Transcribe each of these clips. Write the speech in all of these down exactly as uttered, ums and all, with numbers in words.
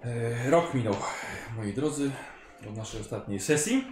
E, rok minął, moi drodzy, od naszej ostatniej sesji.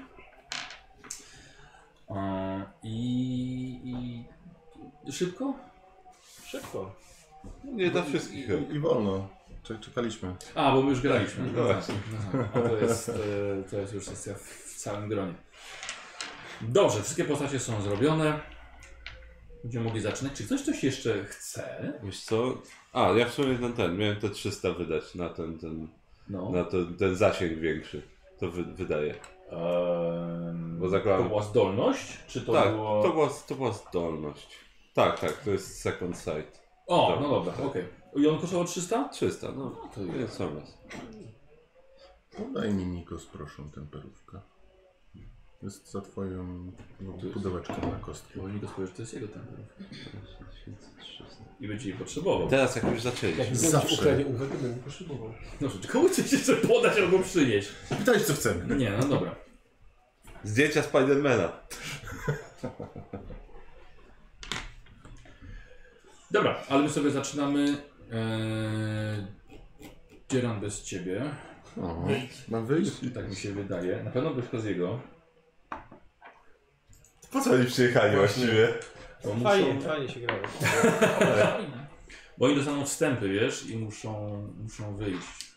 E, i, I szybko? Szybko. Nie dla wszystkich. I, i wolno. Czekaliśmy. A, bo my już graliśmy. No właśnie. Aha, a to jest, e, to jest już sesja w całym gronie. Dobrze, wszystkie postacie są zrobione. Będziemy mogli zaczynać. Czy ktoś coś jeszcze chce? Wiesz co? A, ja w sumie ten, ten, miałem te trzysta wydać na ten, ten, No. na ten, ten zasięg większy. To wy, wydaje. Ehm, Bo zakładam- To była zdolność? Czy to tak, było... to, była, to była zdolność. Tak, tak, to jest second sight. O, tak. no dobra, okej. I on kosztował trzysta? trzysta, no. No to To jest coraz. Daj mi, Nikos, proszę, temperówkę. Jest za twoją no, pudełeczkę na kostkę. Bo nikt powie, że to jest jego temperów. I będzie jej potrzebował. Teraz jak już zaczęliśmy. Jak Zawsze. ukradzie uwagę, będę potrzebował. No, czy komu chcesz jeszcze podać albo przynieść? Pytałeś, co chcemy. Nie, no dobra. Zdjęcia Spidermana. Dobra, ale my sobie zaczynamy. Eee... Dzieran bez ciebie. O, mam wyjść? Tak mi się wydaje. Na pewno bez Koziego. Po co oni przyjechali właściwie? Bo muszą... Fajnie, fajnie się grało. Bo oni dostaną wstępy, wiesz, i muszą, muszą wyjść.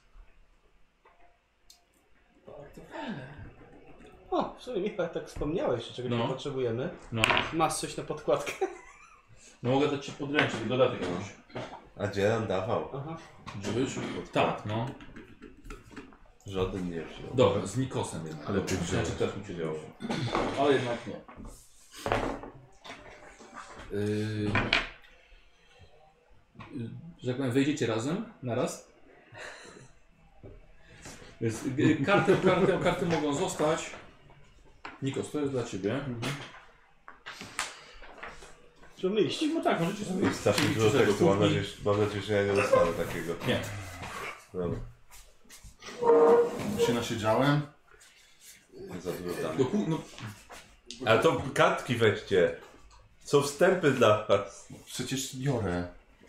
O, w sumie Michał, tak wspomniałeś, że czegoś No. nie potrzebujemy. No. Masz coś na podkładkę? No mogę dać ci podręcznik, dodatek jakiś. A Dzieran dawał. Aha. Żebyś? Tak, no. Żaden nie wziął. Dobra, z Nikosem jednak. Ale ty wziąłeś. Znaczy, też mi się działo. Ale jednak nie. Yy... Yy, że jak powiem, wejdziecie razem, naraz. Więc yy, karty, karty, karty mogą zostać. Nikos, to jest dla ciebie. Żeby iść. No tak, możecie sobie Jest strasznie iść dużo do tekstu, mam kuchni. nadzieję, że- mam nadzieję, że ja nie dostanę takiego. Nie. Dobra, Się nasiedziałem. nie za dużo tam. Do ku... no, Ale to kartki weźcie. Są wstępy dla was. Przecież biorę.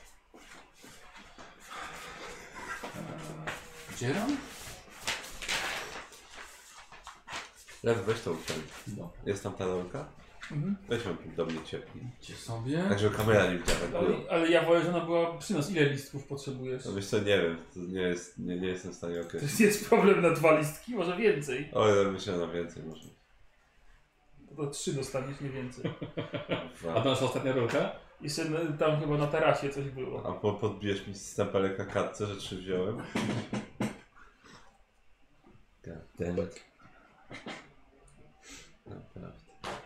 Dzieran? Jak weź tą ten. Dobra. Jest tam ta rolka? Mhm. Weź ją do mnie ciepli. Idźcie sobie. Tak, żeby kamera nie widziała. Ale, ale ja wolę, że ona była przy nas. Ile listków potrzebujesz? No wiesz co, nie wiem, to nie, jest, nie, nie jestem w stanie To określić. jest problem na dwa listki, może więcej. O, ja myślę na więcej może. To trzy dostaniesz, nie więcej. A to nasza ostatnia rolka? Jeszcze na- tam chyba na tarasie coś było. A po, podbijesz mi stempelek na kartce, że trzy wziąłem? God damn it. Naprawdę.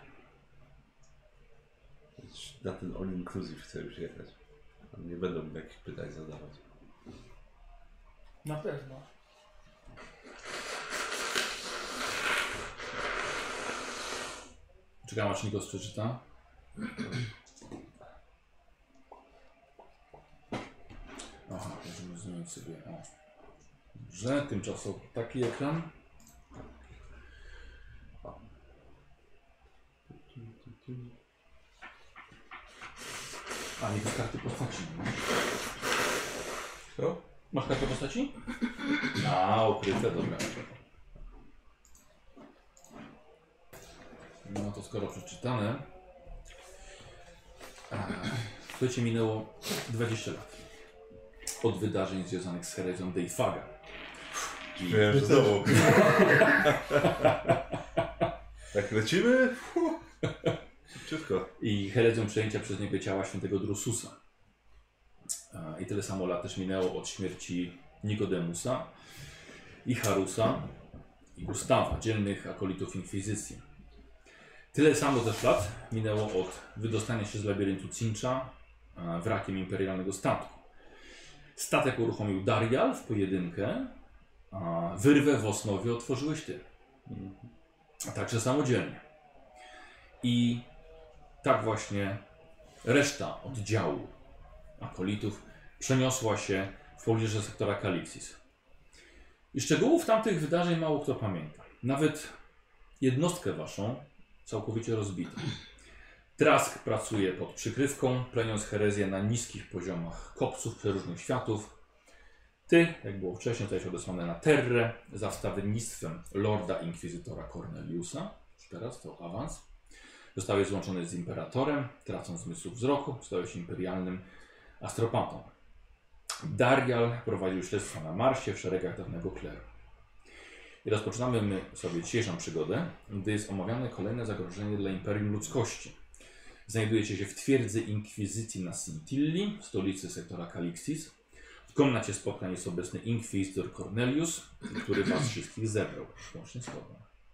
Na ten all inclusive chcę już jechać. Nie będą mi takich pytań zadawać. Na pewno. Czekam aż Nikos przeczyta. Aha, możemy zmienić sobie. O. Dobrze, tymczasowo taki ekran. A, Nikos karty postaci. Co? Masz kartę postaci? A, ukryte, dobra. No to skoro przeczytane. A, słuchajcie, minęło dwadzieścia lat od wydarzeń związanych z herezją Deifaga. Wiem, że znowu. Tak lecimy? Szybciutko. I herezją przejęcia przez niego ciała świętego Drususa. A, I tyle samo lat też minęło od śmierci Nikodemusa i Harusa i Gustawa, dzielnych akolitów inkwizycji. Tyle samo też lat minęło od wydostania się z labiryntu Cincha a, wrakiem imperialnego statku. Statek uruchomił Darial w pojedynkę, a wyrwę w Osnowie otworzyłeś ty. A także samodzielnie. I tak właśnie reszta oddziału akolitów przeniosła się w pobliże sektora Kalixis. I szczegółów tamtych wydarzeń mało kto pamięta. Nawet jednostkę waszą całkowicie rozbito. Trask pracuje pod przykrywką, pleniąc herezję na niskich poziomach kopców przeróżnych światów. Ty, jak było wcześniej, zostałeś odesłany na Terrę za wstawiennictwem Lorda Inkwizytora Corneliusa. Już teraz to awans. Zostałeś złączony z Imperatorem, tracąc zmysł wzroku. Zostałeś imperialnym astropatą. Darial prowadził śledztwa na Marsie w szeregach dawnego kleru. I rozpoczynamy my sobie dzisiejszą przygodę, gdy jest omawiane kolejne zagrożenie dla Imperium Ludzkości. Znajdujecie się w twierdzy Inkwizycji na Sintilli, w stolicy sektora Calixis. W komnacie spotkań jest obecny Inkwizytor Cornelius, który was wszystkich zebrał, łącznie z tobą.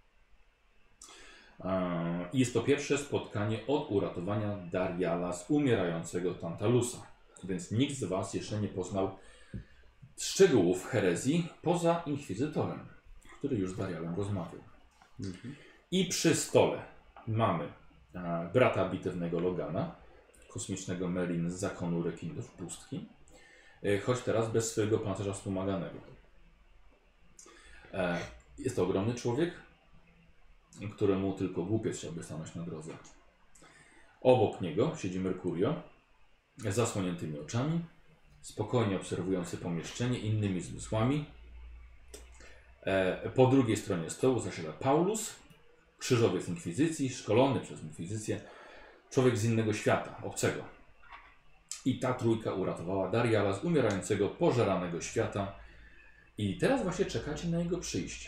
I jest to pierwsze spotkanie od uratowania Dariala z umierającego Tantalusa, więc nikt z was jeszcze nie poznał szczegółów herezji poza Inkwizytorem, który już z Darialem rozmawiał. Mhm. I przy stole mamy a, brata bitewnego Logana, kosmicznego Merin z zakonu rekinów pustki, e, choć teraz bez swojego pancerza wspomaganego. E, jest to ogromny człowiek, któremu tylko głupiec chciałby stanąć na drodze. Obok niego siedzi Mercurio z zasłoniętymi oczami, spokojnie obserwujący pomieszczenie innymi zmysłami. E, po drugiej stronie stołu zasiada Paulus, krzyżowiec Inkwizycji, szkolony przez Inkwizycję, człowiek z innego świata, obcego. I ta trójka uratowała Dariala z umierającego, pożeranego świata i teraz właśnie czekacie na jego przyjście.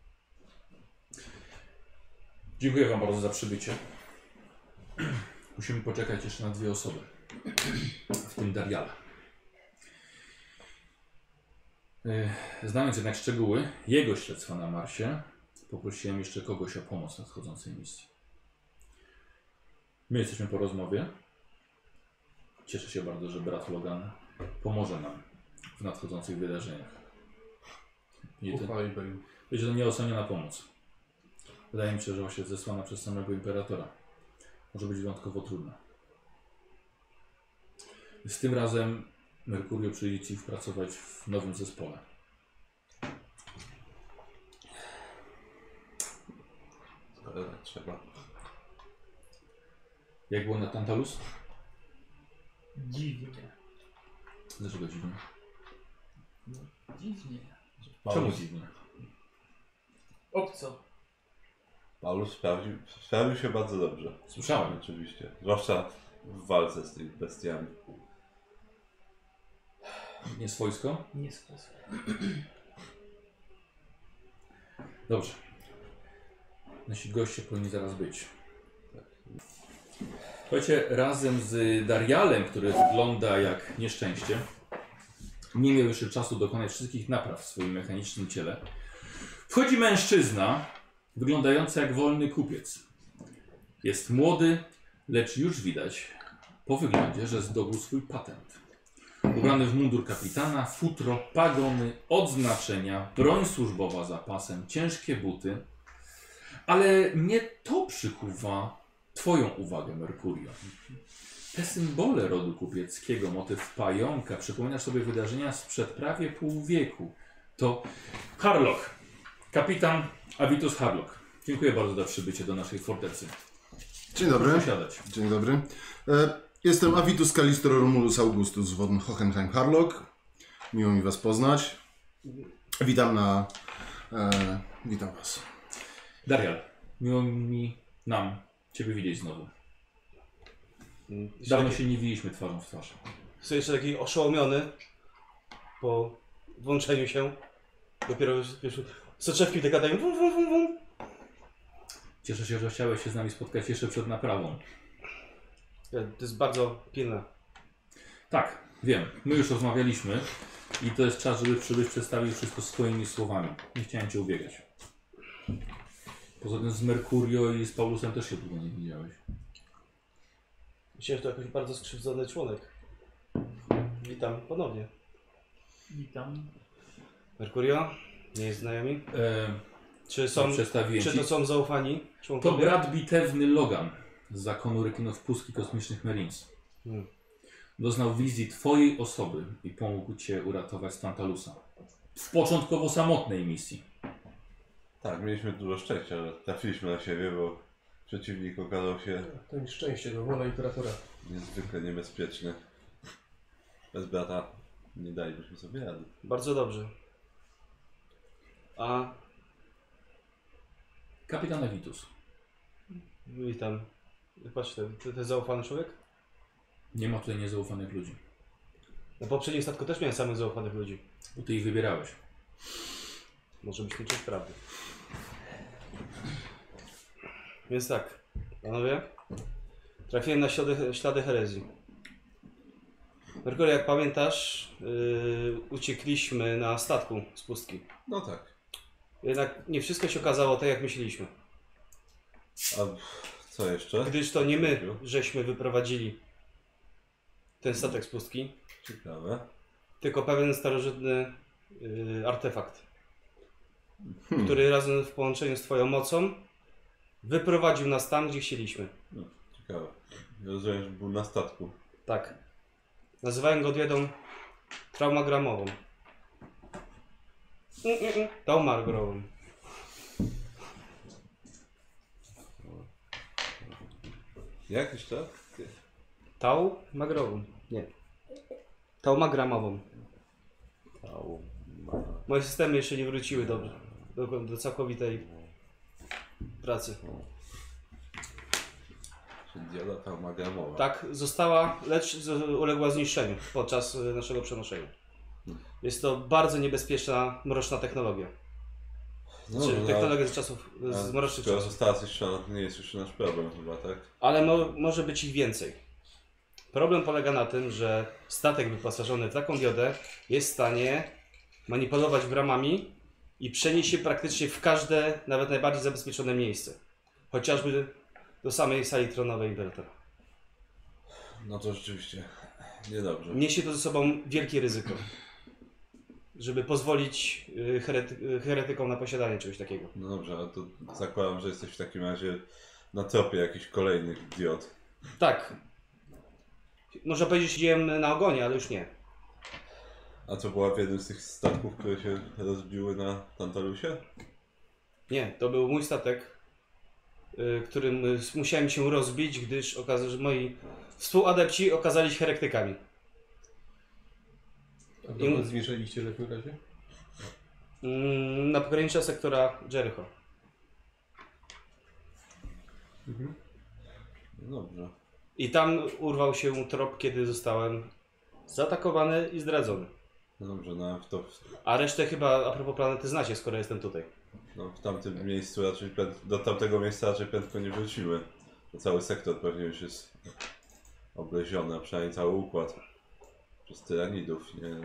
Dziękuję wam bardzo za przybycie. Musimy poczekać jeszcze na dwie osoby, w tym Dariala. Znając jednak szczegóły jego śledztwa na Marsie, poprosiłem jeszcze kogoś o pomoc w nadchodzącej misji. My jesteśmy po rozmowie. Cieszę się bardzo, że brat Logan pomoże nam w nadchodzących wydarzeniach. Uchwalaj, Berin. Będzie to nieoceniona pomoc. Wydaje mi się, że właśnie zesłana przez samego Imperatora może być wyjątkowo trudna. Z tym razem Mercurio przyjdzie Ci pracować w nowym zespole. Ale tak trzeba. Jak było na Tantalus? Dziwnie. Dlaczego dziwnie? No, dziwnie. Czemu dziwnie? Obco. Paulus sprawdził, sprawdził się bardzo dobrze. Słyszałem. Oczywiście. Zwłaszcza w walce z tymi bestiami. Nie swojsko? Nie sposób. Dobrze. Nasi goście powinni zaraz być. Słuchajcie, razem z Darialem, który wygląda jak nieszczęście, nie miał jeszcze czasu dokonać wszystkich napraw w swoim mechanicznym ciele. Wchodzi mężczyzna, wyglądający jak wolny kupiec. Jest młody, lecz już widać po wyglądzie, że zdobył swój patent. Ubrany w mundur kapitana, futro, pagony, odznaczenia, broń służbowa za pasem, ciężkie buty. Ale nie to przykuwa Twoją uwagę, Mercurio. Te symbole rodu kupieckiego, motyw pająka, przypominasz sobie wydarzenia sprzed prawie pół wieku. To Harlock, kapitan Avitus Harlock. Dziękuję bardzo za przybycie do naszej fortecy. Dzień dobry. Proszę siadać. Dzień dobry. E, jestem Avitus Callistor Romulus Augustus von Hohenheim Harlock. Miło mi was poznać. Witam na... E, witam was. Darial, miło mi nam Ciebie widzieć znowu. Jeszcze Dawno taki, się nie widzieliśmy twarzą w twarz. Jestem jeszcze taki oszołomiony po włączeniu się. Dopiero wiesz, soczewki te gadają wum, wum, wum, wum. Cieszę się, że chciałeś się z nami spotkać jeszcze przed naprawą. To jest bardzo pilne. Tak, wiem. My już rozmawialiśmy i to jest czas, żeby przybyć, przedstawić wszystko swoimi słowami. Nie chciałem Cię ubiegać. Poza tym z Mercurio i z Paulusem też się długo nie widziałeś. Myślę, że to jakiś bardzo skrzywdzony członek. Witam ponownie. Witam. Mercurio? Nie jest znajomi? E, Czy są, przedstawiłem czy Ci. to są zaufani członkowie? To brat bitewny Logan z zakonu rekinów pustki kosmicznych Marines. Hmm. Doznał wizji Twojej osoby i pomógł Cię uratować z Tantalusa. W początkowo samotnej misji. Tak, mieliśmy dużo szczęścia, że trafiliśmy na siebie, bo przeciwnik okazał się To nieszczęście, to wola imperatora. niezwykle niebezpieczny. Bez brata nie dalibyśmy sobie rady. Bardzo dobrze. A Kapitan Avitus. witam. Patrz, ten, ten, ten zaufany człowiek? Nie ma tutaj niezaufanych ludzi. Na poprzednim statku też miałem samych zaufanych ludzi. Bo ty ich wybierałeś. Może być nie część prawdy. Więc tak, panowie, trafiłem na ślady, ślady herezji. Merkury, jak pamiętasz, yy, uciekliśmy na statku z pustki. No tak. Jednak nie wszystko się okazało tak, jak myśleliśmy. A co jeszcze? Gdyż to nie my, żeśmy wyprowadzili ten statek z pustki, Ciekawe. tylko pewien starożytny yy, artefakt, Hmm. który razem w połączeniu z twoją mocą wyprowadził nas tam, gdzie chcieliśmy. No, ciekawe. Rozumiem, że był na statku. Tak. Nazywają go diedą traumagramową. Mm, mm, mm. Taumagramową. Jak jeszcze? Taumagramową. Nie. Taumagramową. Au, ma... Moje systemy jeszcze nie wróciły do, do, do całkowitej pracy. Czyli dioda taumagramowa. Tak, została, lecz z- uległa zniszczeniu podczas y, naszego przenoszenia. Jest to bardzo niebezpieczna, mroczna technologia. No, Znaczy, no, technologia z czasów, a- z mrocznych skoro czasów. została zniszczona, to nie jest już nasz problem chyba, tak? Ale mo może być ich więcej. Problem polega na tym, że statek wyposażony w taką diodę jest w stanie manipulować bramami i przenieść się praktycznie w każde, nawet najbardziej zabezpieczone miejsce. Chociażby do samej sali tronowej Imperatora. No to rzeczywiście niedobrze. Niesie to ze sobą wielkie ryzyko, żeby pozwolić y, herety y, heretykom na posiadanie czegoś takiego. No dobrze, ale to zakładam, że jesteś w takim razie na tropie jakichś kolejnych diod. Tak. Można powiedzieć, że siedziałem na ogonie, ale już nie. A co była w jednym z tych statków, które się rozbiły na Tantalusie? Nie, to był mój statek, y, którym y, musiałem się rozbić, gdyż okazało się, że moi współadepci okazali się heretykami. A dokąd zmierzaliście w takim razie? Mm, na pogranicza sektora Jericho. Mhm. No dobrze. I tam urwał się trop, kiedy zostałem zaatakowany i zdradzony. No dobrze, no w, to, A resztę chyba, a propos planety, znacie, skoro jestem tutaj. no w tamtym miejscu raczej pręd- do tamtego miejsca raczej prędko nie wrócimy. To cały sektor pewnie już jest obleziony, a przynajmniej cały układ przez tyranidów. Nie,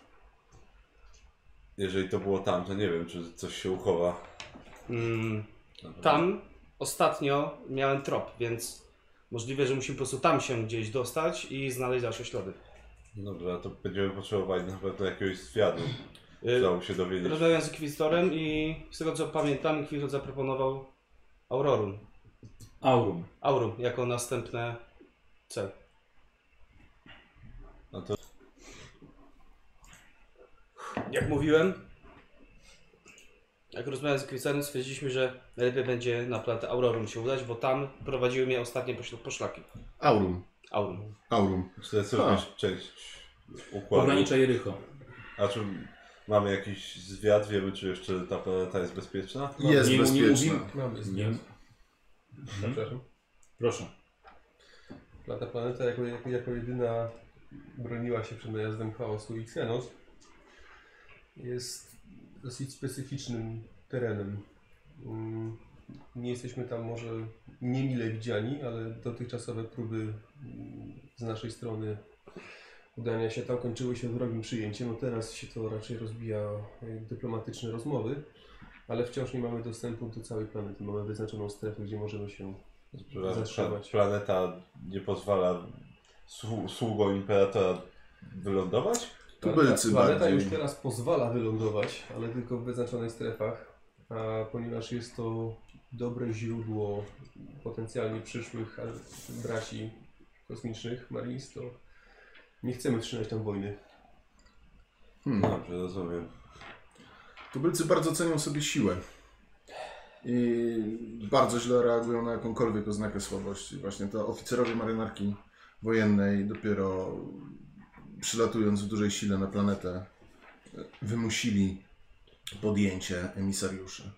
jeżeli to było tam, to nie wiem, czy coś się uchowa. Mm, Naprawdę. tam ostatnio miałem trop, więc możliwe, że musimy po prostu tam się gdzieś dostać i znaleźć dalsze ślady. No dobrze, a to będziemy potrzebowali na pewno jakiegoś zwiadu. Yy, Trzeba się dowiedzieć. Rozmawiałem z Inkwizytorem i z tego co pamiętam, Inkwizytor zaproponował Aurorum. Aurum. Aurum jako następny cel. No to Jak mówiłem, jak rozmawiałem z Inkwizytorem, stwierdziliśmy, że najlepiej będzie na planetę Aurorum się udać, bo tam prowadziły mnie ostatnie pośl- poszlaki. Aurum. Aurum. Aurum. to jest również część układu. Pogranicza Jericho. A czy mamy jakiś zwiad? Wiemy, czy jeszcze ta planeta jest bezpieczna? Jest nie- nie bezpieczna. mówimy- Mamy Nie. zwiat. Mhm. Przepraszam. Proszę. Ta planeta jako, jako, jako jedyna broniła się przed najazdem chaosu i Xenos. Jest dosyć specyficznym terenem. Mm, Nie jesteśmy tam może niemile widziani, ale dotychczasowe próby mm, z naszej strony udania się tam kończyły się wrogim przyjęciem. No teraz się to raczej rozbija jak dyplomatyczne rozmowy, ale wciąż nie mamy dostępu do całej planety. Mamy wyznaczoną strefę, gdzie możemy się Że zatrzymać. planeta nie pozwala słu- sługom Imperatora wylądować? Tubylcy Planeta bardziej. już teraz pozwala wylądować, ale tylko w wyznaczonych strefach, a ponieważ jest to dobre źródło potencjalnie przyszłych e, braci kosmicznych, Marines, to nie chcemy wszczynać tam wojny. Hmm. No dobrze, rozumiem. Tubylcy bardzo cenią sobie siłę. I bardzo źle reagują na jakąkolwiek oznakę słabości. Właśnie to oficerowie marynarki wojennej dopiero przylatując w dużej sile na planetę, wymusili podjęcie emisariuszy.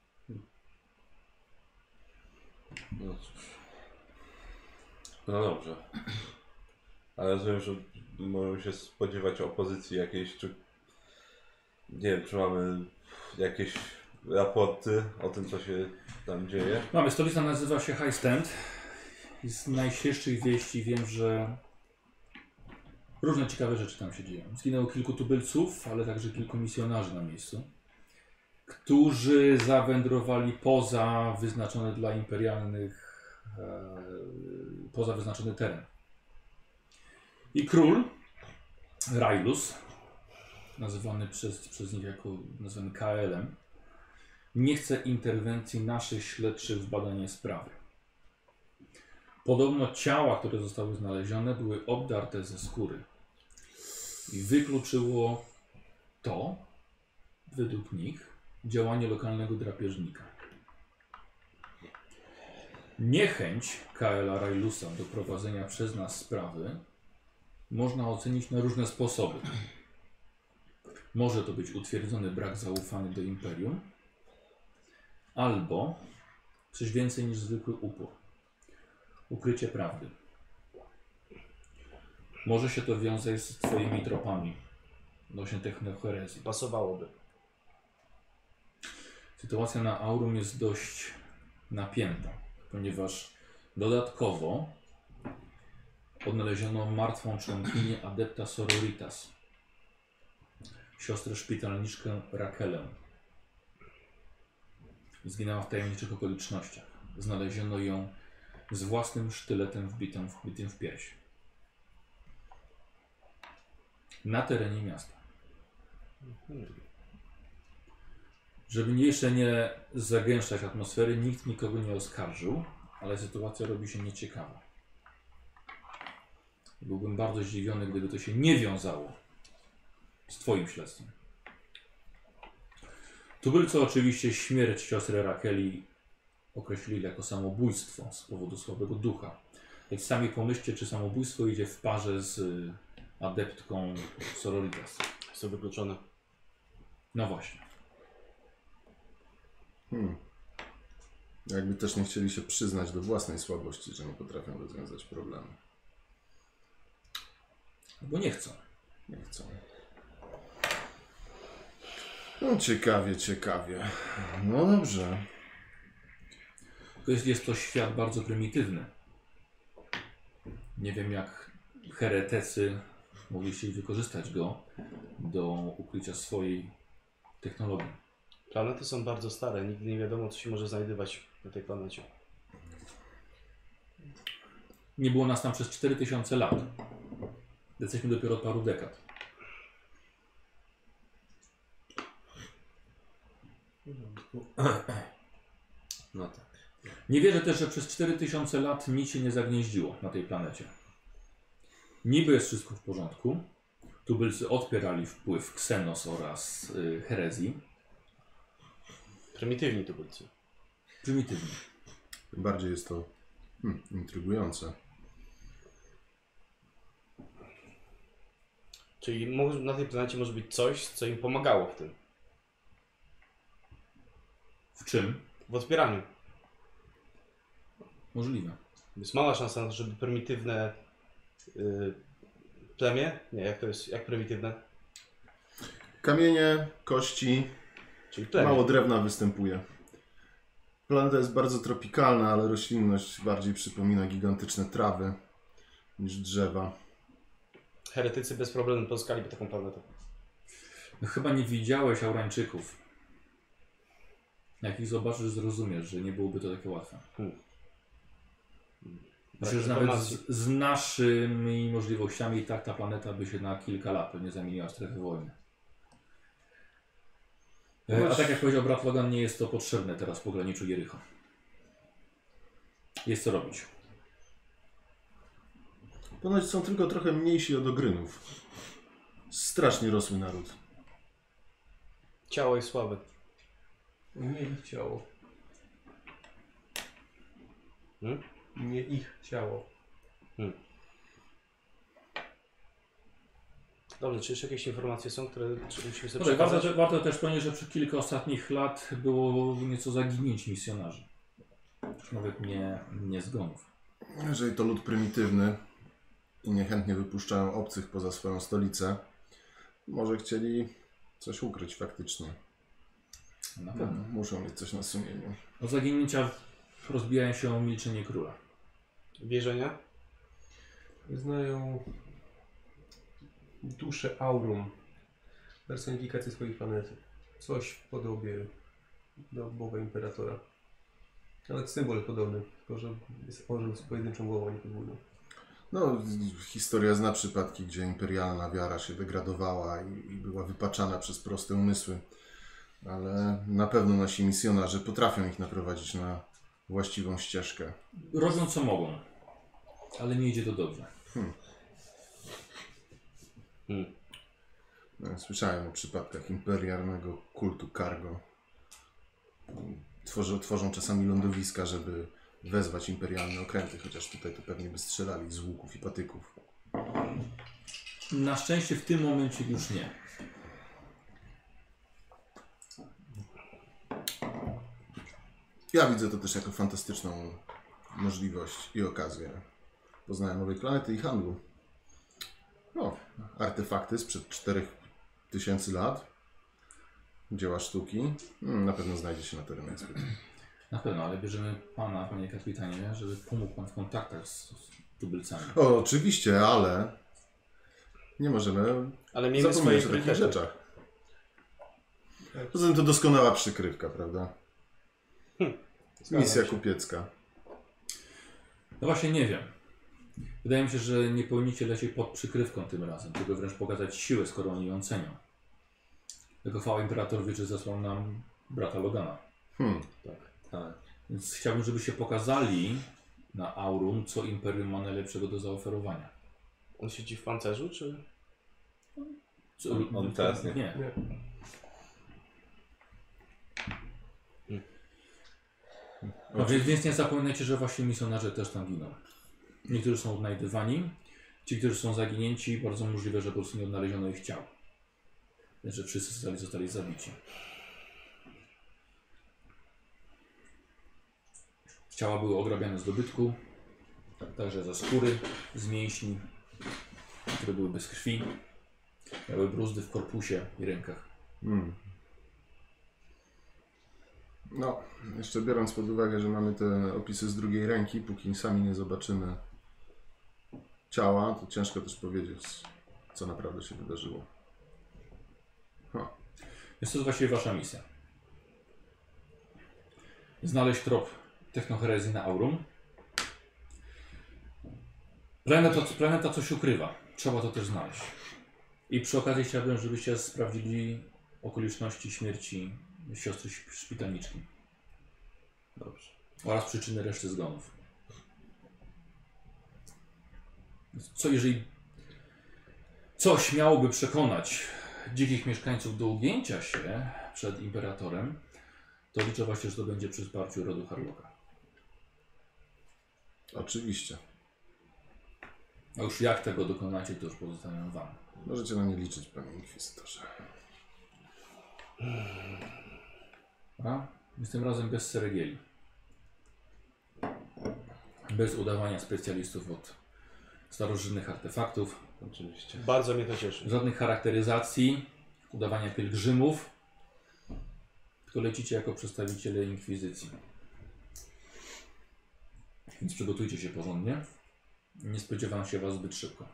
No cóż. No dobrze. Ale rozumiem, że możemy się spodziewać opozycji jakiejś, czy... Nie wiem, czy mamy jakieś raporty o tym, co się tam dzieje? Mamy, stolica nazywa się High Stand. I z najświeższych wieści wiem, że różne ciekawe rzeczy tam się dzieją. Zginęło kilku tubylców, ale także kilku misjonarzy na miejscu, którzy zawędrowali poza wyznaczony dla imperialnych, e, poza wyznaczony teren. I król, Railus, nazywany przez, przez nich jako nazywany K L-em, nie chce interwencji naszych śledczych w badanie sprawy. Podobno ciała, które zostały znalezione, były obdarte ze skóry. I wykluczyło to, według nich, działanie lokalnego drapieżnika. Niechęć K L-a Railusa do prowadzenia przez nas sprawy można ocenić na różne sposoby. Może to być utwierdzony brak zaufania do Imperium, albo coś więcej niż zwykły upór. Ukrycie prawdy. Może się to wiązać z twoimi tropami odnośnie technoherezji. Pasowałoby. Sytuacja na Aurum jest dość napięta, ponieważ dodatkowo odnaleziono martwą członkinię Adepta Sororitas, siostrę szpitalniczkę Rakelę. Zginęła w tajemniczych okolicznościach. Znaleziono ją z własnym sztyletem wbitym, wbitym w pierś. Na terenie miasta. Żeby nie jeszcze nie zagęszczać atmosfery, nikt nikogo nie oskarżył, ale sytuacja robi się nieciekawa. Byłbym bardzo zdziwiony, gdyby to się nie wiązało z twoim śledztwem. Tubylcy oczywiście śmierć siostry Rakeli określili jako samobójstwo z powodu słabego ducha. Jak sami pomyślcie, czy samobójstwo idzie w parze z adeptką Sororitas. Jest to wykluczone. No właśnie. Hmm. Jakby też nie chcieli się przyznać do własnej słabości, że nie potrafią rozwiązać problemu. Bo nie chcą. Nie chcą. No ciekawie, ciekawie. No dobrze. To jest, jest to świat bardzo prymitywny. Nie wiem, jak heretycy mogli chcieli wykorzystać go do ukrycia swojej technologii. Planety są bardzo stare, nigdy nie wiadomo, co się może znajdować na tej planecie. Nie było nas tam przez cztery tysiące lat. Jesteśmy dopiero od paru dekad. No tak. Nie wierzę też, że przez cztery tysiące lat nic się nie zagnieździło na tej planecie. Niby jest wszystko w porządku. Tubylcy odpierali wpływ Xenos oraz y, herezji. Prymitywni tubylcy. Prymitywnie. Tym bardziej jest to hmm, intrygujące. Czyli może, na tej planecie może być coś, co im pomagało w tym. W czym? W odpieraniu. Możliwe. Jest mała szansa na to, żeby prymitywne yy, plemię, nie, jak to jest, jak prymitywne? Kamienie, kości, Czyli plemię. mało drewna występuje. Planeta jest bardzo tropikalna, ale roślinność bardziej przypomina gigantyczne trawy niż drzewa. Heretycy bez problemu pozyskaliby taką planetę. No, chyba nie widziałeś Aurańczyków. Jak ich zobaczysz, zrozumiesz, że nie byłoby to takie łatwe. Hmm. Myślę, że nawet z, z naszymi możliwościami i tak ta planeta by się na kilka lat pewnie zamieniła w strefę wojny. E, A tak jak powiedział brat Logan, nie jest to potrzebne teraz w pograniczu Jericho. Jest co robić. Ponoć są tylko trochę mniejsi od ogrynów. Strasznie rosły naród. Ciało i sławy. Nie ich ciało. Hmm? Nie ich ciało. Hmm. Dobrze, czy jeszcze jakieś informacje są, które czy musimy sobie Dobrze, warto, przekazać? warto też powiedzieć, że przez kilka ostatnich lat było nieco zaginięć misjonarzy. Już nawet nie, nie zgonów. Jeżeli to lud prymitywny i niechętnie wypuszczają obcych poza swoją stolicę, może chcieli coś ukryć faktycznie. Na pewno. Muszą mieć coś na sumieniu. Od zaginięcia rozbijają się o milczenie króla. Wierzenia? Znają duszę Aurum, personifikacji swojej planety. Coś w podobie do Boga Imperatora. Nawet symbol podobny, tylko że jest orzeł z pojedynczą głową, a nie podwójną. No, historia zna przypadki, gdzie imperialna wiara się degradowała i, i była wypaczana przez proste umysły. Ale na pewno nasi misjonarze potrafią ich naprowadzić na właściwą ścieżkę. Robią co mogą, ale nie idzie to dobrze. Hmm. Hmm. No, słyszałem o przypadkach imperialnego kultu cargo. Tworzą, tworzą czasami lądowiska, żeby wezwać imperialne okręty, chociaż tutaj to pewnie by strzelali z łuków i patyków. Na szczęście w tym momencie już nie. Ja widzę to też jako fantastyczną możliwość i okazję poznania nowej planety i handlu. No, artefakty sprzed czterech tysięcy lat, dzieła sztuki, hmm, na pewno znajdzie się na terenie ekspedicji. Na pewno, ale bierzemy pana, panie kapitanie, żeby pomógł pan w kontaktach z, z tubylcami. O, oczywiście, ale nie możemy Ale miejmy swoje zapominać o takich priorytety. rzeczach. Poza tym to doskonała przykrywka, prawda? Misja kupiecka. No właśnie nie wiem. Wydaje mi się, że nie powinniście lecieć pod przykrywką tym razem, tylko wręcz pokazać siłę, skoro oni ją cenią. Jako chwała imperator wie, że zesłał nam brata Logana. Hmm. Tak. Tak. Więc chciałbym, żebyście pokazali na Aurum, co Imperium ma najlepszego do zaoferowania. On siedzi w pancerzu, czy? Co, On- on teraz nie. nie. Nie. No, więc, więc nie zapominajcie, że właśnie misjonarze też tam giną. Niektórzy są odnajdywani, ci, którzy są zaginięci, bardzo możliwe, że po prostu nie odnaleziono ich ciał. Więc że wszyscy zostali, zostali zabici. Ciała były ograbiane z dobytku, także ze skóry, z mięśni, które były bez krwi. Miały bruzdy w korpusie i rękach. Hmm. No, jeszcze biorąc pod uwagę, że mamy te opisy z drugiej ręki, póki sami nie zobaczymy ciała, to ciężko też powiedzieć, co naprawdę się wydarzyło. Ha. Jest to właściwie wasza misja. Znaleźć trop technoherezji na Aurum. Planeta, planeta coś ukrywa. Trzeba to też znaleźć. I przy okazji chciałbym, żebyście sprawdzili okoliczności śmierci siostry szp- szpitalniczki. Dobrze. Oraz przyczyny reszty zgonów. Co jeżeli coś miałoby przekonać dzikich mieszkańców do ugięcia się przed imperatorem, to liczę właśnie, że to będzie przy wsparciu rodu Harlocka. Oczywiście. A już jak tego dokonacie, to już pozostawiam wam. Możecie na nie liczyć, panie inkwizytorze. A? Więc tym razem bez ceregieli. Bez udawania specjalistów od starożytnych artefaktów. Oczywiście. Bardzo mnie to cieszy. Żadnych charakteryzacji, udawania pielgrzymów. Tylko lecicie jako przedstawiciele inkwizycji. Więc przygotujcie się porządnie. Nie spodziewam się was zbyt szybko.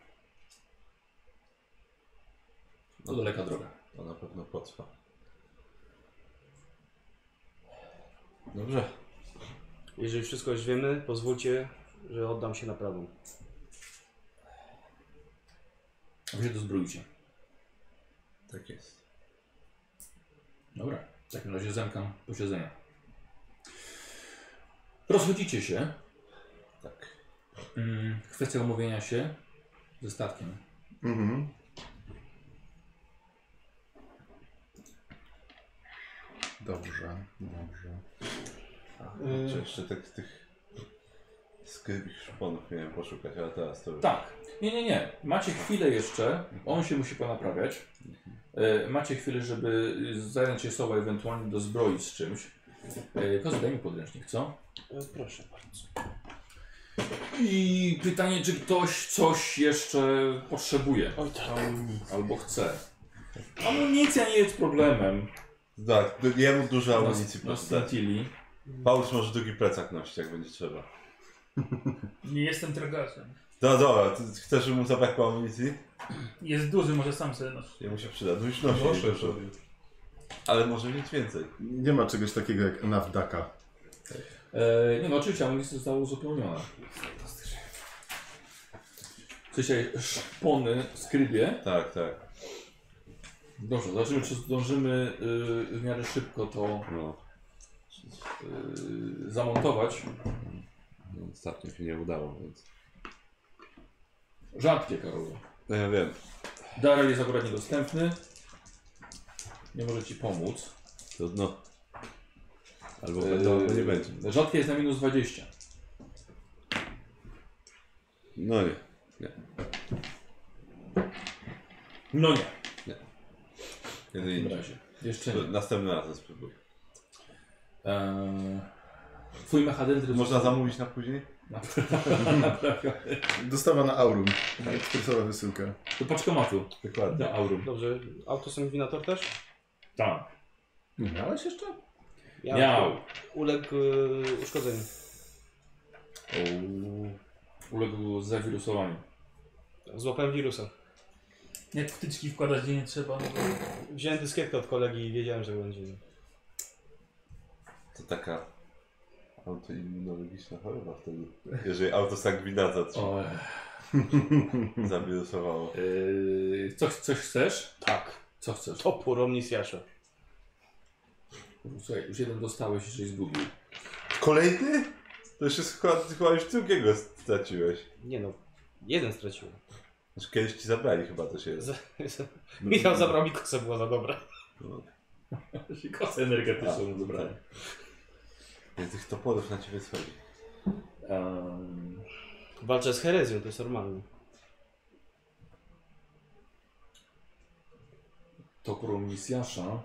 To daleka droga. To na pewno potrwa. Dobrze. Jeżeli wszystko już wiemy, pozwólcie, że oddam się naprawom. A wy się dozbrójcie. Tak jest. Dobra, w takim razie zamkam posiedzenia. Rozchodzicie się. Tak. Mm, kwestia umówienia się ze statkiem. Mhm. Dobrze, dobrze. A, Yy. czy jeszcze tych, tych Skrypich szponów miałem poszukać, ale teraz to już... Tak. Nie, nie, nie. Macie chwilę jeszcze. On się musi ponaprawiać. E, macie chwilę, żeby zająć się sobą, ewentualnie dozbroić z czymś. E, Kozy, daj mi podręcznik, co? E, proszę bardzo. I pytanie, czy ktoś coś jeszcze potrzebuje Oj tak. albo chce. Amunicja nie jest problemem. Tak, jemu dużo amunicji Na proszę dać. Stantili. Paulus może drugi plecak nosić, jak będzie trzeba. Nie jestem tragarzem. No dobra, ty chcesz, żeby mu zabrakło amunicji? Jest duży, może sam sobie nosi. Jemu się przyda. No już nosi Proszę dużo. sobie. Ale może mieć więcej. Nie ma czegoś takiego jak Navdaka. E, nie no, oczywiście amunicja została uzupełniona. Chcecie szpony skrybie? Tak, tak. Dobrze, zobaczymy, czy zdążymy y, w miarę szybko to No. y, zamontować. No, ostatnio się nie udało, więc... Rzadkie, Karolu. No ja wiem. Daryl jest akurat niedostępny. Nie może ci pomóc. Trudno. Albo będą, albo nie będzie. Yy, rzadkie jest na minus dwadzieścia. No nie. Nie. No nie. Kiedy W tym indziej. razie. Jeszcze nie. Następnym razem spróbuj. Eee, twój mechadendry Można zamówić na później? naprawiony. Dostawa na Aurum. Ekspresowa wysyłka. Do paczkomatu. Dokładnie. Do Aurum. Dobrze, autosegwinator też? Tak. Nie miałeś jeszcze? Miał. Uległ y, uszkodzeniu. Uuu. Uległ zawirusowaniu. Złapałem wirusa. Jak wtyczki wkładać gdzie nie trzeba. No to... Wziąłem dyskietkę od kolegi i wiedziałem, że będzie. To taka autoimmunologiczna choroba wtedy. Jeżeli autosangwinator cię O, zawirusowało. yy, coś, coś chcesz? Tak. Co chcesz? Topór omnisjasza. Słuchaj, już jeden dostałeś i żeś zgubił. Kolejny? To już jest chyba, chyba już drugiego straciłeś. Nie no, jeden straciłem. Znaczy kiedyś ci zabrali chyba też jeden. Z, z, Michał zabrał mi kosę, była za dobra. No. Kosę energetyczną A, zabrałem. Więc tych toporów na ciebie schodzi. Um, Walczę z herezją, to jest normalne. topór misjasza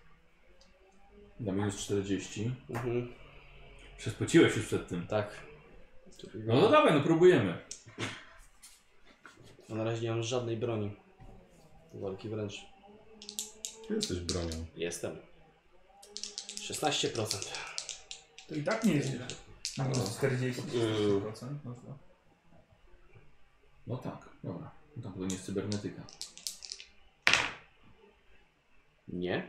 na minus czterdzieści. Mhm. Przespociłeś już przed tym. Tak. No no dawaj, no próbujemy. No na razie nie mam żadnej broni. Walki wręcz. Ty jesteś bronią. Jestem. szesnaście procent. To i tak nie jest źle. Na minus czterdzieści procent. No to... No tak, dobra. No to nie jest cybernetyka. Nie?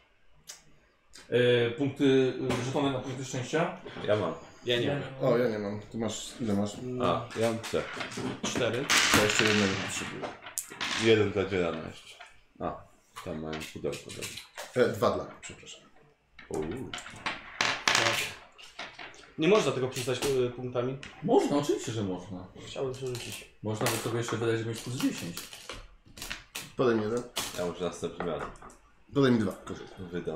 E, punkty, żetony na punkty szczęścia? Ja mam. Ja nie. O, ja nie mam. Ty masz, ile masz? A, ja mam C. Cztery. Ja jeszcze jednego potrzebuję. Jeden dla Dzierana jeszcze. A, tam mają pudełko. E, dwa dla, przepraszam. Uuu. Tak. Nie można tego przystać y, punktami. Można, oczywiście, że można. Chciałbym przerzucić. Można by sobie jeszcze wydać, że mieć plus dziesięć. Podaj mi jeden. Ja może następnym razem Dodaj mi dwa. Korzystaj. wydam.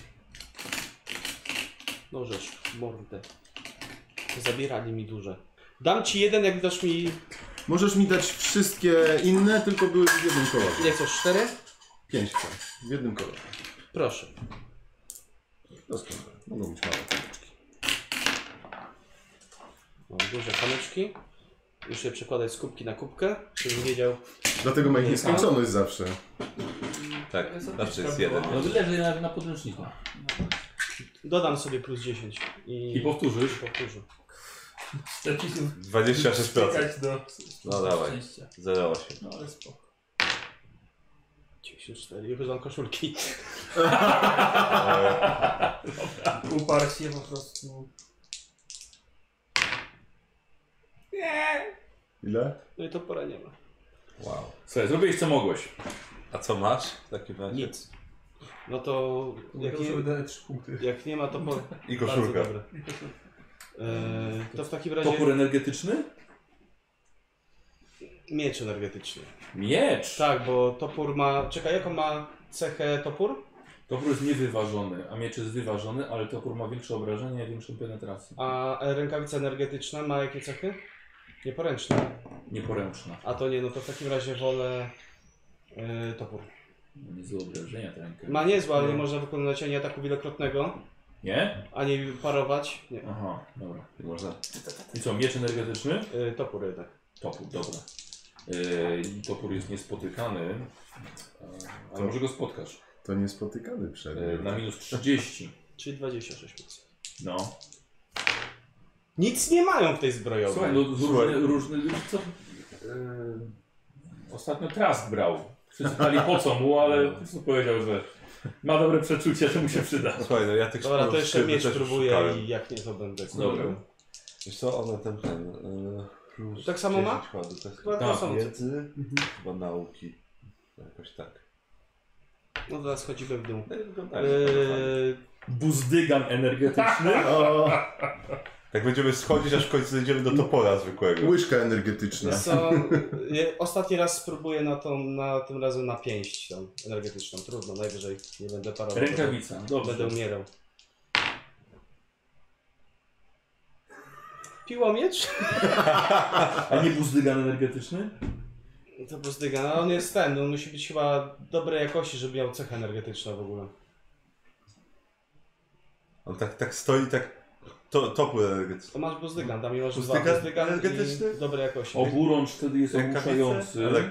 No rzecz, mordę. Zabierali mi duże. Dam ci jeden, jak dasz mi... Możesz mi dać wszystkie inne, tylko były w jednym kolorze. Ile chcesz? Cztery? Pięć chcę. W jednym kolorze. Proszę. Doskonale. Mogą być małe kuleczki. Mam duże kamyczki. Już je przekładać z kubki na kubkę, żebym wiedział. Dlatego ma ich nieskończoność zawsze. Tak, zawsze jest jeden. No wyleży na, na podręczniku. Dodam sobie plus dziesięć. I, I powtórzysz. i powtórzę. Z zapisów dwadzieścia sześć procent. czekać do No dawaj. szczęścia. zero osiem. No ale spoko. dziewięćdziesiąt cztery. Już mam koszulki. Uparł się po prostu. Ile? No i to pora nie ma. Wow. Słuchaj, zrobiłeś co mogłeś. A co masz w takim razie? Nic. No to jak Jak nie... nie, dane trzy punkty. jak nie ma to po... I Bardzo koszulka. dobre. Eee, to w takim razie Topór energetyczny? miecz energetyczny. Miecz! Tak, bo topór ma... Czekaj, jaką ma cechę topór? Topór jest niewyważony, a miecz jest wyważony, ale topór ma większe obrażenia i większą penetrację. A rękawica energetyczna ma jakie cechy? Nieporęczna. Nieporęczna. A to nie, no to w takim razie wolę yy, topór. Niezłe obrażenia ta ręka. Ma niezłe, ale nie można wykonywać ani ataku wielokrotnego, Nie? ani parować. Nie. Aha, dobra. Można. I co, miecz energetyczny? Yy, topór jednak. Topór, dobra. Yy, topór jest niespotykany, yy, ale To- może go spotkasz. To niespotykany przedmiot. Yy, na minus trzydzieści. Czyli dwadzieścia sześć procent. No. Nic nie mają w tej zbrojowej. Słuchaj, no różny, różny, co, yy, ostatnio Trask brał. Wszyscy pytali po co mu, ale po prostu powiedział, że ma dobre przeczucie, że mu się przyda. Słuchaj, no ja tych Dobra, to szkół jeszcze szkiełku miecz też próbuję szukałem. i jak nie, to będę. Dobra. Wiesz co, one ten, ten... Yy, plus Tak samo ma? dziesięć chodu, to jest Chyba Tak, to samo. wiedzy, chyba nauki. Jakoś tak. No teraz chodzimy w dół. No i wyglądają bardzo fajnie. Yy, Buzdygan energetyczny. Tak będziemy schodzić, aż w końcu zejdziemy do topora zwykłego. Łyżka energetyczna. wiesz co, je- ostatni raz spróbuję na tą, na tym razem na pięść tą energetyczną. Trudno, najwyżej nie będę parował. Rękawica, dobrze. Będę umierał. Piłomiecz? A nie buzdygan energetyczny? To buzdyga, no on jest ten, on musi być chyba dobrej jakości, żeby miał cechę energetyczną w ogóle. On tak, tak stoi, tak... To, topór energetyczny. To masz buzdygan, tam masz Buzdygan dwa buzdygan energetyczny? i dobrej jakości. Oburącz wtedy jest Rękawice? ogłuszający. Ale-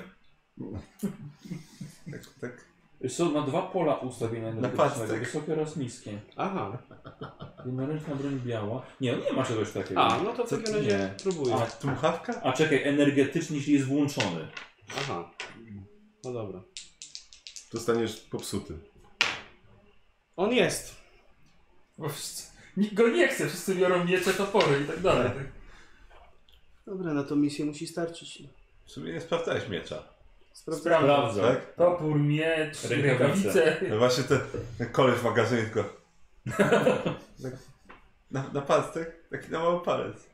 Tak, tak. Wiesz co, ma dwa pola ustawienia energetycznego, pastek. wysokie oraz niskie. Aha. Jednoręczna broń biała. Nie, no nie ma czegoś takiego. A, no to w Co- takim razie nie. próbuję. A, Dmuchawka? a czekaj, energetyczny, jeśli jest włączony. Aha. No dobra. Zostaniesz popsuty. On jest. Bo wszyscy- nikt go nie chce, wszyscy biorą miecze, topory i tak dalej. Dobra, na tą misję musi starczyć. W sumie nie sprawdzałeś miecza. Sprawdzam. Sprawdzam. Tak? Topór, miecz, Rękawice. rękawice. No właśnie ten, ten koleś w magazynie tylko... Tak, na, na palec, tak? Taki na mały palec.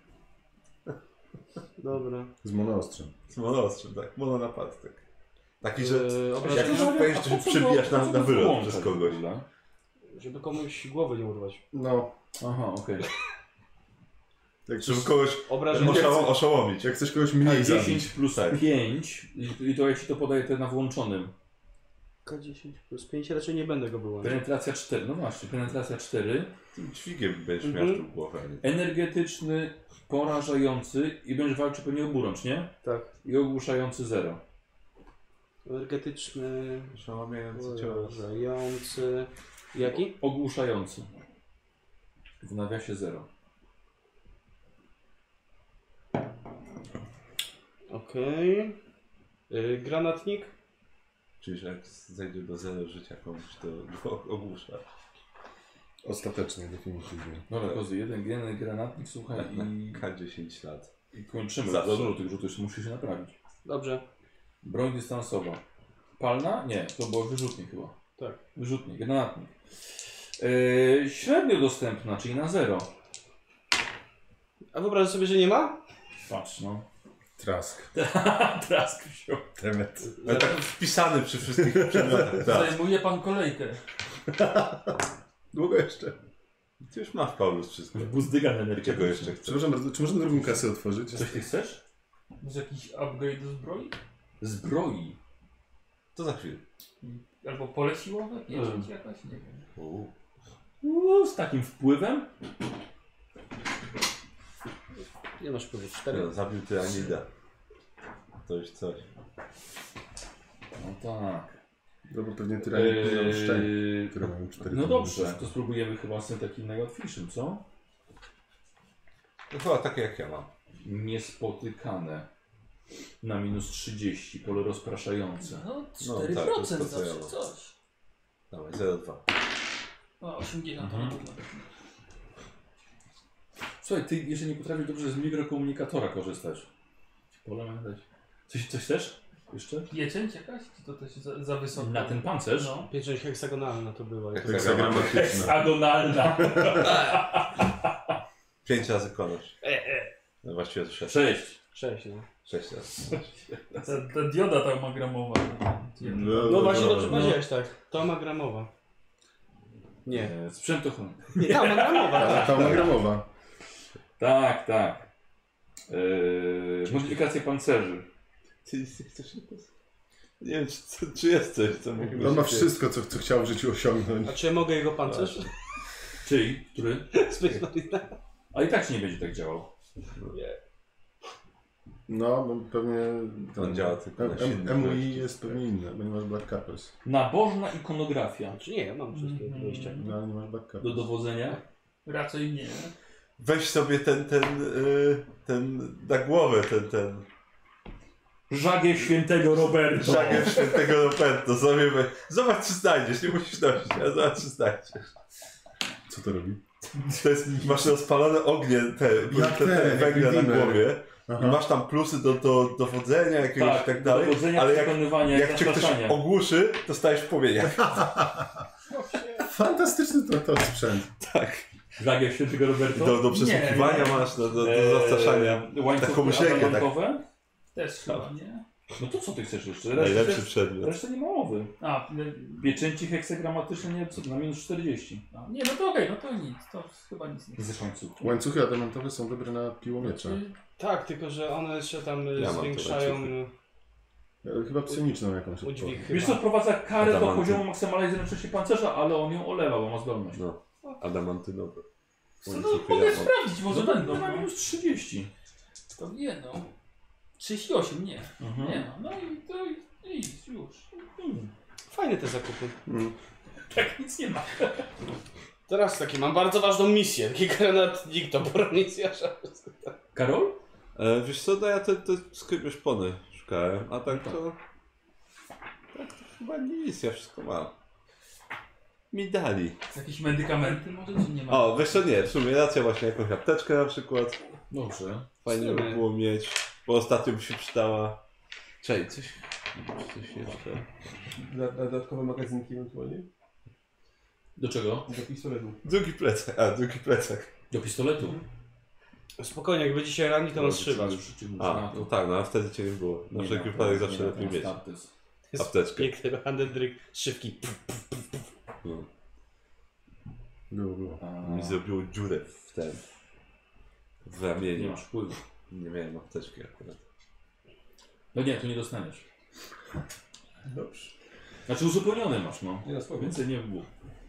Dobra. Z monoostrzem. Z monoostrzem, tak. Mono na palec, tak. Taki, że Yy, jak obrażenia, już A powiesz, po że co się przebijasz go- na, po co na go wylot włączać przez w kogoś. ogóle? żeby komuś głowy nie urwać. No. Aha, okej. Jak Żeby chcesz, kogoś Obrażenia. osza- oszołomić. jak chcesz kogoś mniej dziesięć zabić. plus Tak. pięć i, i to ja ci to podaję te na włączonym. K dziesięć plus pięć, raczej nie będę go wyłączał. Penetracja cztery, no właśnie, penetracja cztery. Tym dźwigiem będziesz Mhm. miał w głowę. a nie- Energetyczny, porażający i będziesz walczył pewnie oburącz, nie? Tak. I ogłuszający zero. Energetyczny, Oszołomiający cios. porażający. Jaki? Ogłuszający. W nawiasie zero. Okej. Yy, granatnik? Czyli, że jak zejdzie do zero życia komuś, to go ogłusza. Ostatecznie, definitywnie. Dobra, kozy, jeden jeden granatnik, słuchaj, i, K dziesięć lat. i kończymy. Zawsze. Za dużo tych rzutów jeszcze musi się naprawić. Dobrze. Broń dystansowa. Palna? Nie, to było wyrzutnik chyba. Tak. Wyrzutnik, granatnik. Yy, średnio dostępna, czyli na zero. A wyobraź sobie, że nie ma? Patrz, no. Trask. Trask wziął. Temet. Ale tak wpisany przy wszystkich przedmiotach. Tak. Zajmuje pan kolejkę. Długo jeszcze. Ty już masz, Paulus, wszystko. Buzdygan Czego energetyczny. jeszcze chcesz? Przepraszam bardzo, czy można drugą kasę otworzyć? Coś ty chcesz? Może jakiś upgrade do zbroi? Zbroi. To za chwilę. Albo pole siłowe? Pieczęć Hmm. jakaś? Nie wiem. Uuu. Uuu, z takim wpływem? Nie masz wpływu. Cztery. No, zabił tyranida. To już coś. No tak. Dobra, pewnie tyranik eee... szczęk, Eee, które mają cztery. no dobrze, to spróbujemy chyba z tym takim najłatwiejszym, co? No chyba takie jak ja mam. Niespotykane. Na minus trzydzieści, pole rozpraszające. No, No, cztery tak, procent to jest to, co ja zawsze mam. coś. Dawaj, zero dwa. No, osiemdziesiąt Mhm. to nie nawet. Słuchaj, ty jeszcze nie potrafisz dobrze z mikrokomunikatora korzystać. Pole ma dać. Coś, coś też? Jeszcze? Pieczęć jakaś? Czy to też za, za wysoko? Na ten pancerz? No. Pieczęć heksagonalna to była. Jak To- Heksagramatyczna. Heksagonalna. Pięć razy konosz. No właściwie to sześć. Sześć. Sześć, no. Sześć razy. Ta, ta dioda tam ma gramowa. No właśnie dobrze powiedziałeś, tak. To ma gramowa. Nie. E, sprzęt ochrony. Nie, tam anagramowa. Ta, ta anagramowa. Tak, tak. E, modyfikacje pancerzy. Ty nie chcesz Nie wiem, czy, czy jest coś, co mógłby On ma się- wszystko, co, co chciał w życiu osiągnąć. A czy ja mogę jego pancerz? Czyli, który? Space Marine. A i tak się nie będzie tak działał. No, bo pewnie... On działa tylko na silnych M U I rzeczy. jest pewnie inne, bo nie masz Black Capers. Nabożna ikonografia. Czy nie, ja mam wszystkie Mhm. wyjścia. No, ale nie masz Black Capers. Do dowodzenia. Raczej nie. Weź sobie ten, ten, y, ten na głowę, ten, ten Żagiel świętego Roberto. żagiel świętego Roberto. Sobie weź. Zobacz, czy znajdziesz, nie musisz nosić, ale zobacz, czy znajdziesz. Co to robi? To jest, masz rozpalone ognie, te, Jak te, te te, węgle na Redeemer. głowie. Aha. I masz tam plusy do, do dowodzenia jakiegoś i Tak, tak do dalej, dowodzenia, ale jak, przekonywania, jak cię ktoś zastraszania. ogłuszy, to stajesz w płomieniach. Fantastyczny to, to sprzęt. Tak. Żagiel świętego Roberto. Do, do przesłuchiwania Nie. masz, do, do, do Eee, zastraszania. łańcuchy Taką myślenkę, tak. adamantowe. Też chyba nie. No to co ty chcesz jeszcze? Najlepszy Reszta, przedmiot. reszta nie ma mowy. A, no, Pieczęci heksagramatyczne nie, co, na minus czterdzieści. a, nie, no to okej, no to nic. To chyba nic nie. Ze łańcuchu. Łańcuchy adamantowe są dobre na piłomiecze. Tak, tylko że one jeszcze tam y, Ja mam to zwiększają łańcuchy. y, Chyba psioniczną jakąś. udźwig odpowiedź. Wiesz co, chyba. wprowadza karę do Adamanty. poziomu maksymalnej zręczności pancerza, ale on ją olewa, bo ma zdolność. No, adamantynowe. Co, no, Łańcuchy mogę ja mam. sprawdzić, może No będą. to na No. minus trzydzieści. To nie no. trzydzieści osiem, nie. Mhm. Nie no. No i to i, i już. Hmm. Fajne te zakupy. Mm. Tak nic nie ma. Teraz takie, mam bardzo ważną misję. Taki granatnik to misja. Karol? E, wiesz co, no ja te, te skrypy szpony szukałem, a tak to... Tak to chyba nic, ja wszystko mam. Mi dali. Jakieś medykamenty może, czy nie ma? O, wiesz co, nie, w sumie racja, właśnie jakąś apteczkę na przykład. Dobrze. Fajnie by było mieć, bo ostatnio by się przydała. Czekaj, coś... Coś jeszcze... Dla- dla Dodatkowe magazynki ewentualnie. Do czego? Do pistoletu. Drugi plecak, a drugi plecak. Do pistoletu. Spokojnie, jak będzie się rani, to nas szywasz. A, no tak, no a wtedy cię nie było. Na wszelki wypadek zawsze lepiej mieć. Apteczkę. Piękny handedryk, szybki. No. Było, było. Mi zrobiło dziurę w ten... W Nie ramieniu. masz wpływu. Nie miałem apteczki akurat. No nie, to nie dostaniesz. Dobrze. Znaczy uzupełnione masz, no. Nie, no spoko. Więcej nie było.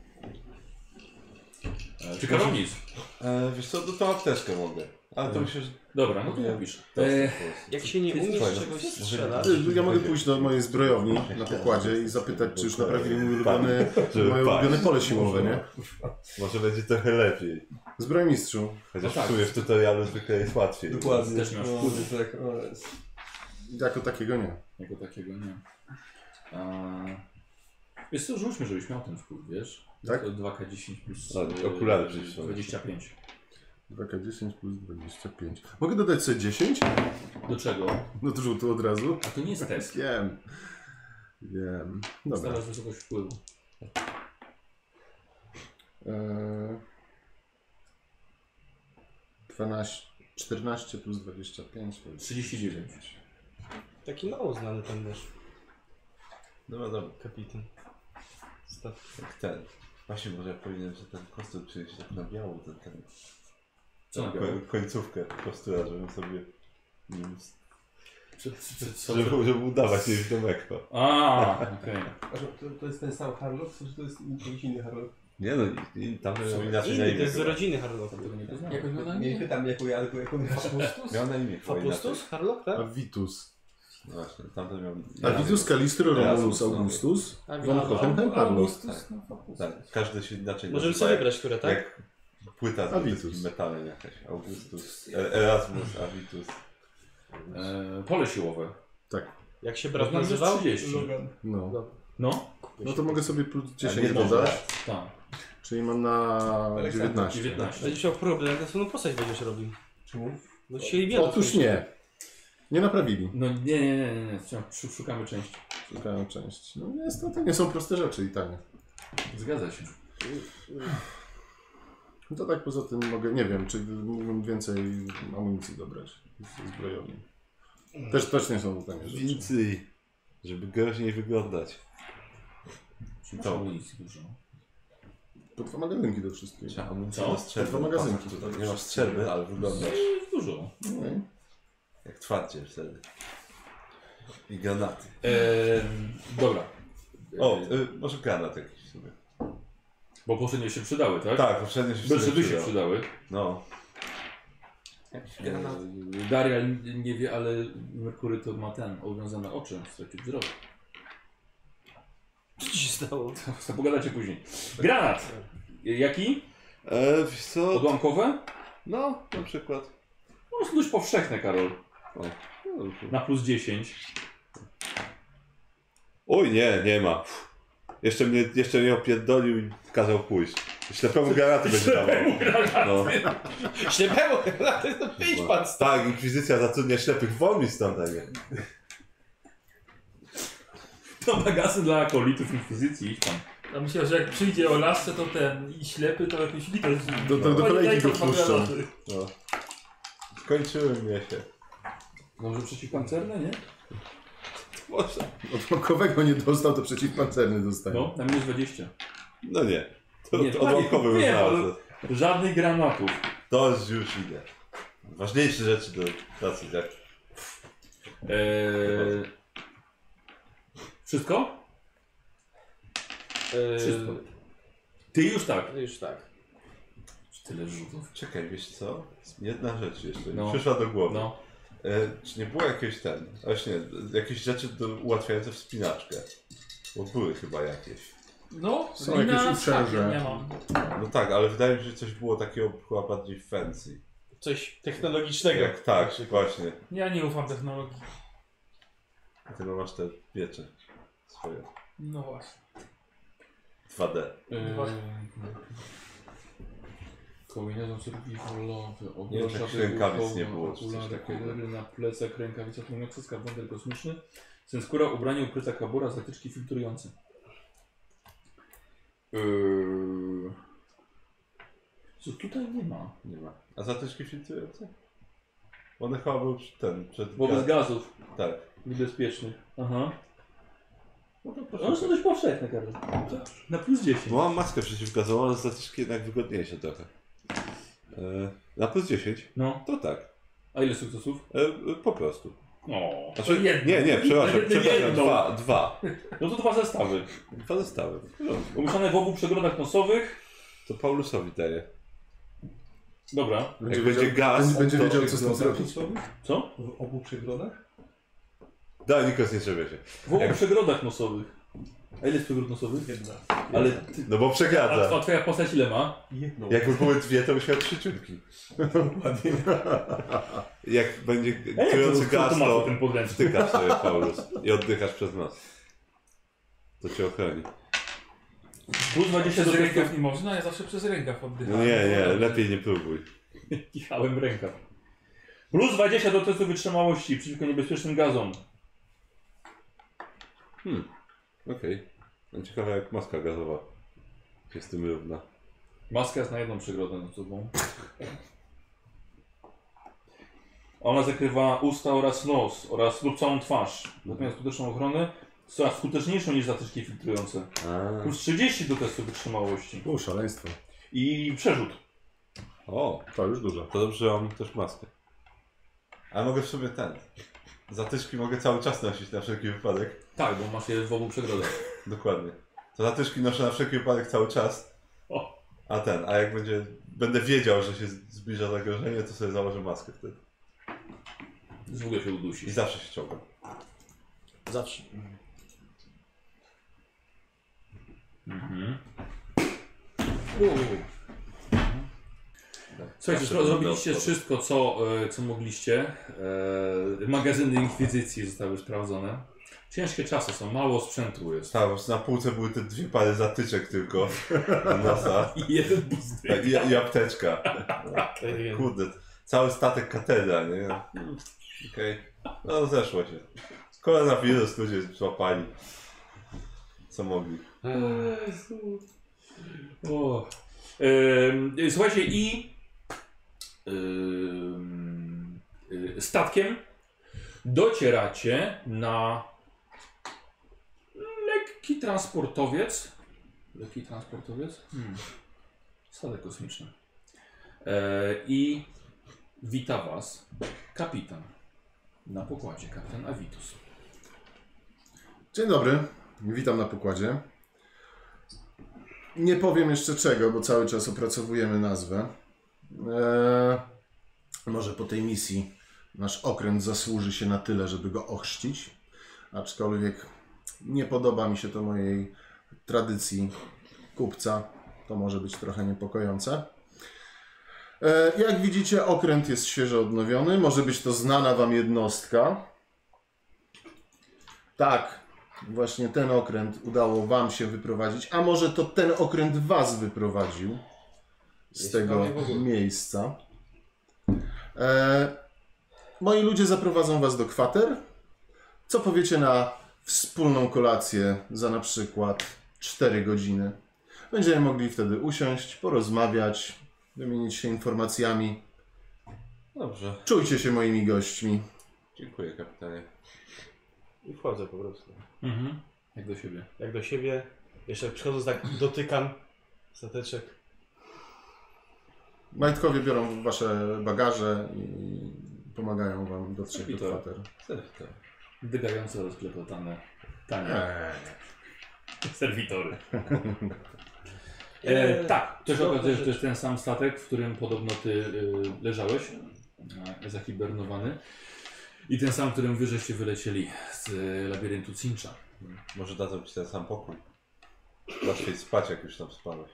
E, czy Karol nic? E, wiesz co, do tą apteczkę mogę. Ale to myślę, że... Dobra, no to Nie. napisz. E, Jak się nie Ty umiesz słuchaj, czegoś może- strzelać, Ja mogę pójść do mojej zbrojowni na pokładzie i zapytać, czy już naprawili mój ulubiony, Żeby moje paść. ulubione pole siłowe, nie? Może będzie trochę lepiej. Zbrojmistrzu. Chociaż No tak. w sumie w tutorialu zwykle jest łatwiej. Dokładnie. Też nie masz No, wpływu. tak, o, jest. Jako takiego nie. Jako takiego nie. A... Wiesz co, rzućmy, żebyś miał ten wpływ, wiesz? Tak? To dwa K dziesięć plus A, e, okulary przecież są. dwadzieścia pięć. dwa K dziesięć plus dwadzieścia pięć. Mogę dodać sobie dziesięć? Do czego? No to rzutu od razu. A to nie jest test. Wiem. Wiem. Dobra. Starasz wysokość wpływu. Eee, dwanaście, czternaście plus dwadzieścia pięć. to jest trzydzieści dziewięć. taki mało znany ten nasz Dobra, dobra. kapitan. Staw. Jak ten. Właśnie może ja powinienem, że ten kostium przyjść tak na biało, ten, ten, Co na ko- biało? końcówkę kostura, żebym sobie nim, Przed, przed co? żeby, żeby udawać niewidomego. A, okej. A że to, to jest ten sam Harlock, czy to jest jakiś inny Harlock? Nie no, i, i tam miał inaczej na Inny, imię. to jest z chyba. rodziny Harlocka. Tego nie poznałem. Jak on miał na Nie imię? pytam jako ja, tylko jako Miał na imię chyba inaczej. Fapustus? Harlock, tak? Avitus. No właśnie, tamten miał... Avitus Calistro Romulus Erasmus, no. Augustus. A, Von a- Hohenheim Harlock. Augustus, no Fapustus. Tak, każdy się inaczej Możemy nazywa, sobie jak- wybrać, które, tak? Jak płyta z Avitus. brytyjskim metalem jakaś. Augustus, E- Erasmus, Avitus. E, pole siłowe. Tak. Jak się brat Rozmiar nazywał? trzydzieści. Logan. No. No? No to mogę sobie plus A dziesięć nie dodać. Tak. Czyli mam na dziewiętnaście. dziewiętnaście. Będziesz miał problem, to swoją postać będziesz robił. Czemu? No dzisiaj wiele. Otóż nie. Nie naprawili. No nie, nie, nie, nie, nie. Wciąż szukamy części. Szukają część. No niestety nie są proste rzeczy i tanie. Zgadza się. No to tak poza tym mogę, nie wiem, czy mógłbym więcej amunicji dobrać z zbrojowni. Też, też nie są tanie rzeczy. Więcej, żeby groźniej wyglądać. Czyli To. amunicji dużo. To dwa magazynki do wszystkiego. Trzeba amunicję Co? do strzelby. To dwa magazynki. Patrz, tutaj nie masz strzelby, ale wyglądasz Dużo. No. jak twardziel wtedy. I granaty. Ehm, dobra. O, Ehm, y, może granat jakiś sobie. Bo poprzednio się przydały, tak? Tak, poprzednio się Bez żeby się przydał. przydały. No. Ehm, Daria nie wie, ale Merkury to ma ten, owiązane oczy, stracił wzrok. Co ci się stało? To pogadacie później. Granat! Jaki? E, wiesz co? Odłamkowe? No, na przykład. No, są dość powszechne, Karol. O, no, dobrze. Na plus dziesięć. Oj, nie, nie ma. Uff. Jeszcze mnie, jeszcze mnie opierdolił i kazał pójść. Ślepemu granaty będzie dawał. No. Ślepemu, to pięć pan stał. Tak, inkwizycja zatrudnia ślepych, wol mi stąd, a nie. To magazyn dla akolitów Inkwizycji, idź pan. Ja myślę, że jak przyjdzie o lasce, to ten i ślepy, to jakiś litość. Do- do- do kolejki go wpuszczą. No. Skończyły mnie się. Może przeciwpancerne, nie? Może. Od makowego nie dostał, to przeciwpancerny dostanie. No, na minus dwadzieścia. No nie. To, Nie, to to odłamkowy nie, bym ale- znalazł. Żadnych granatów. To już idę. Ważniejsze rzeczy do pracy, jak Eee... Wszystko? Eee, Wszystko. Ty już tak. Już tak. Tyle rzutów. Czekaj, wiesz co? Jedna rzecz jeszcze mi No. przyszła do głowy. No. E, czy nie było jakieś ten, właśnie, jakieś rzeczy do, ułatwiające wspinaczkę? Bo były chyba jakieś. No, Są i na jakieś uprzęże. skarbie nie mam. No tak, ale wydaje mi się, że coś było takiego chyba bardziej fancy. Coś technologicznego. Jak tak, właśnie. Ja nie ufam technologii. Dlatego masz te wiecze swoje. No właśnie. dwa D. Dwa. Kombinezon survivalowy, Nie wiem, obrosza czy rękawic nie było, czy coś okulary, takiego. kolory na plecach, rękawica tłumiąca, skarboner kosmiczny, senskura, ubranie, ukryta kabura, zatyczki filtrujące. Yy... Co tutaj nie ma? Nie ma. A zatyczki filtrujące? One chyba były przy- ten, przed... Wobec gaz- gazów Tak. niebezpiecznych. Aha. No to One proszę. są dość powszechne, Karol. Na plus dziesięć. Bo mam maskę przeciwgazową, ale zatyczki jednak wygodniejsze trochę. E, na plus dziesięć? No. To tak. A ile sukcesów? E, e, po prostu. O. Znaczy, jedno. nie, nie, przepraszam, Jedno. przepraszam, dwa, dwa. No to dwa zestawy. Dwa zostały. Umieszczone w obu przegrodach nosowych. To Paulusowi daję. Dobra. Będzie Jak będzie wiedział, gaz, będzie to- wiedział, co z tym zrobić. Co? W obu przegrodach? Da, Nikos, nie trzeba się. W obu Jak- przegrodach nosowych. A ile jest przegród nosowych? Jedna. Ale ty, No bo a, przegradza. a twoja postać ile ma? Jedną. Jakby były dwie, to byś miał trzy ciunki. Dokładnie. Jak będzie A jak trujący to, gaz, to masz to ten podręcznik? wtykasz sobie Paulus i oddychasz przez nos. To cię ochroni. Plus dwadzieścia do Przez testów. rękaw nie można, ja zawsze przez rękaw oddycham. No nie, nie, lepiej nie próbuj. Kichałem rękaw. Plus dwadzieścia do testu wytrzymałości przeciwko niebezpiecznym gazom. Hmm, okej. Okay. Ciekawe jak maska gazowa się z tym równa. Maska jest na jedną przegrodę nad sobą. Ona zakrywa usta oraz nos oraz lub całą twarz. Natomiast skuteczną ochronę coraz skuteczniejszą niż zatyczki filtrujące. A. Plus trzydzieści do testu wytrzymałości. O, szaleństwo. I przerzut. O, To już dużo. to dobrze, że mam też maskę. A mogę w sobie ten. Zatyczki mogę cały czas nosić na wszelki wypadek. Tak, bo masz je w obu przegrodach. Dokładnie. To zatyczki noszę na wszelki wypadek cały czas. O. A ten, a jak będzie, będę wiedział, że się zbliża zagrożenie, to sobie założę maskę wtedy. W ogóle się udusi. I zawsze się ściągam. Zawsze. Mhm. Tak. Słuchajcie, Zawsze zrobiliście będę wszystko, co, e, co mogliście. E, magazyny Inkwizycji zostały sprawdzone. Ciężkie czasy są, mało sprzętu jest. Tak, bo na półce były te dwie pary zatyczek tylko do nosa. I jeden buzdyk. Tak, i, i apteczka. Kurde, cały statek katedra, nie? Okej. No zeszło się. Koronawirus ludzie złapali. Co mogli. O. Ym, słuchajcie, i ym, y, statkiem docieracie na lekki transportowiec. Lekki transportowiec? Hmm. statek kosmiczny. E, I wita was kapitan na pokładzie, kapitan Avitus. Dzień dobry, witam na pokładzie. Nie powiem jeszcze czego, bo cały czas opracowujemy nazwę. Eee, może po tej misji nasz okręt zasłuży się na tyle, żeby go ochrzcić. Aczkolwiek nie podoba mi się to mojej tradycji kupca. To może być trochę niepokojące. Eee, jak widzicie, okręt jest świeżo odnowiony. Może być to znana wam jednostka. Tak. Właśnie ten okręt udało wam się wyprowadzić, a może to ten okręt was wyprowadził z Jest tego miejsca. E, moi ludzie zaprowadzą was do kwater. Co powiecie na wspólną kolację za na przykład cztery godziny? Będziemy mogli wtedy usiąść, porozmawiać, wymienić się informacjami. Dobrze. Czujcie się moimi gośćmi. Dziękuję, kapitanie. I wchodzę po prostu. Mhm. Jak do siebie. Jak do siebie, jeszcze przychodząc tak dotykam stateczek. Majtkowie biorą wasze bagaże i pomagają wam dotrzeć do Serwitor. kwater. Serwito. Dygające, rozklepotane, tanie Eee. serwitory. E, Eee, tak, to się cudowne okazuje, że to rzeczy. jest ten sam statek, w którym podobno ty y, leżałeś, e, zahibernowany. I ten sam, którym wy żeście wylecieli z y, labiryntu Cincha. Może dadzą ci ten sam pokój. Łatwiej spać, jak już tam spałeś.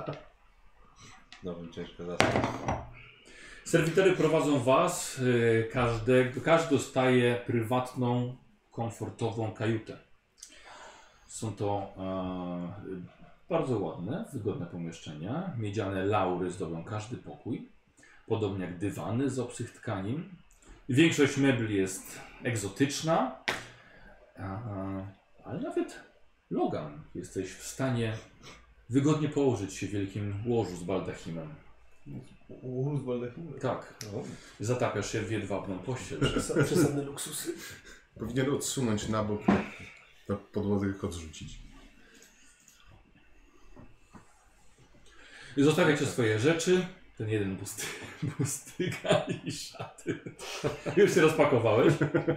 Nowym ciężko zaspać. Serwitory prowadzą was, y, każdy, każdy dostaje prywatną, komfortową kajutę. Są to e, bardzo ładne, wygodne pomieszczenia. Miedziane laury zdobią każdy pokój, podobnie jak dywany z obcych tkanin. Większość mebli jest egzotyczna, e, ale nawet Logan jesteś w stanie wygodnie położyć się w wielkim łożu z baldachimem. Urs baldachimy. Tak, zatapiasz się w jedwabną pościel. Przesadne luksusy. Powinien odsunąć na bok, na podłodze ich odrzucić. I zostawiacie swoje rzeczy. Ten jeden pusty, pustyka i szaty. Już się rozpakowałeś?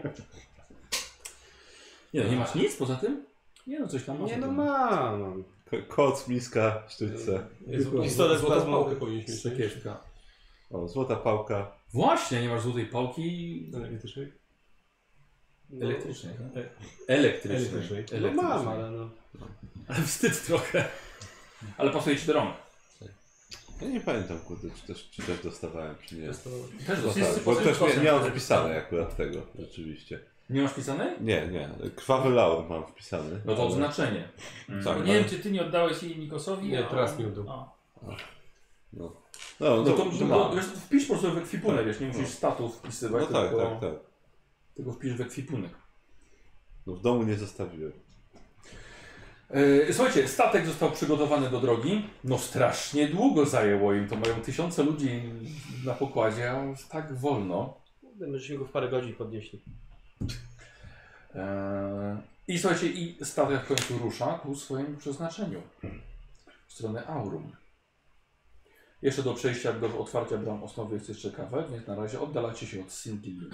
Nie, no, nie masz nic poza tym? Nie no, coś tam masz. Nie no tam. mam. mam. Ko- Koc, miska, sztyce. Pistolet z złotą plazmą. pałkę powinieneś mieć. Szekiewka. O, złota pałka. Właśnie, nie masz złotej pałki Elektrycznej? elektrycznej. tak? E- Elektrycznej. Elektrycznej. No mam, ale no. Ale wstyd trochę. Ale pasuje ci do rąk. Ja nie pamiętam, kurde, czy też, czy też dostawałem, czy nie. Też No dostałeś. tak, bo też nie, nie mam wpisane akurat tego, rzeczywiście. Nie masz pisanej? Nie, nie. Krwawy laur mam wpisany. No to ale- odznaczenie. Tak, Nie wiem, czy ty nie oddałeś jej Nikosowi? Nie, a- teraz nie oddał. a. No, no, No to, to, to, to to, mam. wiesz, wpisz po prostu w ekwipunek, wiesz, nie musisz statów wpisywać, No tak, tylko, tak, tak. tylko wpisz w ekwipunek. No w domu nie zostawiłem. Yy, słuchajcie, statek został przygotowany do drogi. No strasznie długo zajęło im, to mają tysiące ludzi na pokładzie, a już tak wolno. Myśmy go w parę godzin podnieśli. Yy, I słuchajcie, i statek w końcu rusza ku swojemu przeznaczeniu. W stronę Aurum. Jeszcze do przejścia, do otwarcia bram osnowy jest jeszcze kawałek, więc na razie oddalacie się od Sintili.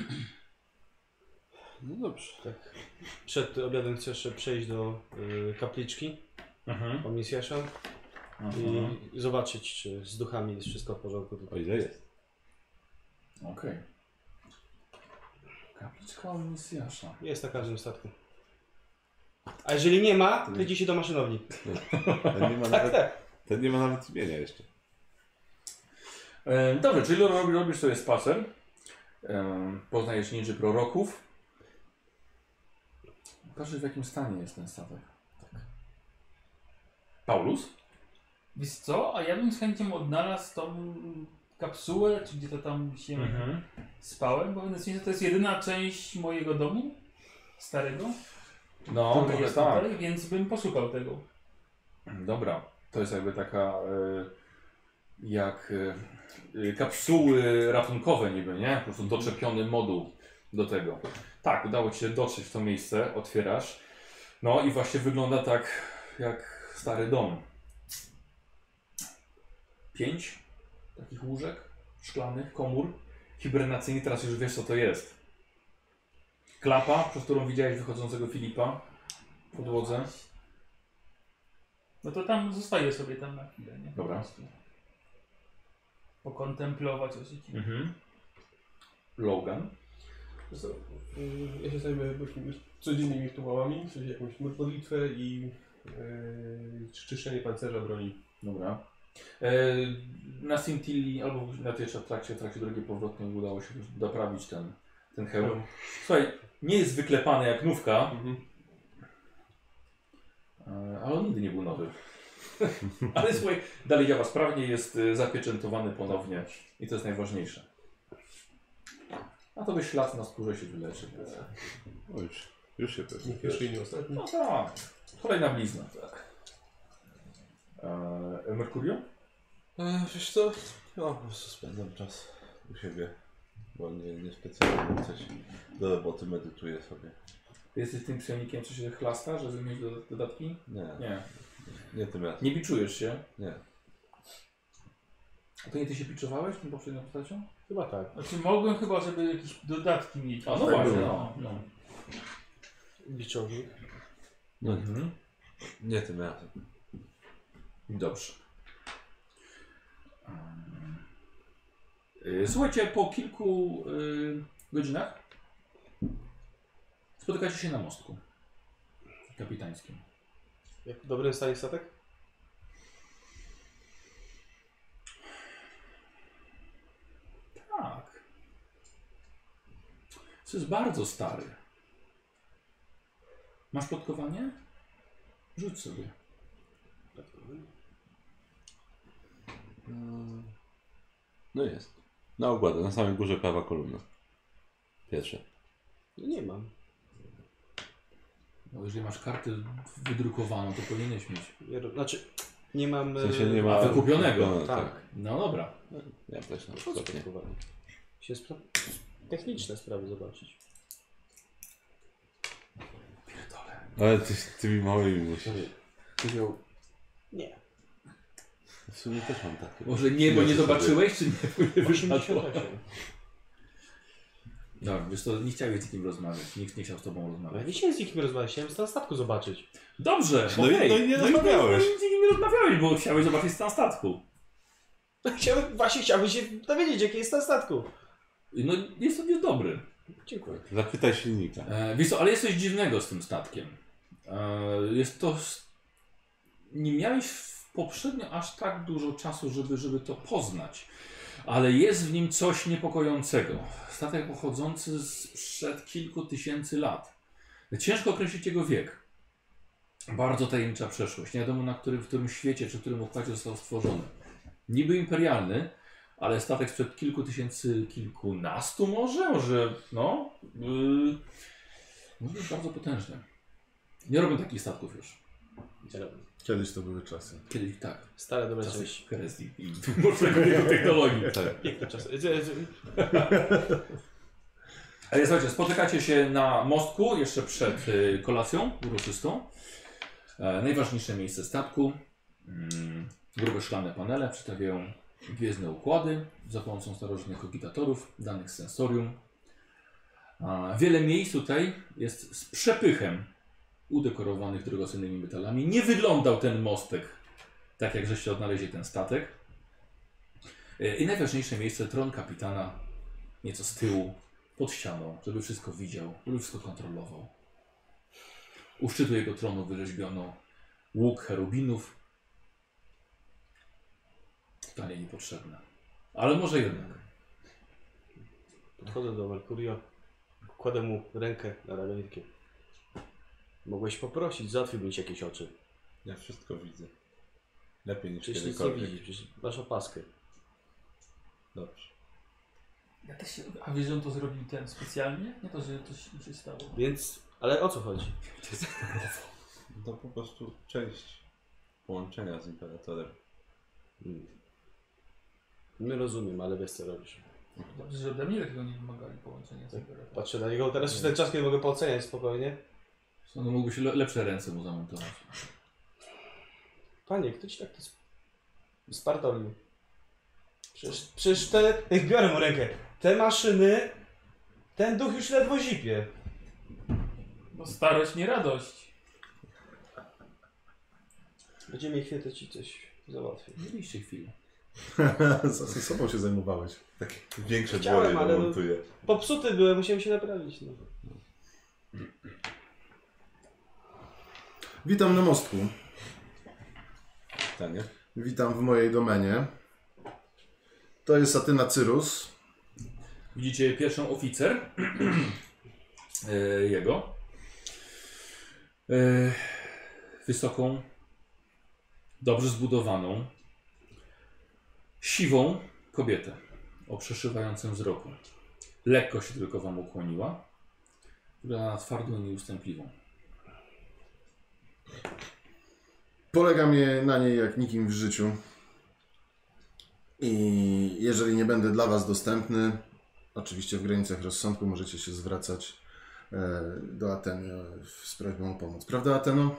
No dobrze. Tak. Przed obiadem chcę jeszcze przejść do y, kapliczki Mhm. po Misjasza Mhm. i zobaczyć, czy z duchami jest wszystko w porządku O tutaj. ile jest? Okej. Kapliczka Mesjasza. Jest na każdym statku. A jeżeli nie ma, to idzie się do maszynowni. Ten nie ma Tak, nawet, tak. ten nie ma nawet imienia jeszcze. E, dobrze, czyli robisz, robisz sobie spacer. E, poznajesz ninży proroków. Patrzysz, w jakim stanie jest ten statek. Tak. Paulus? Wiesz co, a ja bym z chęcią odnalazł tą kapsułę, czy gdzie to tam się spałem, bo wydaje to jest jedyna część mojego domu starego, No, który trochę jest tak. tutaj, więc bym poszukał tego. Dobra, to jest jakby taka e, jak e, e, kapsuły ratunkowe niby, nie? Po prostu doczepiony moduł do tego. Tak, udało Ci się dotrzeć w to miejsce, otwierasz. No i właśnie wygląda tak jak stary dom. pięć takich łóżek szklanych, komór. Hibernacyjny, teraz już wiesz co to jest. Klapa, przez którą widziałeś wychodzącego Filipa w podłodze. No to tam zostaję sobie tam na chwilę, nie? Po Dobra. prostu. Pokontemplować życie. Mhm. Logan. Co, y, Ja się zajmuję właśnie już codziennymi rytuałami, w sensie jakąś modlitwę i yy, czyszczenie pancerza broni. Dobra. E, na Sintilli, albo na tej jeszcze w trakcie, w trakcie drogi powrotnej udało się już doprawić ten, ten hełm. Słuchaj, nie jest wyklepany jak nówka, Mhm. e, ale on nigdy nie był nowy. Ale słuchaj, dalej działa sprawnie, jest e, zapieczętowany ponownie i to jest najważniejsze. A to by ślad na skórze się wyleczy. Więc... O, już, już się pewnie. Nie pierwszy i nie ostatni. No tak, kolejna blizna. E, Merkurio? E, wiesz co? Ja po prostu spędzam czas u siebie, bo nie, nie specjalnie coś do roboty medytuję sobie. Ty jesteś tym psionikiem, co się chlasta, żeby mieć dodatki? Nie, Nie. nie tym razem. Nie biczujesz się? Nie. A to nie ty się piczowałeś tym poprzednią postacią? Chyba tak. Znaczy mogłem chyba, żeby jakieś dodatki mieć. A no Tak właśnie, było. no. no. Biczownik. No, Mhm. nie tym razem. Dobrze. Yy, Słuchajcie, po kilku yy, godzinach spotykacie się na mostku kapitańskim. Jak w dobrym stanie statek? Tak. To jest bardzo stary. Masz plotkowanie? Rzuć sobie. No jest. Na układzie, na samej górze prawa kolumna. Pierwsze. No nie mam. No, jeżeli masz kartę wydrukowaną, to powinieneś mieć. Ja, znaczy, nie mam... W sensie nie e, ma... A wykupionego. No, tak. tak. No dobra. Ja też na Po co przykład nie. spróbowałem? Się spra... Techniczne sprawy zobaczyć. Pierdolę. Ale ty, tymi małymi musisz. Powiedział, Nie. W sumie też mam takie. może nie, bo nie Przyniosę zobaczyłeś, czy nie? osiemdziesiąt osiem. No, wiesz to nie chciałeś z nikim rozmawiać. Nikt nie chciał z tobą Ale rozmawiać. nie chciałem z nikim rozmawiać, chciałem stan statku zobaczyć. Dobrze, No i- okej. no i nie no rozmawiałeś. I z nikim nie rozmawiałeś, bo chciałeś zobaczyć stan statku. Chciałem, właśnie chciałbym się dowiedzieć, jaki jest stan statku. No jest to niedobry. Dziękuję. Zapytaj silnika. E, wiesz co, ale jest coś dziwnego z tym statkiem. E, jest to... s- Nie miałeś w- poprzednio aż tak dużo czasu, żeby, żeby to poznać. Ale jest w nim coś niepokojącego. Statek pochodzący sprzed kilku tysięcy lat. Ciężko określić jego wiek. Bardzo tajemnicza przeszłość. Nie wiadomo na którym, w którym świecie, czy w którym układzie został stworzony. Niby imperialny, ale statek sprzed kilku tysięcy, kilkunastu może, może, no, yy, może być bardzo potężny. Nie robią takich statków już. Kiedyś to były czasy. Kiedyś tak. Stare dobre Czasy części. herezji i możnego wieku technologii. Tak. Piękne czasy. Z- z- Ale słuchajcie, spotykacie się na mostku jeszcze przed y, kolacją uroczystą. E, najważniejsze miejsce statku. Mm, grube szklane panele przedstawiają gwiezdne układy za pomocą starożytnych kogitatorów, danych z sensorium. A, wiele miejsc tutaj jest z przepychem udekorowanych drogocennymi metalami. Nie wyglądał ten mostek tak, jak żeście odnaleźli ten statek. E, I najważniejsze miejsce, tron kapitana, nieco z tyłu, pod ścianą, żeby wszystko widział, żeby wszystko kontrolował. U szczytu jego tronu wyrzeźbiono łuk cherubinów. Totalnie niepotrzebne. Ale może jednak. Podchodzę do Mercurio, kładę mu rękę na ramienkiem. Mogłeś poprosić, załatwiłbym ci jakieś oczy. Ja wszystko widzę. Lepiej niż Przecież nic nie kiedykolwiek. widzisz, przecież masz opaskę. Dobrze. Ja też się... A wiesz, że on to zrobił ten specjalnie? Nie to, że coś mi się stało. Więc, ale o co chodzi? To po prostu część połączenia z Imperatorem. Hmm. Nie rozumiem, ale wiesz co robisz. Dobrze, że ode mnie takiego nie wymagali połączenia z imperatorem. Patrzę na niego, teraz już ten czas, kiedy mogę pooceniać spokojnie. No, mógłby się le lepsze ręce mu zamontować. Panie, kto ci tak to sp- spartolił? Przecież, przecież te... Jak biorę mu rękę. Te maszyny... Ten duch już ledwo zipie. No starość, nie radość. Będziemy mieli chwilę, to ci coś załatwię. Mieliście chwilę. Z sobą się zajmowałeś. Takie większe Chciałem, dłonie ale no- montuję. Popsuty byłem, musiałem się naprawić. No. Witam na mostku. Pytanie? Witam w mojej domenie. To jest Atyna Cyrus. Widzicie pierwszą oficer e, jego. E, wysoką, dobrze zbudowaną, siwą kobietę o przeszywającym wzroku. Lekko się tylko wam ukłoniła. Wygląda na twardą i nieustępliwą. Polegam je na niej jak nikim w życiu. I jeżeli nie będę dla Was dostępny, oczywiście w granicach rozsądku możecie się zwracać e, do Ateny z prośbą o pomoc. Prawda, Ateno?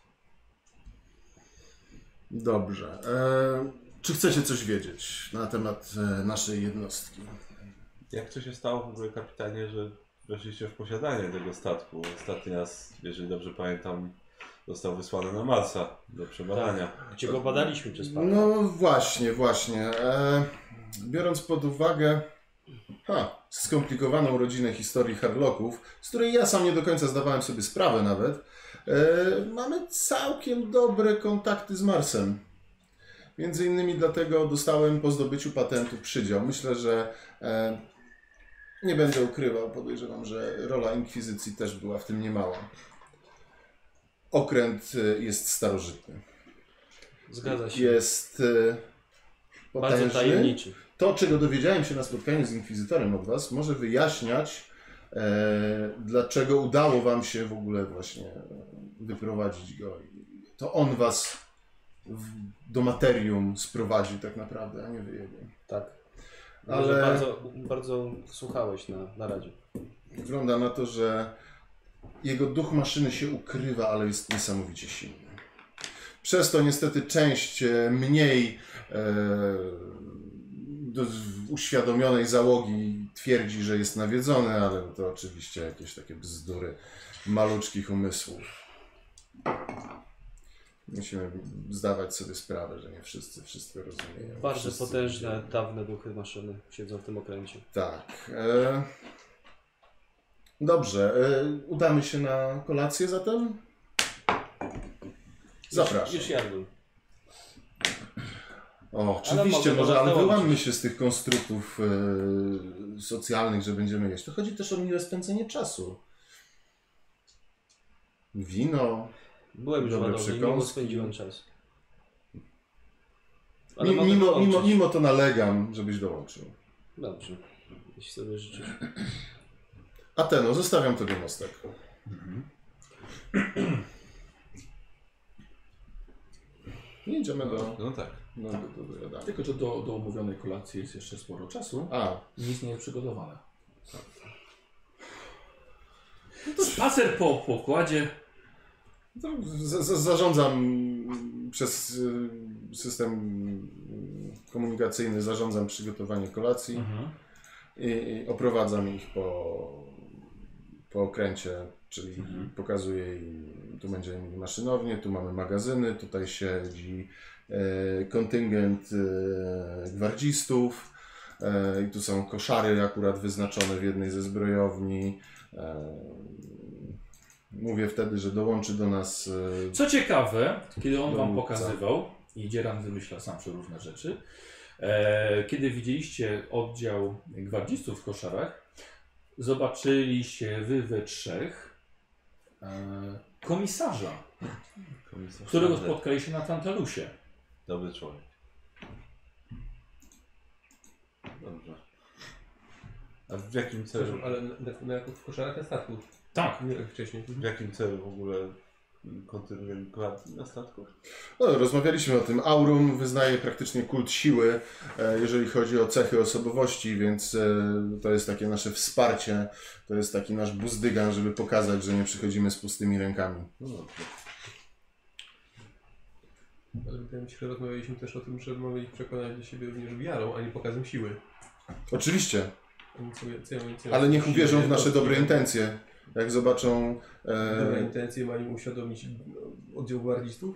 Dobrze. E, czy chcecie coś wiedzieć na temat e, naszej jednostki? Jak to się stało w ogóle, kapitanie, że weszliście w posiadanie tego statku? Ostatni raz, jeżeli dobrze pamiętam, został wysłany na Marsa do przebadania. Gdzie go badaliśmy przez parę. No właśnie, właśnie. E, biorąc pod uwagę ha, skomplikowaną rodzinę historii Harlocków, z której ja sam nie do końca zdawałem sobie sprawę nawet, e, mamy całkiem dobre kontakty z Marsem. Między innymi dlatego dostałem po zdobyciu patentu przydział. Myślę, że e, nie będę ukrywał, podejrzewam, że rola Inkwizycji też była w tym niemała. Okręt e, jest starożytny. Zgadza się. Jest e, potężny. Bardzo tajemniczy. To, czego dowiedziałem się na spotkaniu z Inkwizytorem od Was, może wyjaśniać, e, dlaczego udało Wam się w ogóle właśnie wyprowadzić go. To on Was w, do materium sprowadził tak naprawdę, a nie Wy jego. Tak. Ale- Ale bardzo, bardzo słuchałeś na, na radzie. Wygląda na to, że jego duch maszyny się ukrywa, ale jest niesamowicie silny. Przez to niestety część e, mniej e, do, uświadomionej załogi twierdzi, że jest nawiedzony, ale to oczywiście jakieś takie bzdury maluczkich umysłów. Musimy zdawać sobie sprawę, że nie wszyscy wszystko rozumieją. Bardzo Wszyscy potężne, wiedzą. dawne duchy maszyny siedzą w tym okręcie. Tak. E... Dobrze. E... Udamy się na kolację zatem? Zapraszam. Już, już jadłem. O, Ale oczywiście, mogę może was ale dołączyć. wyłammy się z tych konstruktów e... socjalnych, że będziemy jeść. To chodzi też o miłe spędzenie czasu. Wino. Byłem już w Dobre ładowni, przekąski. miło spędziłem czas. Ale Mi, mogę mimo, dołączyć. mimo, mimo to nalegam, żebyś dołączył. Dobrze, jeśli sobie życzysz. Ateno, zostawiam tobie mostek. I idziemy do, No tak. do, do, do, do jadania. Tylko, że do, do umówionej kolacji jest jeszcze sporo czasu. A, Nic nie jest przygotowane. Spacer po pokładzie. to z, z, zarządzam przez y, system y, komunikacyjny, zarządzam przygotowanie kolacji Mhm. i, i oprowadzam ich po, po okręcie, czyli Mhm. pokazuję im, tu będziemy mieli maszynownię, tu mamy magazyny, tutaj siedzi e, kontyngent e, gwardzistów e, i tu są koszary akurat wyznaczone w jednej ze zbrojowni. E, mówię wtedy, że dołączy do nas e, Co ciekawe, kiedy on wam Dowódca. pokazywał, i Dzieran wymyśla sam różne rzeczy, e, kiedy widzieliście oddział gwardzistów w koszarach, zobaczyliście wy we trzech e, komisarza, Komisarz którego Sandler. spotkaliście na Tantalusie. Dobry człowiek. Dobrze. A w jakim celu, Przepraszam, ale na, na, na, w koszarach na statku, Tak, nie jak wcześniej. w jakim celu w ogóle kontynuujemy gwardii na statku? No, rozmawialiśmy o tym. Aurum wyznaje praktycznie kult siły, e, jeżeli chodzi o cechy osobowości, więc e, to jest takie nasze wsparcie, to jest taki nasz buzdygan, żeby pokazać, że nie przychodzimy z pustymi rękami. No dobrze. Ale wydaje mi się, że rozmawialiśmy też o tym, że mamy ich przekonać do siebie również wiarą, a nie pokazem siły. Oczywiście, Oni co, co, co, co, ale niech siłę, uwierzą w nasze jednostki. dobre intencje. Jak zobaczą... Dobre E, intencje mają uświadomić oddział gwardzistów?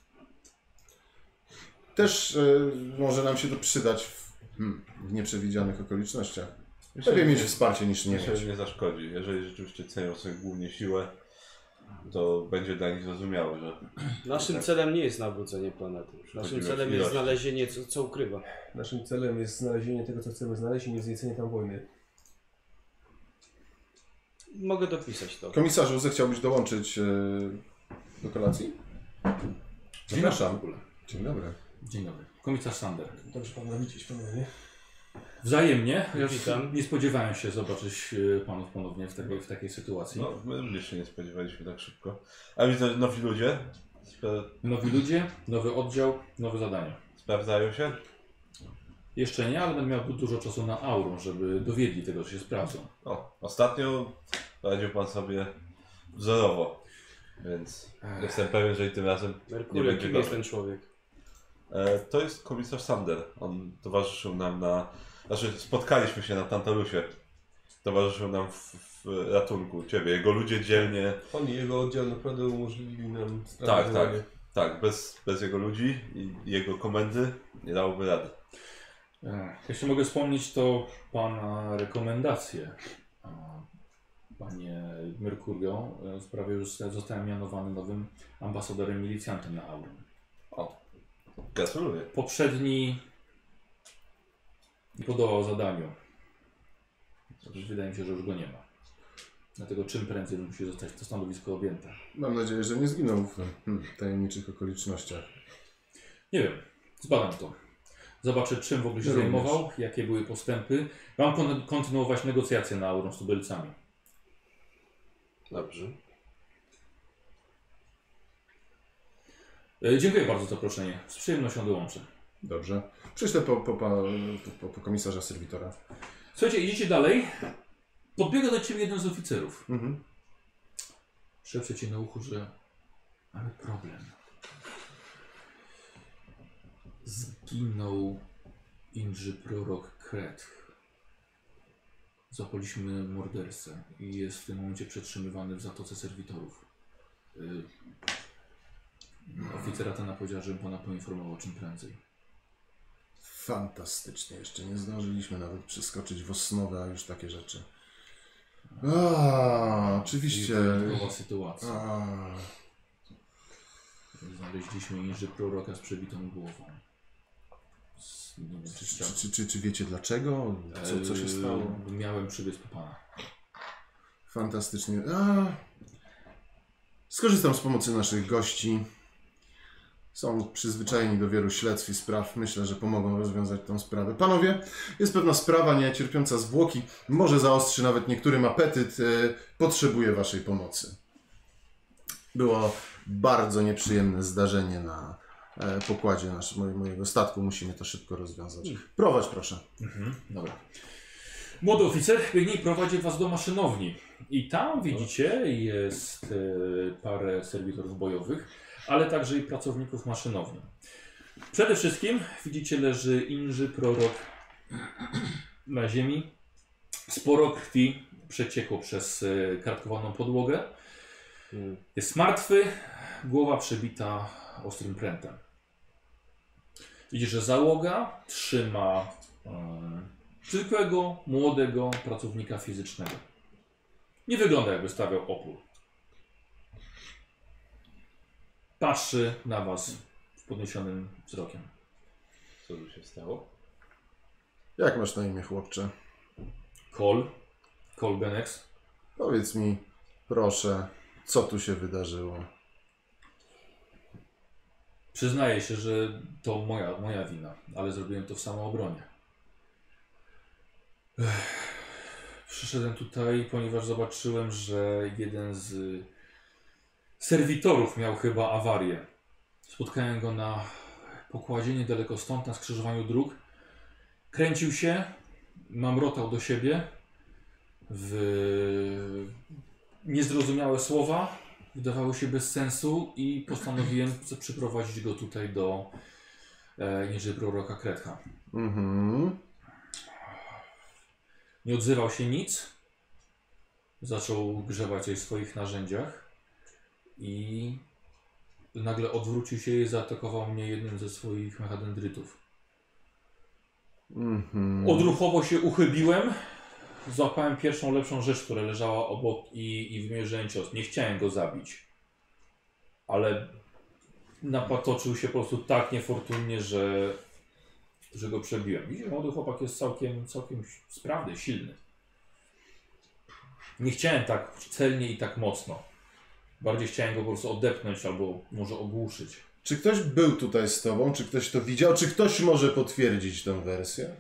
też e, może nam się to przydać w, hmm, w nieprzewidzianych okolicznościach. Myślę, Lepiej że- mieć wsparcie niż nie Myślę, mieć. że nie zaszkodzi. Jeżeli rzeczywiście cenią sobie głównie siłę, to będzie dla nich zrozumiałe, że Naszym celem nie jest nawrócenie planety. Naszym Chodzimy w celem jest ilości. znalezienie, co, co ukrywa. Naszym celem jest znalezienie tego, co chcemy znaleźć i niewzniecenie tam wojny. Mogę dopisać to. Komisarzu, zechciałbyś dołączyć e, do kolacji? Dzień dobry w Zapraszam. ogóle. Dzień dobry. Dzień dobry. Komisarz Sander. Dobrze pana widzieć, panowie. Wzajemnie. Ja Witam. nie spodziewałem się zobaczyć e, panów ponownie w takiej, w takiej sytuacji. no, my również się nie spodziewaliśmy tak szybko. A widzę, nowi ludzie spra- Nowi ludzie, nowy oddział, nowe zadania. sprawdzają się. Jeszcze nie, ale będę miał tu dużo czasu na aurę, żeby dowiedli tego, że się sprawdzą. O, ostatnio radził pan sobie wzorowo, więc Ech. jestem pewien, że i tym razem nie Merkury, będzie kim jest gorzej. ten człowiek? E, to jest komisarz Sander. On towarzyszył nam na... Znaczy, spotkaliśmy się na Tantalusie. Towarzyszył nam w, w ratunku ciebie. Jego ludzie dzielnie... On i jego oddział naprawdę umożliwili nam Tak, tak. sprawdzenie. Tak, bez, bez jego ludzi i jego komendy nie dałoby rady. Ech, Jeśli mogę wspomnieć, to pana rekomendacje, a, panie Mercurio, e, w sprawie, że zostałem mianowany nowym ambasadorem milicjantem na aurę. O, gratuluję. Poprzedni nie podołał zadaniu. Wydaje mi się, że już go nie ma. Dlatego czym prędzej musi zostać to stanowisko objęte. Mam nadzieję, że nie zginął w hmm, tajemniczych okolicznościach. Nie wiem, zbadam to. Zobaczę, czym w ogóle się Również. zajmował, jakie były postępy. Mam kon- kontynuować negocjacje na aurą z tubylcami. Dobrze. E, Dziękuję bardzo za zaproszenie. Z przyjemnością dołączę. Dobrze. Przyślę po, po, po, po, po komisarza serwitora. Słuchajcie, idziecie dalej. Podbiega do ciebie jeden z oficerów. Mhm. Szepcze ci na uchu, że mamy problem. Zginął Indrzy prorok Kret. Złapaliśmy mordercę i jest w tym momencie przetrzymywany w zatoce serwitorów. Y Oficera ten powiedział, żebym pana poinformował czym prędzej. Fantastycznie. Jeszcze nie zdążyliśmy nawet przeskoczyć w osnowę, a już takie rzeczy. A, oczywiście. Wyjątkowa sytuacja. A, Znaleźliśmy Indrzy proroka z przebitą głową. Z, nie wiem, czy czy, chciał... czy, czy, czy wiecie dlaczego? Co, co się stało? Eee, Miałem przybiec po pana. Fantastycznie. A, skorzystam z pomocy naszych gości. Są przyzwyczajeni do wielu śledztw i spraw. Myślę, że pomogą rozwiązać tę sprawę. Panowie, jest pewna sprawa nie cierpiąca zwłoki. Może zaostrzy nawet niektórym apetyt. E, potrzebuję waszej pomocy. Było bardzo nieprzyjemne zdarzenie na e, pokładzie nasz, moje, mojego statku. Musimy to szybko rozwiązać. Prowadź proszę. Mhm, dobra. Młody oficer biegnie i prowadzi was do maszynowni. I tam widzicie jest e, parę serwitorów bojowych, ale także i pracowników maszynowni. Przede wszystkim widzicie leży Indrzy prorok na ziemi. Sporo krwi przeciekło przez e, kartkowaną podłogę. Hmm. Jest martwy, głowa przebita ostrym prętem. Widzisz, że załoga trzyma um, zwykłego, młodego pracownika fizycznego. Nie wygląda, jakby stawiał opór. Patrzy na was z podniesionym wzrokiem. Co tu się stało? Jak masz na imię, chłopcze? Kol, Kol Benex. Powiedz mi, proszę, co tu się wydarzyło? Przyznaję się, że to moja, moja wina, ale zrobiłem to w samoobronie. Ech. Przyszedłem tutaj, ponieważ zobaczyłem, że jeden z serwitorów miał chyba awarię. Spotkałem go na pokładzie niedaleko stąd, na skrzyżowaniu dróg. Kręcił się, mamrotał do siebie w niezrozumiałe słowa wydawały się bez sensu i postanowiłem przyprowadzić go tutaj do e, niżej proroka Kretcha. Mhm. Nie odzywał się nic. Zaczął grzebać coś w swoich narzędziach i nagle odwrócił się i zaatakował mnie jednym ze swoich mechadendrytów. Mhm. Odruchowo się uchybiłem. Złapałem pierwszą lepszą rzecz, która leżała obok i, i wymierzyłem cios. Nie chciałem go zabić. Ale napatoczył się po prostu tak niefortunnie, że, że go przebiłem. Widzicie, młody chłopak jest całkiem, całkiem sprawny, silny. Nie chciałem tak celnie i tak mocno. Bardziej chciałem go po prostu odepchnąć albo może ogłuszyć. Czy ktoś był tutaj z tobą? Czy ktoś to widział? Czy ktoś może potwierdzić tę wersję?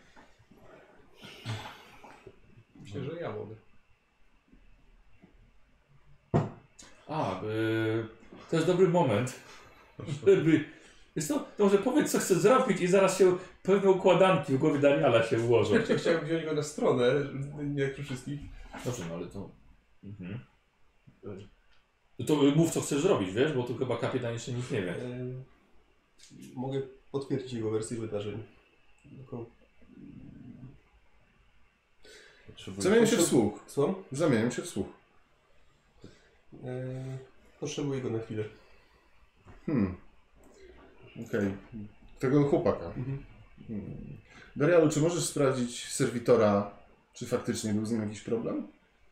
Myślę, że ja mogę. A, yy, to jest dobry moment, żeby... Jest to, to może powiedz, co chcesz zrobić i zaraz się pewne układanki w głowie Daniela się ułożą. Ja chciałem wziąć go na stronę, nie jak przy wszystkich. Dobrze, no ale to... Mhm. To mów, co chcesz zrobić, wiesz, bo tu chyba kapitan jeszcze nic nie wie. E, mogę potwierdzić jego wersję wydarzeń. Tylko... Zamieniam się w słuch. Słucham? Zamieniam się w słuch. E, potrzebuję go na chwilę. Hmm. Okej. Okay. Tego chłopaka. Mhm. Hmm. Darialu, czy możesz sprawdzić serwitora, czy faktycznie był z nim jakiś problem?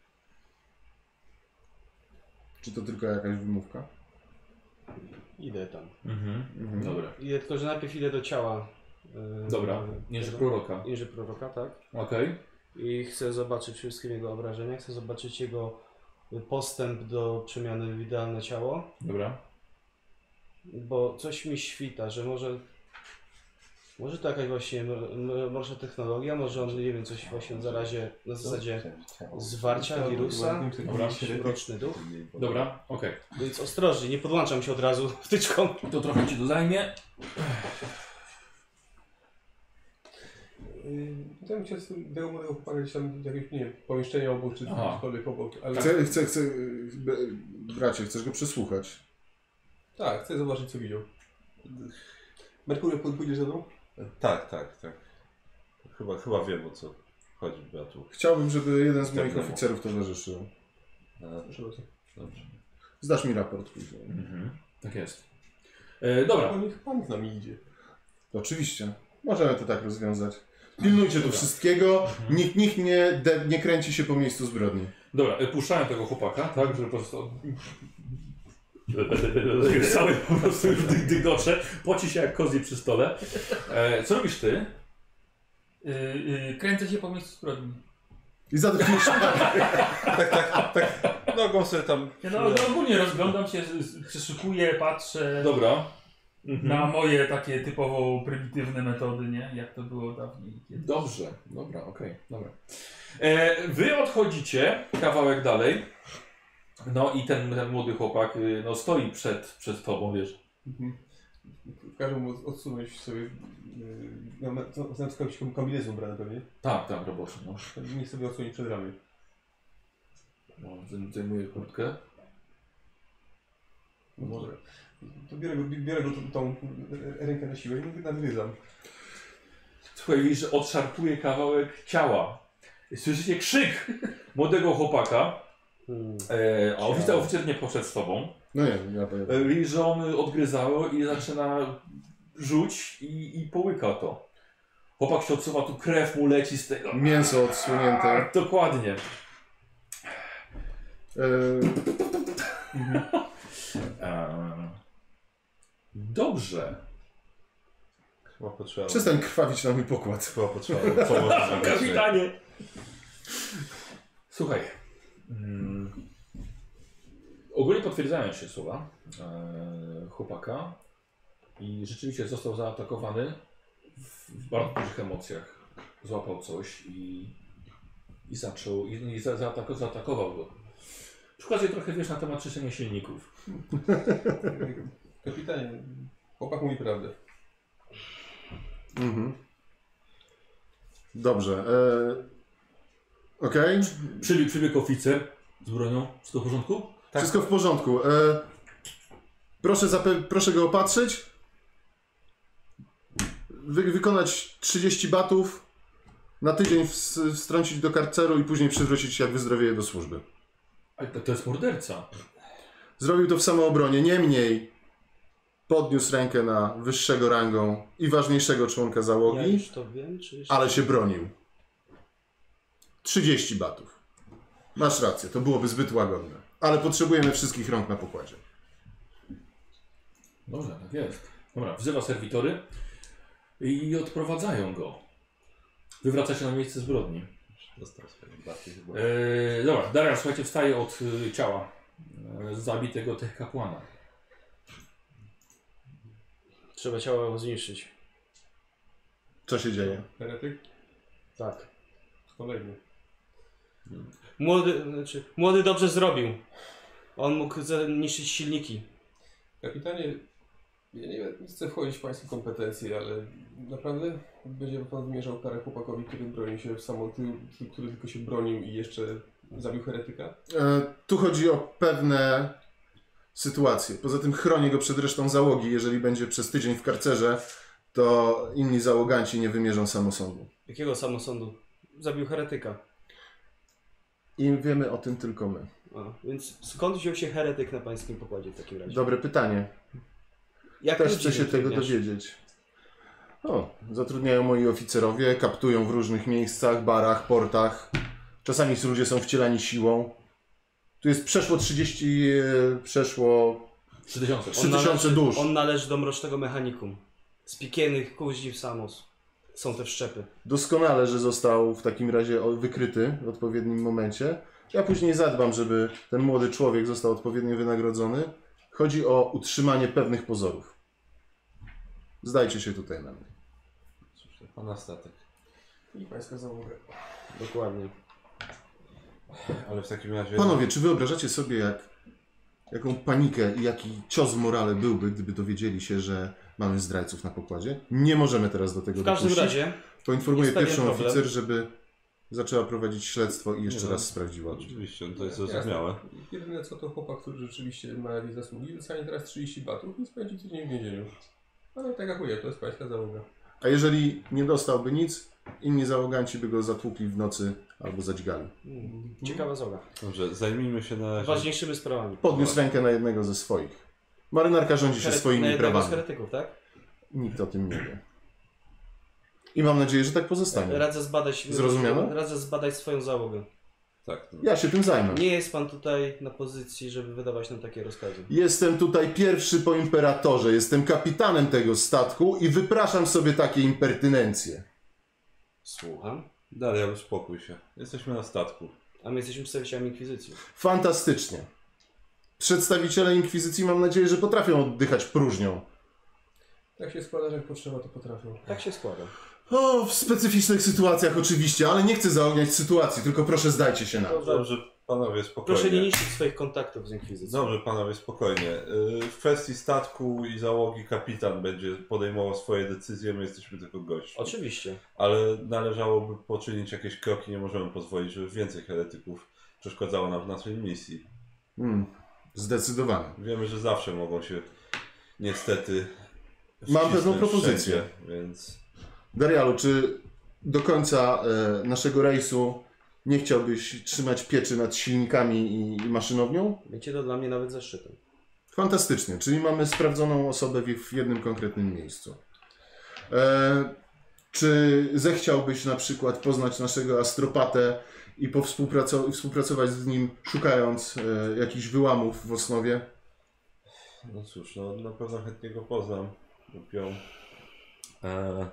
Czy to tylko jakaś wymówka? Idę tam. Mhm. Mhm. Dobra. Idę tylko, że najpierw idę do ciała. Yy, Dobra, niżej proroka. Niżej proroka, tak. Okej. Okay. I chcę zobaczyć wszystkie jego obrażenia, chcę zobaczyć jego postęp do przemiany w idealne ciało. Dobra. Bo coś mi świta, że może może to jakaś właśnie morsza technologia, może on, nie wiem, coś właśnie na zarazie, na zasadzie zwarcia wirusa, Dobra. mroczny duch. Dobra, okej. Okay. Więc ostrożnie, nie podłączam się od razu wtyczką. To trochę ci to zajmie. Ja bym chciał tego młodego chłopaka gdzieś tam jakieś, nie wiem, pomieszczenia obok, czy Aha. cokolwiek obok. Ale... Chcę, chcę, chcę, bracie, chcesz go przesłuchać? Tak, chcę zobaczyć, co widział. Merkury, pójdziesz ze mną? Tak, tak, tak. Chyba, chyba wiem, o co chodzi, Beatu. Chciałbym, żeby jeden z Tak, moich no. oficerów towarzyszył. A, Proszę bardzo. dobrze. Zdasz mi raport później. Mhm. Tak jest. E, dobra. O, niech pan z nami idzie. Oczywiście. Możemy to tak rozwiązać. Pilnujcie tu Dobra. wszystkiego. Mhm. Nikt, nikt nie, de, nie kręci się po miejscu zbrodni. Dobra, e, puszczałem tego chłopaka, tak, że po prostu... Cały po prostu już dy- dygocze, poci się jak kozie przy stole. E, co robisz ty? Yy, yy, kręcę się po miejscu zbrodni. I zatkniesz Tak, tak, tak. Nogą sobie tam... Ja no, no, ogólnie rozglądam się, z- z- przeszukuję, patrzę Dobra. Mhm. na moje takie typowo prymitywne metody, nie? Jak to było dawniej. Kiedyś. Dobrze, dobra, okej, dobra. E, wy odchodzicie kawałek dalej. No i ten, ten młody chłopak y, no, stoi przed, przed tobą, wiesz. Mhm. Każę mu odsunąć sobie. Yy, no, na na przykład jakiś kombinezon ubrany pewnie. Tak, tak, roboczy, no. Niech sobie odsłoni przed ramię. no zaj- zajmuję kurtkę. No może. To biorę go, biorę go tą, tą rękę na siłę i nadgryzam. Słuchaj, widzisz, że odszarpuje kawałek ciała. Słyszycie krzyk młodego chłopaka, Hmm. e, a oficer, oficer nie poszedł z tobą. No nie, ja powiem. E, Widzisz, że on odgryzało i zaczyna rzuć i, i połyka to. Chłopak się odsuwa, tu krew mu leci z tego. Mięso odsłonięte. Dokładnie. E, Eee, Dobrze. Chyba potrzeba... przestań krwawić na mój pokład. Chyba potrzeba pomocy medycznej. Kapitanie! Słuchaj. Mm, ogólnie potwierdzają się słowa e, chłopaka i rzeczywiście został zaatakowany w, w bardzo dużych emocjach. Złapał coś i, i zaczął, i, i za, zaatako, zaatakował go. Przy okazji trochę wiesz na temat czyszczenia silników. Kapitanie, chłopak mówi prawdę. Mhm. Dobrze. E, Okej. Przybiegł, przybiegł oficer z bronią. Wszystko w porządku? Tak. Wszystko w porządku. E, proszę, zape- proszę go opatrzyć. Wy- wykonać trzydzieści batów. Na tydzień w- wstrącić do karceru i później przywrócić, jak wyzdrowieje, do służby. Ale to, to jest morderca. Zrobił to w samoobronie. Niemniej podniósł rękę na wyższego rangą i ważniejszego członka Ja załogi, już to wiem, czy jeszcze... ale się bronił. trzydzieści batów. Masz rację, to byłoby zbyt łagodne. Ale potrzebujemy wszystkich rąk na pokładzie. Dobrze, tak jest. Dobra, wzywa serwitory i odprowadzają go. Wywraca się na miejsce zbrodni. Dostał swoje baty chyba. Eee, dobra, Darian, słuchajcie, wstaje od y, ciała e, zabitego tych kapłana. Trzeba ciało zniszczyć. Co się dzieje? Heretyk? Tak. Kolejny. Młody, znaczy, młody dobrze zrobił. On mógł zniszczyć silniki. Kapitanie, ja nie, nie chcę wchodzić w pańskie kompetencje, ale naprawdę będzie pan wymierzał karę chłopakowi, który broni się w samo, który, który tylko się bronił i jeszcze zabił heretyka? E, tu chodzi o pewne sytuacje. Poza tym chronię go przed resztą załogi. Jeżeli będzie przez tydzień w karcerze, to inni załoganci nie wymierzą samosądu. Jakiego samosądu? Zabił heretyka. I wiemy o tym tylko my. A, więc skąd wziął się heretyk na pańskim pokładzie w takim razie? Dobre pytanie. Jak Też ludzi chcę się tego zatrudniasz? dowiedzieć. O, zatrudniają moi oficerowie, kaptują w różnych miejscach, barach, portach. Czasami ludzie są wcielani siłą. Tu jest przeszło trzydzieści, e, przeszło trzy tysiące. trzy tysiące dusz. On należy do mrocznego mechanikum. Z piekielnych kuźni w Samos. Są te wszczepy. Doskonale, że został w takim razie o- wykryty w odpowiednim momencie. Ja później zadbam, żeby ten młody człowiek został odpowiednio wynagrodzony. Chodzi o utrzymanie pewnych pozorów. Zdajcie się tutaj na mnie. Cóż, to pana statek. I pańska załoga. Dokładnie. Ale w takim razie... Panowie, czy wyobrażacie sobie, jak, jaką panikę i jaki cios w morale byłby, gdyby dowiedzieli się, że mamy zdrajców na pokładzie? Nie możemy teraz do tego W każdym dopuścić. razie Poinformuję jest pewien pierwszą problem. oficer, żeby zaczęła prowadzić śledztwo i jeszcze Nie no, raz sprawdziła. Oczywiście, no to jest Jasne. zrozumiałe. Jedyne co to chłopak, który rzeczywiście ma jakieś zasługi, dostanie teraz trzydzieści batów i spędzi tydzień w więzieniu. Ale tak jak mówię, to jest pańska załoga. A jeżeli nie dostałby nic, inni załoganci by go zatłukli w nocy albo zadźgali. mm, ciekawa zoga. Dobrze, zajmijmy się na razie... Ważniejszymi sprawami. Podniósł rękę na jednego ze swoich. Marynarka rządzi się Here- na swoimi jednego z prawami. heretyków, tak? Nikt o tym nie wie. I mam nadzieję, że tak pozostanie. Radzę zbadać... Zrozumiano? Radzę zbadać swoją załogę. Tak, no. Ja się tym zajmę. Nie jest pan tutaj na pozycji, żeby wydawać nam takie rozkazy. Jestem tutaj pierwszy po imperatorze. Jestem kapitanem tego statku i wypraszam sobie takie impertynencje. Słucham. Dalej, ale uspokój się. Jesteśmy na statku. A my jesteśmy przedstawicielami Inkwizycji. Fantastycznie. Przedstawiciele Inkwizycji, mam nadzieję, że potrafią oddychać próżnią. Tak się składa, że jak potrzeba, to potrafią. Tak się składa. O, w specyficznych sytuacjach oczywiście, ale nie chcę zaogniać sytuacji, tylko proszę zdajcie się na to. Dobrze, panowie, spokojnie. Proszę nie niszczyć swoich kontaktów z Inkwizycją. Dobrze, panowie, spokojnie. Yy, W kwestii statku i załogi kapitan będzie podejmował swoje decyzje, my jesteśmy tylko gośćmi. Oczywiście. Ale należałoby poczynić jakieś kroki, nie możemy pozwolić, żeby więcej heretyków przeszkadzało nam w naszej misji. Hmm, zdecydowanie. Wiemy, że zawsze mogą się niestety Mam pewną wcisnąć propozycję. wszędzie, więc Darialu, czy do końca e, naszego rejsu nie chciałbyś trzymać pieczy nad silnikami i, i maszynownią? Będzie to dla mnie nawet zaszczytem. Fantastycznie, czyli mamy sprawdzoną osobę w, w jednym konkretnym miejscu. E, czy zechciałbyś na przykład poznać naszego astropatę i powspółpraco- współpracować z nim, szukając e, jakichś wyłamów w osnowie? no cóż, no na pewno chętnie go poznam lub ją. Eee,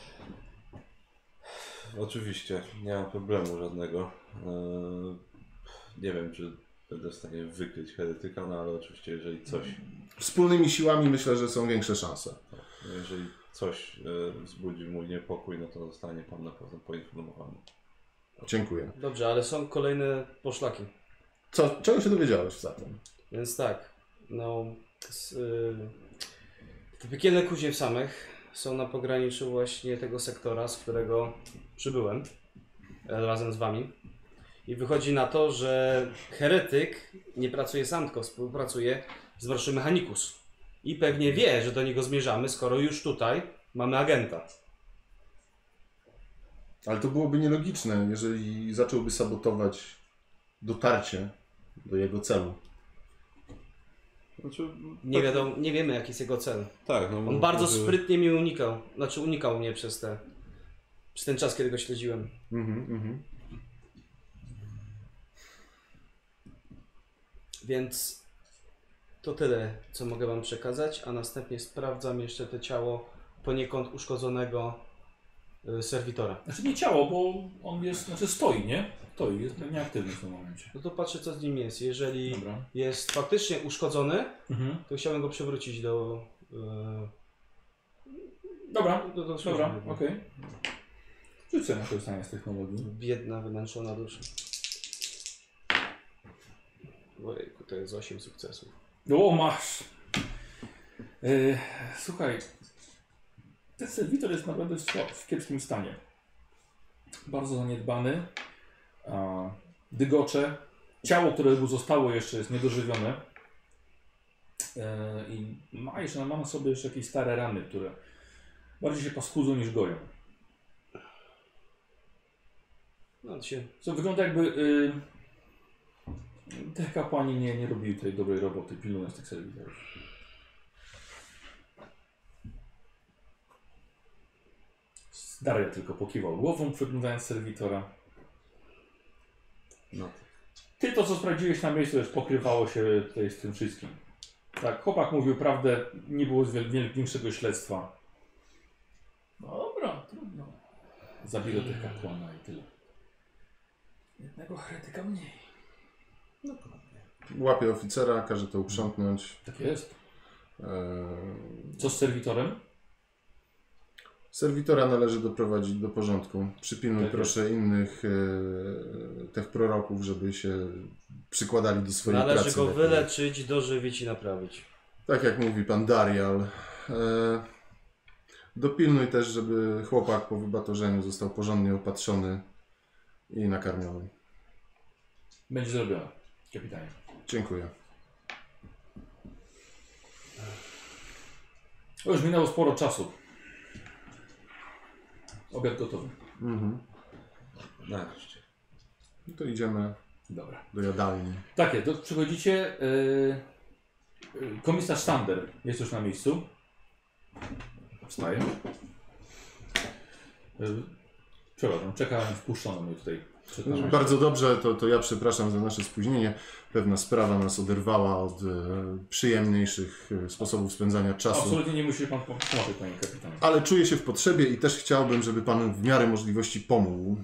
oczywiście, nie ma problemu żadnego. Eee, nie wiem, czy będę w stanie wykryć heretyka, no ale oczywiście jeżeli coś, Wspólnymi siłami myślę, że są większe szanse. no jeżeli coś e, wzbudzi mój niepokój, no to zostanie pan na pewno poinformowany. Dziękuję. Dobrze, ale są kolejne poszlaki. Co, czego się dowiedziałeś zatem? Więc tak, no... Z, y, te piekielne kuźnie w samych są na pograniczu właśnie tego sektora, z którego przybyłem e, razem z wami. I wychodzi na to, że heretyk nie pracuje sam, tylko współpracuje z Marszem Mechanicus. I pewnie wie, że do niego zmierzamy, skoro już tutaj mamy agenta. Ale to byłoby nielogiczne, jeżeli zacząłby sabotować dotarcie do jego celu. Znaczy, Nie wiadomo, nie wiemy jaki jest jego cel. tak, no, On bardzo sprytnie mnie unikał. Znaczy unikał mnie przez, te, przez ten czas, kiedy go śledziłem. Mhm, mhm. Więc to tyle, co mogę wam przekazać, a następnie sprawdzam jeszcze to ciało poniekąd uszkodzonego y, serwitora. Znaczy nie ciało, bo on jest, znaczy stoi, nie? Stoi, jest nieaktywny w tym momencie. No to patrzę, co z nim jest. Jeżeli Dobra. jest faktycznie uszkodzony, Mhm. to chciałbym go przywrócić do... y, Dobra, do, do dobra, służby. okej. Okay. Rzucę na korzystanie z technologii. Biedna, wymęczona dusza. Ojejku, to jest osiem sukcesów. O, masz! Yy, słuchaj, ten serwitor jest naprawdę w, w kiepskim stanie. Bardzo zaniedbany. A, dygocze. Ciało, które mu zostało jeszcze jest niedożywione. Yy, I ma jeszcze ma na sobie jeszcze jakieś stare rany, które bardziej się paskudzą niż goją. No to się... Co wygląda jakby... Yy, te kapłani nie, nie robili tej dobrej roboty, pilnując tych serwitorów. Daria tylko pokiwał głową, przeglądając serwitora. No. Ty to, co sprawdziłeś na miejscu, już pokrywało się tutaj z tym wszystkim. Tak, chłopak mówił prawdę, nie było większego śledztwa. Dobra, trudno. Zabilo tych kapłana i tyle. Jednego heretyka mniej. Łapie oficera, każe to uprzątnąć. Tak jest. Eee, Co z serwitorem? Serwitora należy doprowadzić do porządku. Przypilnuj Tak proszę innych e, tych proroków, żeby się przykładali do swojej Należy pracy. go lepiej. wyleczyć, dożywić i naprawić. Tak jak mówi pan Darial. E, dopilnuj też, żeby chłopak po wybatorzeniu został porządnie opatrzony i nakarmiony. Będzie zrobione, kapitanie. Dziękuję. O, już minęło sporo czasu. Obiad gotowy. Mhm. Nareszcie. No to idziemy Dobra. do jadalni. Takie, to przychodzicie. Yy, yy, komisarz Sander jest już na miejscu. Wstaje. Yy, przepraszam, czeka, wpuszczono mnie tutaj. przed nami. Bardzo dobrze, to, to ja przepraszam za nasze spóźnienie. Pewna sprawa nas oderwała od e, przyjemniejszych e, sposobów spędzania czasu. Absolutnie nie musi pan pomagać, panie kapitanie. Ale czuję się w potrzebie i też chciałbym, żeby pan w miarę możliwości pomógł.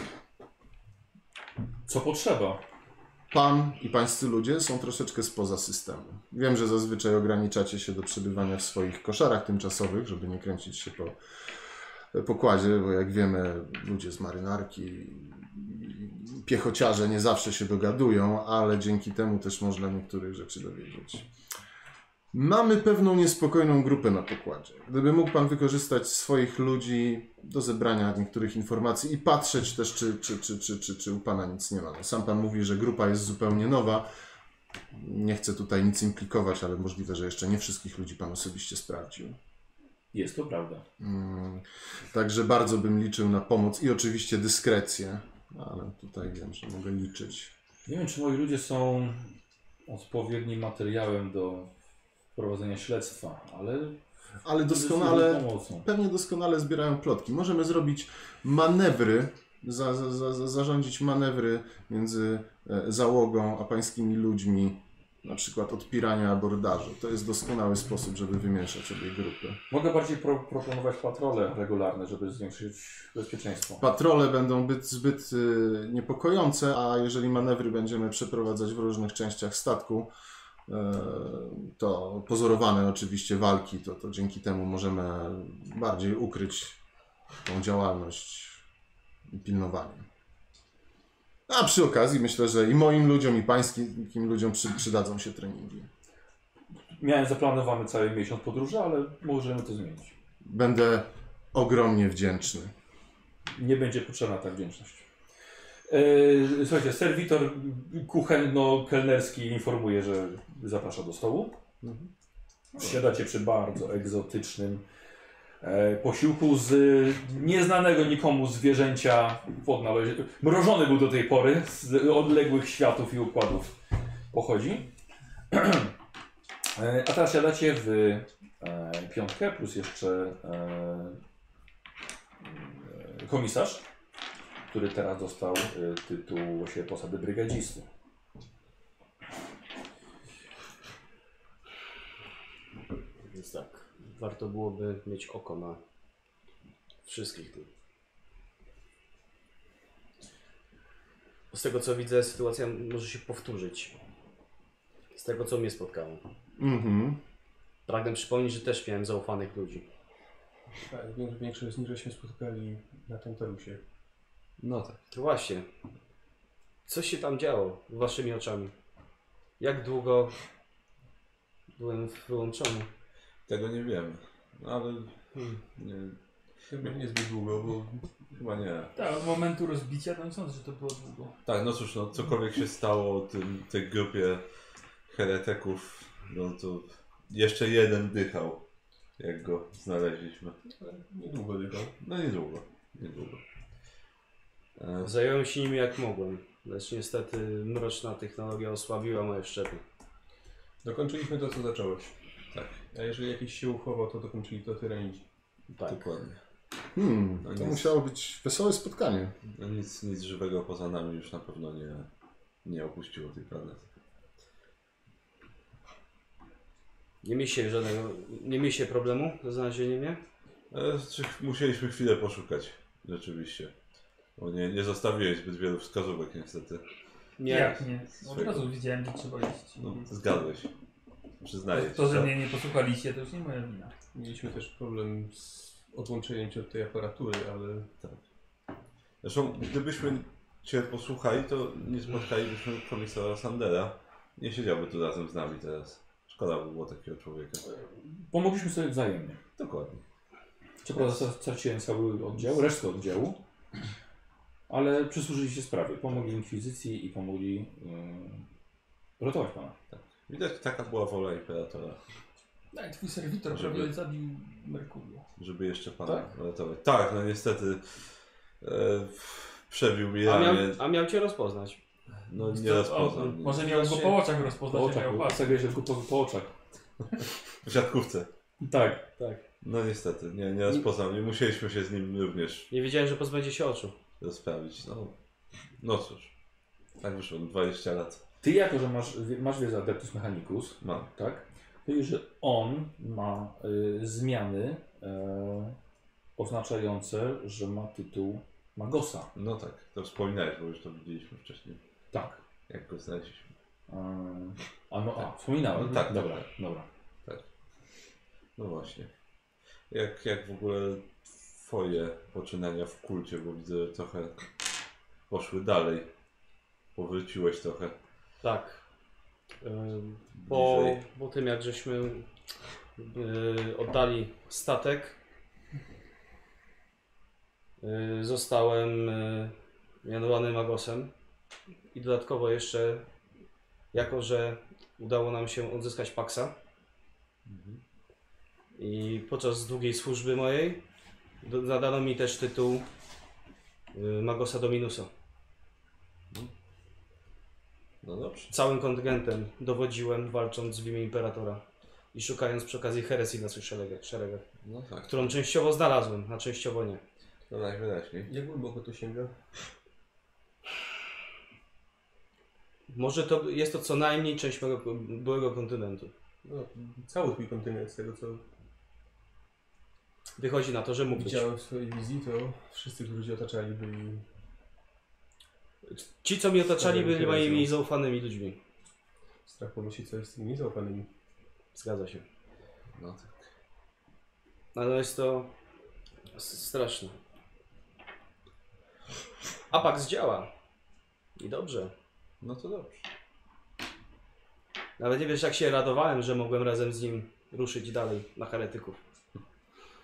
Co potrzeba? Pan i pańscy ludzie są troszeczkę spoza systemu. Wiem, że zazwyczaj ograniczacie się do przebywania w swoich koszarach tymczasowych, żeby nie kręcić się po pokładzie, bo jak wiemy, ludzie z marynarki, piechociarze nie zawsze się dogadują, ale dzięki temu też można niektórych rzeczy dowiedzieć. Mamy pewną niespokojną grupę na pokładzie. Gdyby mógł pan wykorzystać swoich ludzi do zebrania niektórych informacji i patrzeć też, czy, czy, czy, czy, czy, czy u pana nic nie ma. Sam pan mówi, że grupa jest zupełnie nowa. Nie chcę tutaj nic implikować, ale możliwe, że jeszcze nie wszystkich ludzi pan osobiście sprawdził. Jest to prawda. Hmm. Także bardzo bym liczył na pomoc i oczywiście dyskrecję, ale tutaj wiem, że mogę liczyć. Nie wiem, czy moi ludzie są odpowiednim materiałem do prowadzenia śledztwa, ale... Ale doskonale, pewnie doskonale zbierają plotki. Możemy zrobić manewry, za, za, za, zarządzić manewry między załogą a pańskimi ludźmi, na przykład odpirania abordażu. To jest doskonały sposób, żeby wymieszać obie grupy. Mogę bardziej pro proponować patrole regularne, żeby zwiększyć bezpieczeństwo. Patrole będą być zbyt y, niepokojące, a jeżeli manewry będziemy przeprowadzać w różnych częściach statku, y, to pozorowane oczywiście walki, to, to dzięki temu możemy bardziej ukryć tą działalność i pilnowanie. A przy okazji myślę, że i moim ludziom, i pańskim ludziom przy, przydadzą się treningi. Miałem zaplanowany cały miesiąc podróży, ale możemy to zmienić. Będę ogromnie wdzięczny. Nie będzie potrzebna ta wdzięczność. E, słuchajcie, serwitor kuchenno-kelnerski informuje, że zaprasza do stołu. Siadacie przy bardzo egzotycznym e, posiłku z nieznanego nikomu zwierzęcia. Mrożony był do tej pory, z odległych światów i układów pochodzi. E, a teraz siadacie w e, piątkę, plus jeszcze e, e, komisarz, który teraz dostał e, tytuł właśnie posady brygadzisty. Więc tak, warto byłoby mieć oko na wszystkich tych. Z tego co widzę, sytuacja może się powtórzyć. Z tego co mnie spotkało. Mhm. Pragnę przypomnieć, że też miałem zaufanych ludzi. Tak, wię- większość z nich żeśmy spotkali na Tantarusie. No tak. To właśnie. Co się tam działo waszymi oczami? Jak długo byłem wyłączony? Tego nie wiemy. No, ale Hmm. nie, Chyba niezbyt długo, bo chyba nie. Tak, od momentu rozbicia, to nie sądzę, że to było długo. Tak, no cóż, no cokolwiek się stało tym, tej grupie heretyków, no to jeszcze jeden dychał, jak go znaleźliśmy. niedługo tylko. No niedługo, niedługo. E, Zająłem się nimi jak mogłem, lecz niestety mroczna technologia osłabiła moje szczepy. Dokończyliśmy to, co zacząłeś. tak, A jeżeli jakiś się uchował, to dokończyli to tyranici. Tak. dokładnie. Hmm, No to nic. musiało być wesołe spotkanie. No nic, nic żywego poza nami już na pewno nie, nie opuściło tej planety. Nie mieliście żadnego, nie mieliście problemu ze znalezieniem mnie? E, czy musieliśmy chwilę poszukać, rzeczywiście. Bo nie, nie zostawiłeś zbyt wielu wskazówek niestety. Jak nie? Od razu widziałem, że trzeba iść. No, zgadłeś. Przyznaję To, to, że ci, mnie nie posłuchaliście, to już nie moja wina. Mieliśmy też problem z odłączeniem cię od tej aparatury, ale Zresztą, gdybyśmy Cię posłuchali, to nie spotkalibyśmy komisarza Sandera. Nie siedziałby tu razem z nami teraz. Szkoda by było takiego człowieka. Pomogliśmy sobie wzajemnie. Dokładnie. Co prawda straciłem cały oddział, resztę oddziału, ale przysłużyli się sprawie. Pomogli Inkwizycji i pomogli yy, ratować pana. Widać, taka była wola Imperatora, Tak, twój serwitor Żeby- prawie zabił Merkurio. żeby jeszcze pana Tak? ratować. Tak, no niestety e, przebił mi A miał, ramię. a miał cię rozpoznać. No nie To- rozpoznał o, mnie. Może miał go po oczach rozpoznać, Po a oczach, miał bo pas. zagrałeś tylko po, po oczach. W siatkówce. Tak. Tak. No niestety, nie, nie rozpoznał mnie. Musieliśmy się z nim również Nie wiedziałem, że pozbędzie się oczu. rozprawić. No, no cóż. Tak wyszło, no dwadzieścia lat. Ty jako, że masz, masz wiedzę Adeptus Mechanicus, Mam. tak? Wiesz, że on ma y, zmiany y, oznaczające, że ma tytuł Magosa. No tak, to wspominałeś, bo już to widzieliśmy wcześniej, Tak. jak go znaleźliśmy. Y, a no, a, wspominałem. No tak, dobra, tak. dobra. No właśnie. Jak, jak w ogóle twoje poczynania w kulcie, bo widzę, że trochę poszły dalej. Powróciłeś trochę Tak. Ym, Po, bliżej. po tym jak żeśmy yy, oddali statek, yy, zostałem yy, mianowany Magosem i dodatkowo jeszcze, jako że udało nam się odzyskać Paxa i podczas długiej służby mojej do, nadano mi też tytuł yy, Magosa Dominusa. No dobrze. Całym kontyngentem dowodziłem, walcząc w imię Imperatora i szukając przy okazji herezji na swych szeregach, szeregach, No tak, którą częściowo znalazłem, a częściowo nie. to najwyraźniej. jak głęboko to sięga? Może to jest to co najmniej część mojego byłego kontynentu. No, cały twój kontynent, z tego co Wychodzi na to, że mógł być. widziałem w swojej wizji, to wszyscy, którzy cię otaczali, byli Ci, co mnie otaczali, byli Herezją. moimi zaufanymi ludźmi. strach pomyśleć coś z tymi zaufanymi. Zgadza się. No tak. Ale jest to s- straszne. Apax działa. I dobrze. No to dobrze. Nawet nie wiesz, jak się radowałem, że mogłem razem z nim ruszyć dalej na heretyków.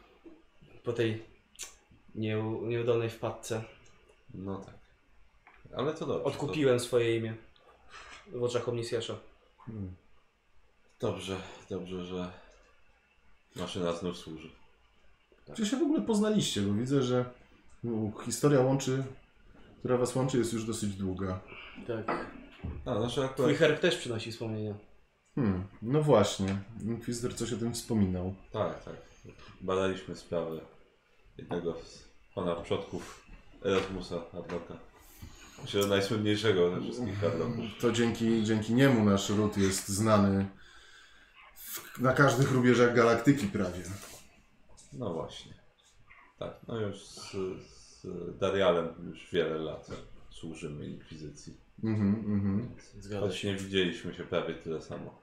Po tej nieu, nieudolnej wpadce. No tak. Ale to dobrze. Odkupiłem swoje imię w oczach Omnisjasza. Hmm. Dobrze, dobrze, że maszyna znów służy. Gdzie się w ogóle poznaliście? Bo widzę, że no, historia łączy, która was łączy, jest już dosyć długa. Tak. A, znaczy akurat... Twój herb też przynosi wspomnienia. Hmm, no właśnie. Inkwizytor coś o tym wspominał. Tak, tak. Badaliśmy sprawę jednego z pana przodków Erasmusa Harlocka. Myślę, że najsłynniejszego ze wszystkich Harlocków. To dzięki, dzięki niemu nasz ród jest znany w, na każdych rubieżach galaktyki prawie. No właśnie. Tak, no już z, z Darialem już wiele lat służymy Inkwizycji. Mhm, mhm. Choć nie widzieliśmy się prawie tyle samo.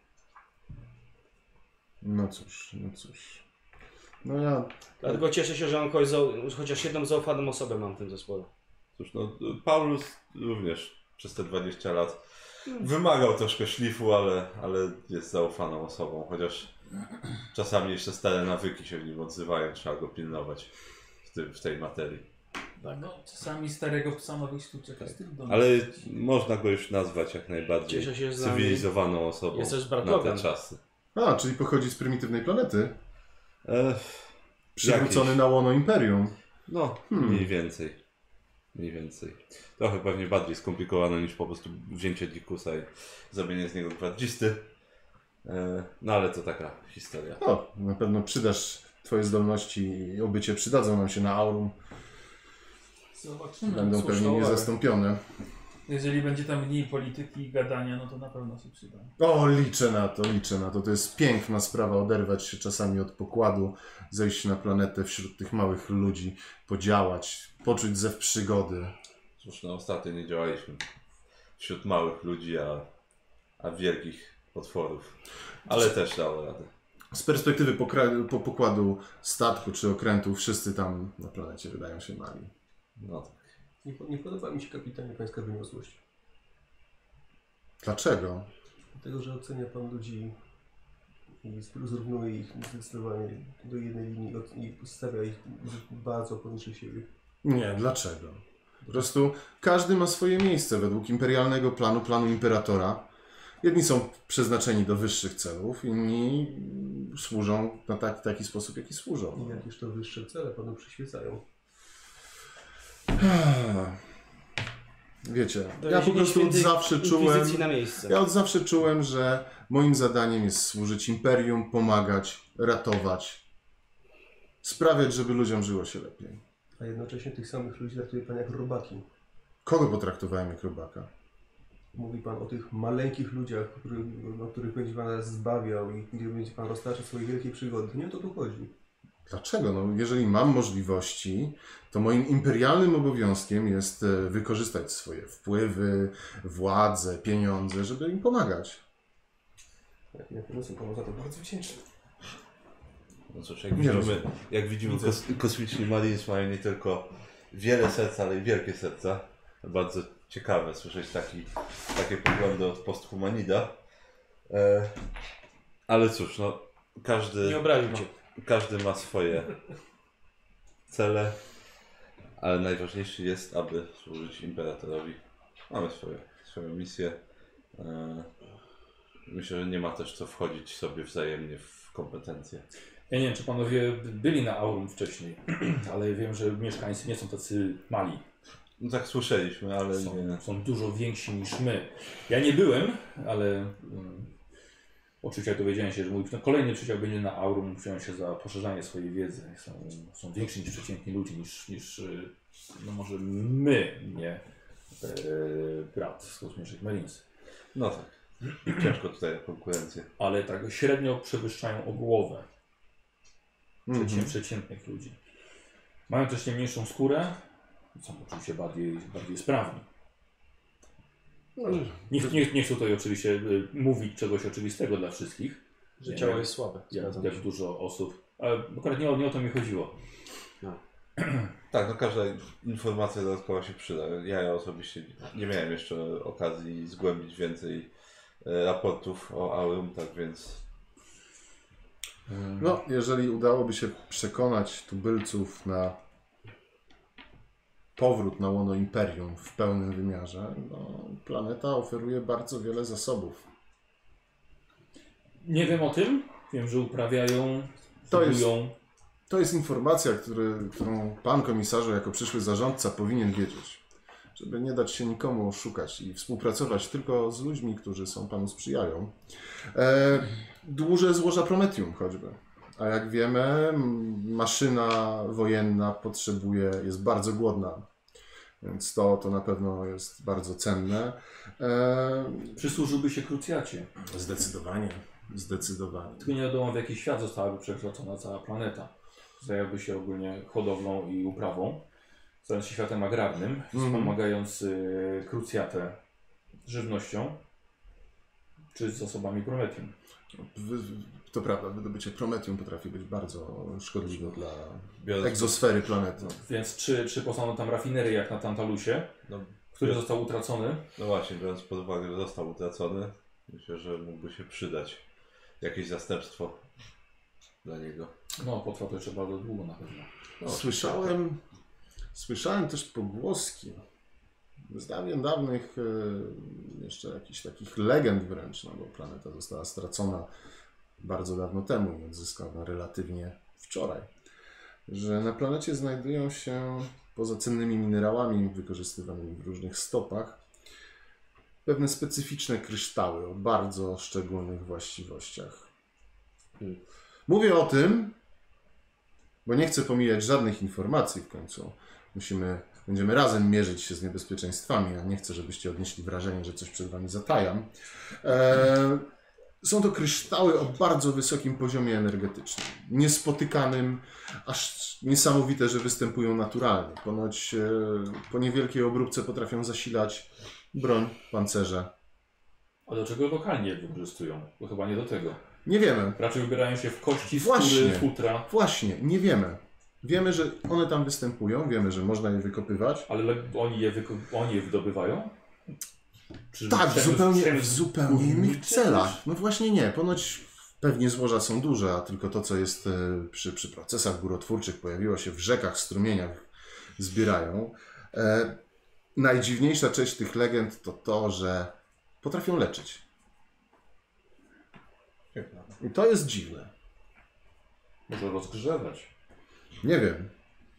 No cóż, no cóż. No ja... Dlatego cieszę się, że mam kogoś zau- chociaż jedną zaufaną osobę mam w tym zespole. Cóż, no Paulus również przez te dwadzieścia lat wymagał troszkę szlifu, ale, ale jest zaufaną osobą, chociaż czasami jeszcze stare nawyki się w nim odzywają, trzeba go pilnować w, tym, w tej materii. Tak, no, czasami starego psa nowych sztuczek jest trudno. Ale można go już nazwać jak najbardziej Cieszę się, że z nami cywilizowaną osobą jest też brat na Logan. te czasy. A, czyli pochodzi z prymitywnej planety. E, Przywrócony jakieś- na łono Imperium. No, Hmm. mniej więcej. Mniej więcej. Trochę pewnie bardziej skomplikowane niż po prostu wzięcie Dikusa i zrobienie z niego gwardzisty. E, no ale to taka historia. O, na pewno przydasz twoje zdolności i oby cię przydadzą nam się na Aurum. Zobaczymy. Będą Słuszną pewnie uwagę. niezastąpione. Jeżeli będzie tam mniej polityki i gadania, no to na pewno się przyda. O, liczę na to, liczę na to. To jest piękna sprawa, oderwać się czasami od pokładu, zejść na planetę wśród tych małych ludzi, podziałać, poczuć zew przygody. Cóż, no ostatnio nie działaliśmy wśród małych ludzi, a, a wielkich potworów. Ale też dało radę. Z perspektywy pokra- po pokładu statku czy okrętu, wszyscy tam na planecie wydają się mali. No tak. Nie, po- nie podoba mi się, kapitanie, pańska wyniosłość. Dlaczego? Dlatego, że ocenia pan ludzi i zrównuje ich zdecydowanie do jednej linii od- i stawia ich bardzo poniżej siebie. Nie, dlaczego? Po prostu każdy ma swoje miejsce według imperialnego planu, planu imperatora. Jedni są przeznaczeni do wyższych celów, inni służą na tak, taki sposób, jaki służą. I jakież to wyższe cele panu przyświecają. Wiecie, Do ja po jesieni prostu od świętej zawsze czułem, Inkwizycji na miejsce. ja od zawsze czułem, że moim zadaniem jest służyć imperium, pomagać, ratować, sprawiać, żeby ludziom żyło się lepiej. A jednocześnie tych samych ludzi traktuje pan jak robaki. Kogo potraktowałem jak robaka? Mówi pan o tych maleńkich ludziach, których, o których będzie pan nas zbawiał i gdzie będzie pan roztaczał swoje wielkie przygody. Nie o to tu chodzi. Dlaczego? No, jeżeli mam możliwości, to moim imperialnym obowiązkiem jest e, wykorzystać swoje wpływy, władzę, pieniądze, żeby im pomagać. Jak nie są panu za to bardzo wdzięczny. No cóż, jak Nie widzimy, rozumiem. jak widzimy kos kosmiczni Marines mają nie tylko wiele serc, ale i wielkie serca. Bardzo ciekawe słyszeć taki, takie poglądy od posthumanida. E, ale cóż, no każdy, Nie obraził cię. każdy ma swoje cele, ale najważniejsze jest, aby służyć imperatorowi. Mamy swoje, swoją misję. E, myślę, że nie ma też co wchodzić sobie wzajemnie w kompetencje. Ja nie wiem, czy panowie byli na Aurum wcześniej, ale wiem, że mieszkańcy nie są tacy mali. No tak słyszeliśmy, ale nie. Są, są dużo więksi niż my. Ja nie byłem, ale um, oczywiście dowiedziałem się, że mój no, kolejny przyjaciel będzie na Aurum, wziąłem się za poszerzanie swojej wiedzy. Są, są więksi niż przeciętni ludzie, niż, niż y, no może my, nie e, brat z kosmicznych Marines. No tak. Ciężko tutaj o konkurencję. Ale tak średnio przewyższają o głowę Mhm. przecię, przeciętnych ludzi. Mają też nie mniejszą skórę, są oczywiście bardziej, bardziej sprawni. Nie, nie, nie chcę tutaj oczywiście y, mówić czegoś oczywistego dla wszystkich, Że Nie, ciało jak- jest słabe. jak, Zgadzam jak się. dużo osób, ale akurat nie, o- nie o to mi chodziło. Tak, no każda informacja dodatkowa się przyda. Ja osobiście nie miałem jeszcze okazji zgłębić więcej e, raportów o Aurum, tak więc No, jeżeli udałoby się przekonać tubylców na powrót na łono Imperium w pełnym wymiarze, no, planeta oferuje bardzo wiele zasobów. Nie wiem o tym. Wiem, że uprawiają, To jest- budują. To jest informacja, który, którą pan komisarzu jako przyszły zarządca powinien wiedzieć. Żeby nie dać się nikomu oszukać i współpracować tylko z ludźmi, którzy są panu sprzyjają. E, duże złoża Prometium choćby. A jak wiemy, m, maszyna wojenna potrzebuje, jest bardzo głodna. Więc to, to na pewno jest bardzo cenne. E, Przysłużyłby się krucjacie. zdecydowanie, zdecydowanie. Tylko nie wiadomo, w jaki świat zostałaby przekształcona cała planeta. Zajęłaby się ogólnie hodowlą i uprawą, stając się światem agrarnym, Mhm. wspomagając y, krucjatę żywnością czy zasobami Prometium. Wy, to prawda, wydobycie Prometium potrafi być bardzo szkodliwe dla Biorąc, egzosfery planety. Więc czy, czy powstaną tam rafinerie jak na Tantalusie, no, który został utracony? no właśnie, biorąc pod uwagę, że został utracony, myślę, że mógłby się przydać jakieś zastępstwo dla niego. No, potrwa to jeszcze bardzo długo na pewno. No, Słyszałem, słyszałem też pogłoski z dawien dawnych e, jeszcze jakichś takich legend wręcz, no bo planeta została stracona bardzo dawno temu i odzyskana relatywnie wczoraj, że na planecie znajdują się poza cennymi minerałami wykorzystywanymi w różnych stopach pewne specyficzne kryształy o bardzo szczególnych właściwościach. Mówię o tym, bo nie chcę pomijać żadnych informacji w końcu. Musimy, będziemy razem mierzyć się z niebezpieczeństwami, a nie chcę, żebyście odnieśli wrażenie, że coś przed wami zatajam. E, są to kryształy o bardzo wysokim poziomie energetycznym, niespotykanym, aż niesamowite, że występują naturalnie. Ponoć e, po niewielkiej obróbce potrafią zasilać broń, pancerze. A do czego lokalnie wykorzystują? Bo chyba nie do tego. Nie wiemy. Raczej wybierają się w kości, Właśnie. skóry, futra. Właśnie, nie wiemy. Wiemy, że one tam występują, wiemy, że można je wykopywać. Ale le- oni je, wyko- oni je wydobywają? Czy Tak, w przemysł- zupełnie, w przemysł zupełnie innych górniczy celach. też? No właśnie nie, ponoć pewnie złoża są duże, a tylko to, co jest e, przy, przy procesach górotwórczych, pojawiło się w rzekach, strumieniach, zbierają. E, najdziwniejsza część tych legend to to, że potrafią leczyć. I to jest dziwne. Może rozgrzewać. Nie wiem.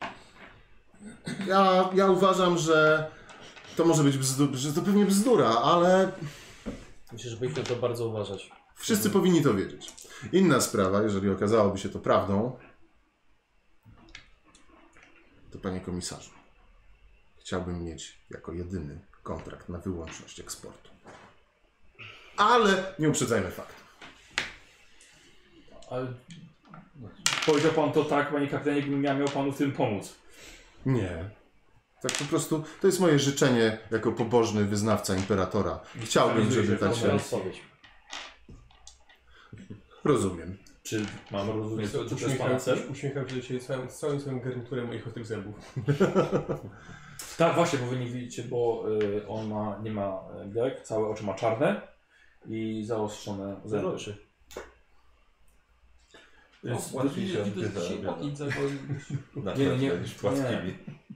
Ja, ja uważam, że to może być bzdura, że to pewnie bzdura, ale Myślę, że powinniśmy to bardzo uważać. wszyscy powinni to wiedzieć. Inna sprawa, jeżeli okazałoby się to prawdą, to panie komisarzu, chciałbym mieć jako jedyny kontrakt na wyłączność eksportu. Ale nie uprzedzajmy faktów. Ale powiedział pan to tak, panie kapitanie, jakbym ja miał panu w tym pomóc. Nie. Tak po prostu, to jest moje życzenie jako pobożny wyznawca imperatora. Chciałbym, żeby tak Dobra się... odpowiedź. Rozumiem. Czy mam rozumieć, to, czy to jest Uśmiecham, pana cel? uśmiecham się dzisiaj całym, całym swoim garniturem moich ostrych zębów. Tak, właśnie, bo wy nie widzicie, bo y, on ma, nie ma y, białek, całe oczy ma czarne i zaostrzone zęby. Oczy. Więc łatwiej się Widzę, odbywa, dzisiaj wiadomo. pokić zagoił. Na Nie, nie, nie. niż płaskimi.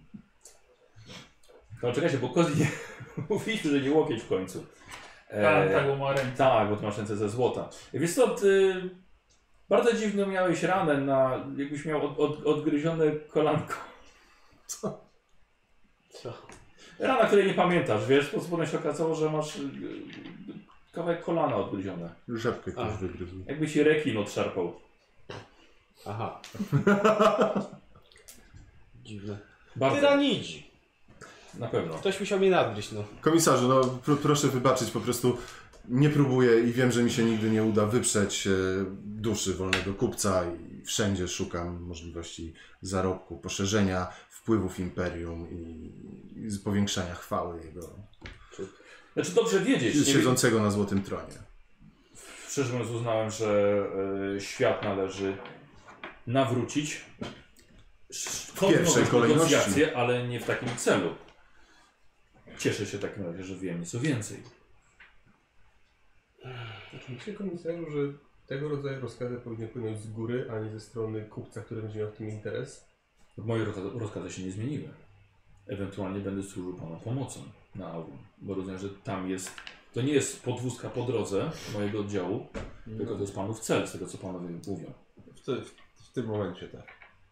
No czekajcie, bo Kozi nie... mówiliśmy, że nie łokieć w końcu. E, Tak, tak, bo ma ręce. Tak, bo ty masz ręce ze złota. Wiesz co, ty bardzo dziwno miałeś ranę na... jakbyś miał od, od, odgryzione kolanko. Co? Co? Rana, której nie pamiętasz, wiesz, po potem się okazało, że masz y, kawałek kolana odgryzione. Rzepkę ktoś A. wygryzł. Jakby ci rekin odszarpał. Aha. Dziwne. Bardzo. Tyranidzi. Na pewno. Ktoś musiał mnie nadgryźć, no. Komisarzu, no pr proszę wybaczyć, po prostu nie próbuję i wiem, że mi się nigdy nie uda wyprzeć e, duszy wolnego kupca i wszędzie szukam możliwości zarobku, poszerzenia wpływów imperium i, i powiększania chwały jego Znaczy dobrze wiedzieć. Nie siedzącego na złotym tronie. Szczerze mówiąc uznałem, że y, świat należy nawrócić. W pierwszej kolejności. Ale nie w takim celu. Cieszę się w takim razie, że wiem nieco więcej. Znaczy, myślę, komisarzu, że tego rodzaju rozkazy powinny płynąć z góry, a nie ze strony kupca, który będzie miał w tym interes. Moje rozkazy, rozkazy się nie zmieniły. Ewentualnie będę służył Panu pomocą na Aurum, bo rozumiem, że tam jest, to nie jest podwózka po drodze mojego oddziału, No. tylko to jest Panów cel, z tego co Panowie mówią. W, te, w, w tym momencie tak.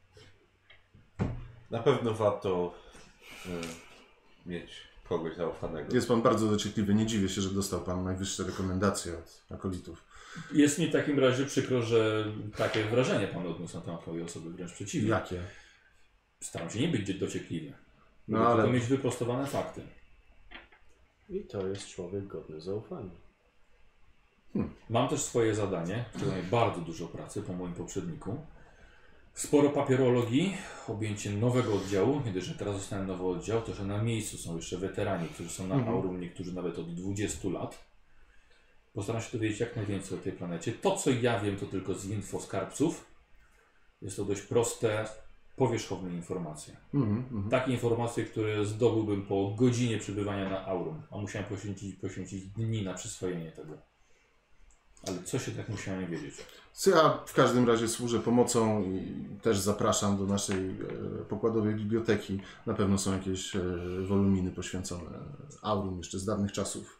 Na pewno warto y, mieć kogoś zaufanego. Jest Pan bardzo dociekliwy. Nie dziwię się, że dostał Pan najwyższe rekomendacje od akolitów. Jest mi w takim razie przykro, że takie wrażenie Pan odniósł na temat mojej osoby, wręcz przeciwnie. Jakie? Staram się nie być dociekliwy, No no, ale- tylko mieć wyprostowane fakty. I to jest człowiek godny zaufania. Mam też swoje zadanie, które daje bardzo dużo pracy po moim poprzedniku. Sporo papierologii, objęcie nowego oddziału. Nie dość, że teraz zostałem nowy oddział, to że na miejscu są jeszcze weterani, którzy są na Mhm. Aurum, niektórzy nawet od dwudziestu lat. Postaram się dowiedzieć jak najwięcej o tej planecie. To, co ja wiem, to tylko z info skarbców. Jest to dość proste, powierzchowne informacje. Mhm, mhm. Takie informacje, które zdobyłbym po godzinie przebywania na Aurum, a musiałem poświęcić, poświęcić dni na przyswojenie tego. Ale co się tak musiałem wiedzieć? Co ja w każdym razie służę pomocą i też zapraszam do naszej e, pokładowej biblioteki. Na pewno są jakieś e, woluminy poświęcone Aurum jeszcze z dawnych czasów.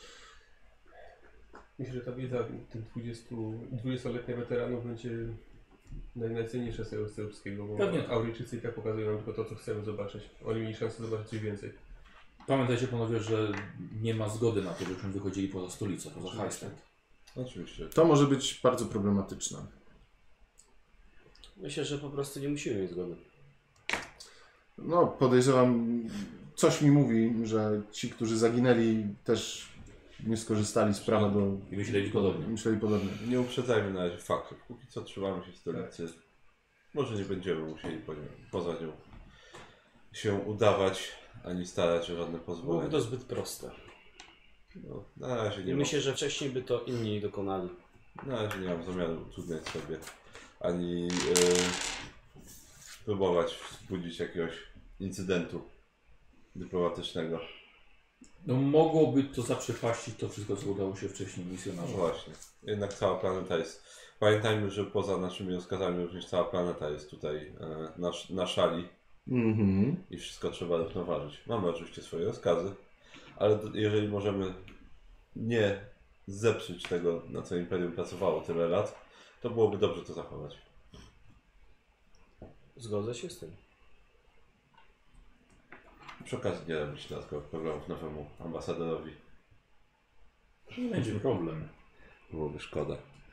Myślę, że ta wiedza tych dwudziestoletnich weteranów będzie naj, najcenniejsza z tego serbskiego, bo Pewnie tak. Auryjczycy i tak pokazują nam tylko to, co chcemy zobaczyć. Oni mieli szansę zobaczyć coś więcej. Pamiętajcie panowie, że nie ma zgody na to, żebyśmy wychodzili poza stolicę, poza Highstand. Oczywiście. To może być bardzo problematyczne. Myślę, że po prostu nie musimy mieć zgody. No, podejrzewam, coś mi mówi, że ci, którzy zaginęli, też nie skorzystali z prawa do... I myśleli podobnie. Myśleli podobnie. Nie uprzedzajmy na razie faktów. Póki co trzymamy się stolicy. Może nie będziemy musieli po nią, poza nią się udawać, ani starać o żadne Byłoby pozwolenie. to zbyt proste. No, na razie I nie myślę, że wcześniej by to inni dokonali. mam, na razie nie mam zamiaru utrudniać sobie, ani yy, próbować wzbudzić jakiegoś incydentu dyplomatycznego. No mogłoby to zaprzepaścić to wszystko, co udało się wcześniej No misjonarzom. właśnie. Jednak cała planeta jest... Pamiętajmy, że poza naszymi rozkazami również cała planeta jest tutaj e, na, na szali Mhm. i wszystko trzeba równoważyć. Mamy oczywiście swoje rozkazy, ale d- jeżeli możemy nie zepsuć tego, na co Imperium pracowało tyle lat, to byłoby dobrze to zachować. Zgodzę się z tym. Przy okazji nie robić dodatkowych programów nowemu ambasadorowi. Nie będzie problem. Byłoby szkoda.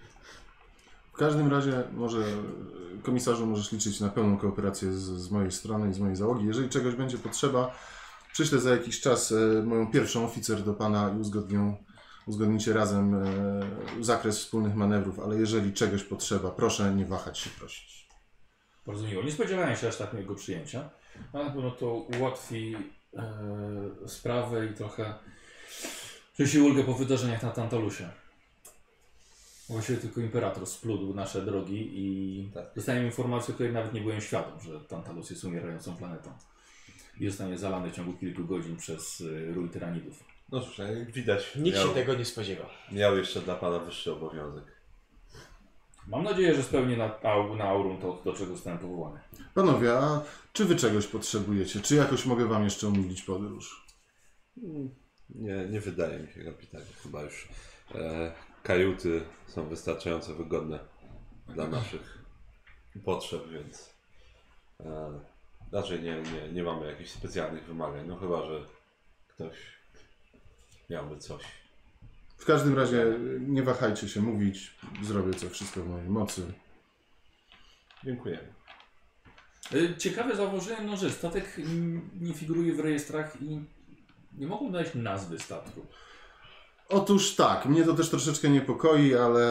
W każdym razie może komisarzu możesz liczyć na pełną kooperację z, z mojej strony i z mojej załogi. Jeżeli czegoś będzie potrzeba, przyślę za jakiś czas e, moją pierwszą oficer do pana i uzgodnią, uzgodnicie razem e, zakres wspólnych manewrów, ale jeżeli czegoś potrzeba, proszę nie wahać się prosić. Bardzo miło. Nie spodziewałem się aż tak miłego przyjęcia, ale na pewno to ułatwi e, sprawę i trochę przyniesie ulgę po wydarzeniach na Tantalusie. Właściwie tylko Imperator splódł nasze drogi i Tak. dostałem informację, o której nawet nie byłem świadom, że Tantalus jest umierającą planetą i zostanie zalany w ciągu kilku godzin przez y, rój tyranidów. No cóż, jak widać, Nikt miał, się tego nie spodziewał. miał jeszcze dla pana wyższy obowiązek. Mam nadzieję, że spełnię na, au- na Aurum to, do czego zostałem powołany. Panowie, a czy wy czegoś potrzebujecie? Czy jakoś mogę wam jeszcze umilić podróż? Nie, nie wydaje mi się, kapitanie. Chyba już e, kajuty są wystarczająco wygodne dla naszych potrzeb, więc e, raczej nie, nie, nie mamy jakichś specjalnych wymagań. No chyba, że ktoś miałby coś. W każdym razie nie wahajcie się mówić, zrobię co wszystko w mojej mocy. Dziękujemy. Y, Ciekawe zauważyłem, no, że statek mm, nie figuruje w rejestrach i nie mogą dać nazwy statku. Otóż tak, mnie to też troszeczkę niepokoi, ale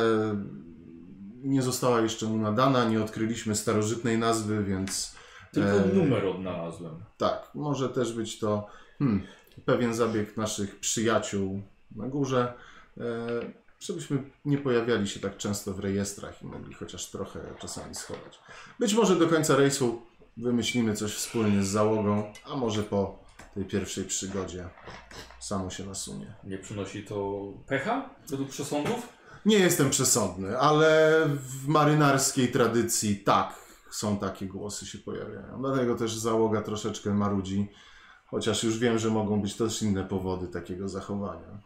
nie została jeszcze mu nadana, nie odkryliśmy starożytnej nazwy, więc Tylko E, numer odnalazłem. tak, może też być to hmm, pewien zabieg naszych przyjaciół na górze, e, żebyśmy nie pojawiali się tak często w rejestrach i mogli chociaż trochę czasami schować. Być może do końca rejsu wymyślimy coś wspólnie z załogą, a może po tej pierwszej przygodzie samo się nasunie. Nie przynosi to pecha według przesądów? Nie jestem przesądny, ale w marynarskiej tradycji tak, są takie głosy się pojawiają. Dlatego też załoga troszeczkę marudzi. Chociaż już wiem, że mogą być też inne powody takiego zachowania.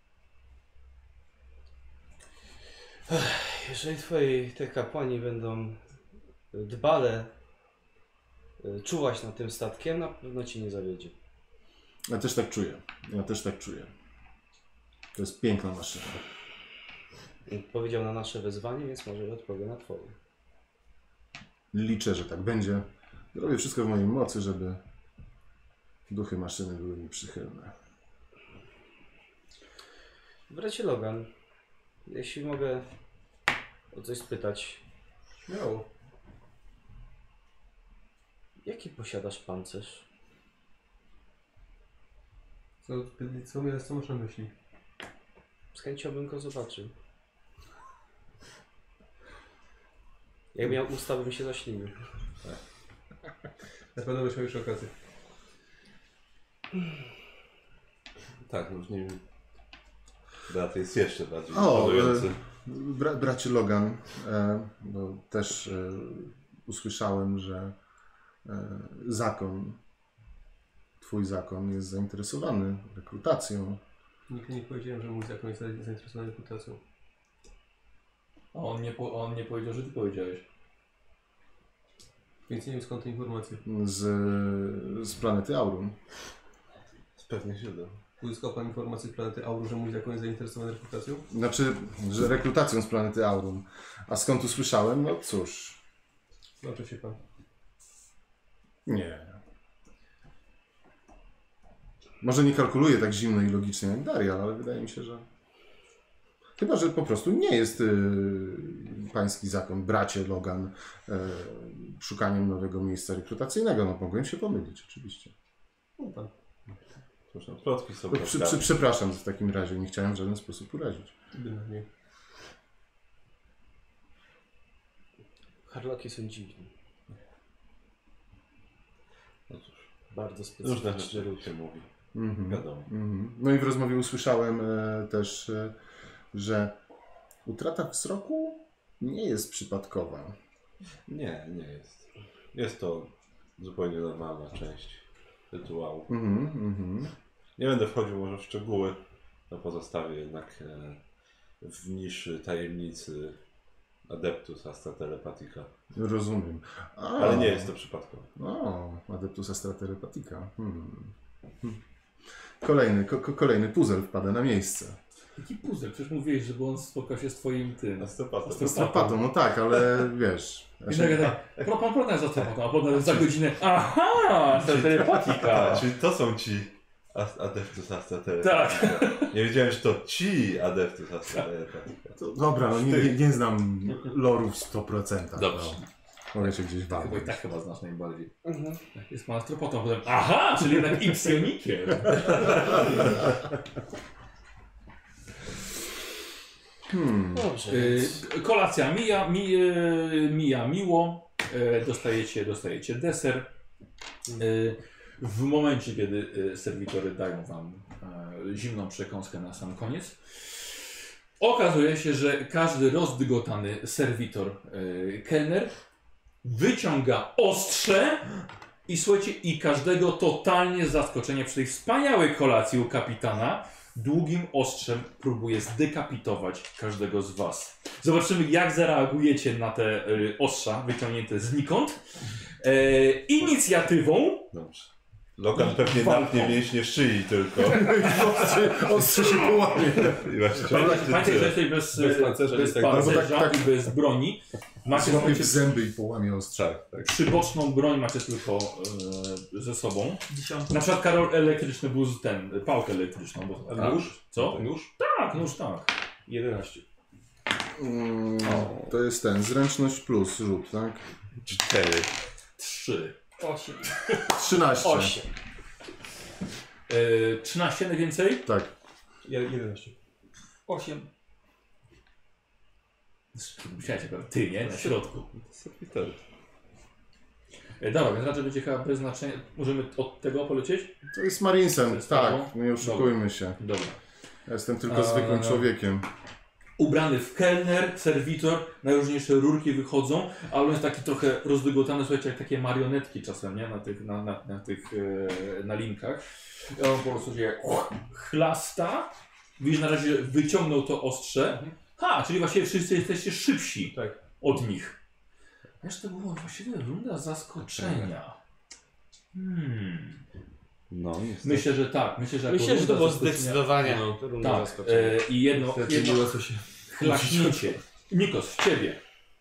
Jeżeli twoi te kapłani będą dbale czuwać nad tym statkiem, na pewno ci nie zawiedzie. Ja też tak czuję. Ja też tak czuję. To jest piękna maszyna. Powiedział na nasze wezwanie, więc może odpowie na twoje. Liczę, że tak będzie. Robię wszystko w mojej mocy, żeby duchy maszyny były mi przychylne. Bracie Logan, jeśli mogę o coś spytać, Śmiało. jaki posiadasz pancerz? Co, co, mnie- co masz na myśli? Z chęcią bym go zobaczył. Jak miał usta, bym się zaślinił. Na pewno byś miał już okazję. Tak, już nie wiem. Brat jest jeszcze bardziej O, imponujący. e, bra, bracie Logan, e, bo też e, usłyszałem, że e, zakon, twój zakon jest zainteresowany rekrutacją. Nigdy nie powiedziałem, że mój zakon jest zainteresowany rekrutacją. A on nie, po, on nie powiedział, że ty powiedziałeś. Więc nie wiem skąd te informacje. Z, z planety Aurum. Z pewnych źródeł. Uzyskał pan informację z planety Aurum, że mój zakon jest zainteresowany rekrutacją? Znaczy, że rekrutacją z planety Aurum. A skąd usłyszałem? No cóż, Znaczy się pan. nie. Może nie kalkuluję tak zimno i logicznie jak Darial, ale wydaje mi się, że... Chyba, że po prostu nie jest yy, pański zakon, bracie Logan, yy, szukaniem nowego miejsca rekrutacyjnego. No mogłem się pomylić, oczywiście. No pan. Cóż, no, plotki są Przy, przy, prawda. przepraszam w takim razie, nie chciałem w żaden sposób urazić. Bynajmniej. Harlocki są dziwne. No cóż, Bardzo różne specyficzne rzeczy ruchy. się mówi. Mhm. Wiadomo. Mhm. No i w rozmowie usłyszałem e, też, e, że utrata wzroku nie jest przypadkowa. Nie, nie jest. Jest to zupełnie normalna część rytuału. Mhm, mhm. Nie będę wchodził może w szczegóły, no pozostawię jednak e, w niszy tajemnicy Adeptus Astra Telepatica. Rozumiem. A, Ale nie jest to przypadkowe. O, Adeptus Astra Telepatica. Hmm. Hmm. Kolejny, ko, ko, kolejny puzzle wpada na miejsce. Jaki puzzle? Przecież mówiłeś, żeby on spotkał się z twoim tym. Astropatą. Astro- Stropatą, no tak, ale wiesz... I nagle tak, pro pan pro za stropatą, a potem za godzinę, aha, to telepatika. Czyli to są ci Ast- Adeptus Astra Telepatica. Tak. Nie wiedziałem, że to ci Adeptus Astra Telepatica. To, dobra, no nie, nie, nie znam lorów w sto procent. Dobrze. No. Mogę się gdzieś Chyba i bawić. tak chyba znasz najbardziej. Mhm. Jest pan astropatą, potem, aha, czyli jednak Ipsionikiem. Hmm. Dobrze, Y, więc... Kolacja mija, mi, y, mija miło, y, dostajecie, dostajecie deser. Y, W momencie, kiedy y, serwitory dają wam y, zimną przekąskę na sam koniec, okazuje się, że każdy rozdygotany serwitor, y, kelner, wyciąga ostrze i słuchajcie, i każdego totalnie z zaskoczenia przy tej wspaniałej kolacji u kapitana długim ostrzem próbuje zdekapitować każdego z was. Zobaczymy, jak zareagujecie na te y, ostrza wyciągnięte znikąd. E, inicjatywą Dobrze. Logan pewnie Walką. napnie mięśnie szyi tylko. Ostrze, ostrze się połamie. I właśnie pamiętajcie, że jesteś bez, Bez pancerza, bez tak, pancerza albo tak- tak- i bez broni. Macie, Złapie w słuchajcie, zęby i połamie ostrze. tak, tak. przyboczną broń macie tylko e, ze sobą. Dziesiąty. Na przykład Karol elektryczny był z ten, pałkę elektryczną. Bo, A, nóż? Co? Nóż? Tak, nóż tak. jedenaście. Mm, to jest ten, zręczność plus rzut, tak? Cztery. Trzy. Osiem. trzynaście. Osiem. E, trzynaście najwięcej? Tak. Je- jedenaście. Osiem. Myślałem, że ty, nie? Na środku. Serwitory. E, dobra, więc raczej będzie chyba bez znaczenia. Możemy od tego polecieć? To jest To Marinesem, jest tak, prawo? nie oszukujmy się. Dobra. Ja jestem tylko A, zwykłym no. człowiekiem. ubrany w kelner, serwitor, najróżniejsze rurki wychodzą, ale on jest taki trochę rozdygotany, słuchajcie, jak takie marionetki czasem, nie? Na tych, na, na, na tych e, na linkach. I on po prostu się chlasta. Widzisz, na razie wyciągnął to ostrze. Ha, czyli właściwie wszyscy jesteście szybsi Tak. od nich. Wiesz, to było właściwie runda zaskoczenia. Hmm. No, niestety. Myślę, że tak. Myślę, że, jako Myślę, że to runda było zaskoczenia- zdecydowanie No, runda Tak. zaskoczenia. E, I jedno, jedno było co się... chlaśnięcie. Nikos, w ciebie.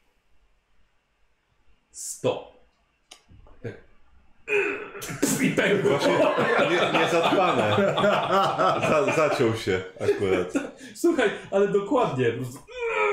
sto. I pękło. Nie, nie zadbane. Za, zaciął się akurat. Słuchaj, ale dokładnie. Po prostu...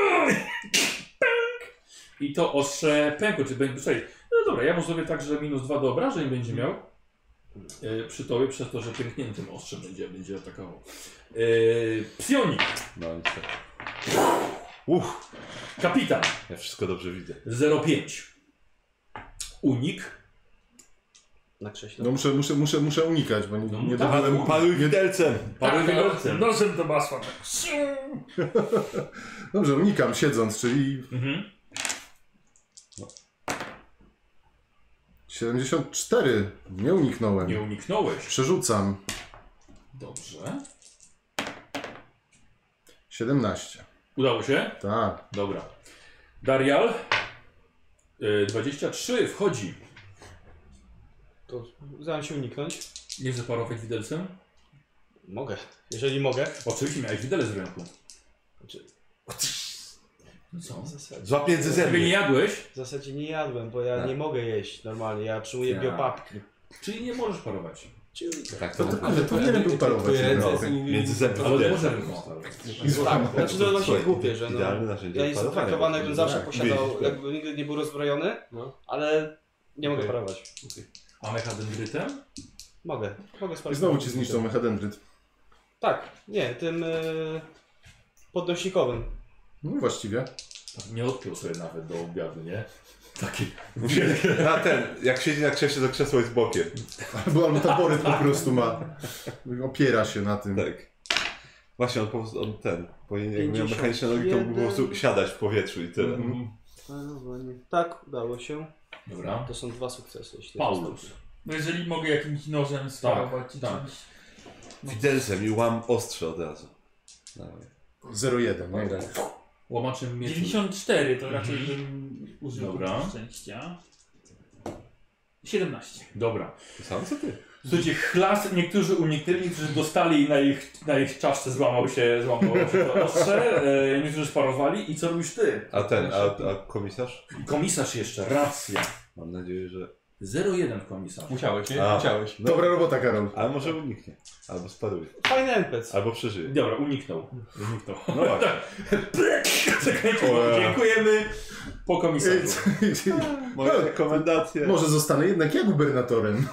Pęk. I to ostrze pękło. Czy będzie... Słuchaj, no dobra, ja mu zrobię tak, że minus dwa do obrażeń będzie miał. Yy, przy tobie, przez to, że pękniętym ostrzem będzie, będzie atakował. Yy, psionik. No niestety. Uff, Kapitan. ja wszystko dobrze widzę. zero pięć. Unik. Na krześle. No muszę, muszę, muszę, muszę unikać, bo nie, No, nie tak, dobyłem... Paluj widelcem. Paruj widelcem. Nożem do masła. Dobrze, unikam siedząc, czyli Mhm. siedemdziesiąt cztery. Nie uniknąłem. Nie uniknąłeś. Przerzucam. Dobrze. siedemnaście. Udało się? Tak. Dobra. Darial. Yy, dwadzieścia trzy. Wchodzi. To zaraz się uniknąć. Nie chcę parować widelcem? Mogę, jeżeli mogę. Oczywiście miałeś widelec w ręku. Znaczy, No co? w zasadzie, Złap między Tego nie zęby. jadłeś? w zasadzie nie jadłem, bo ja Tak. nie mogę jeść normalnie. Ja przyjmuję Tak. biopapki. Czyli nie możesz parować. Czyli Tak, To, to, to, ale powinienem był parować. Twoje ręce no, są- między zęby Ale nie widelcem. może ręką parować. tak. Znaczy to właśnie Słuchaj, głupie, że no, idealne narzędzie ja jestem parowania. traktowany, jakbym zawsze Tak, posiadał, widzisz, jakby nigdy nie był rozbrojony, No. ale nie mogę Okej. parować. A mechadendrytem? Mogę, mogę I spalić. znowu ci zniszczą mechadendryt. Tak, nie, tym yy, podnośnikowym. No właściwie. Nie odpiął sobie nawet do obiadu, nie? Taki. A ten, jak siedzi na krześle, to krzesło jest bokiem. Albo, albo taboret po prostu ma. Opiera się na tym. Tak. Właśnie on po prostu, on ten, powinien, jakby miał pięćdziesiąt mechaniczne nogi, to mógł po prostu jeden. siadać w powietrzu i tyle. Mhm. Tak, udało się. Dobra. To są dwa sukcesy. Jeśli Paulus. No jeżeli mogę jakimś nożem sparować czy tak. czymś. Widelcem i łam ostrze od razu. Dawaj. zero jeden, nie? Łamaczem mieczu. dziewięćdziesiąt cztery to raczej bym użył Dobra. szczęścia. siedemnaście. Dobra. To samo co ty. Słuchajcie, chlas, niektórzy uniknęli, niektórzy dostali i na ich, na ich czaszce złamał się, złamał się to ostrze, e, niektórzy sparowali. I co robisz ty? A ten, a, a komisarz? I komisarz jeszcze, racja. Mam nadzieję, że... zero jeden komisarz. Musiałeś, nie? A. Musiałeś. No, Dobra robota, Karol. ale może uniknie. Albo sparuje. Fajny N P C. Albo przeżyje. Dobra, uniknął. Uniknął. No właśnie. Czekajcie, O, dziękujemy po komisarzu. Moje rekomendacje. Może zostanę jednak ja gubernatorem.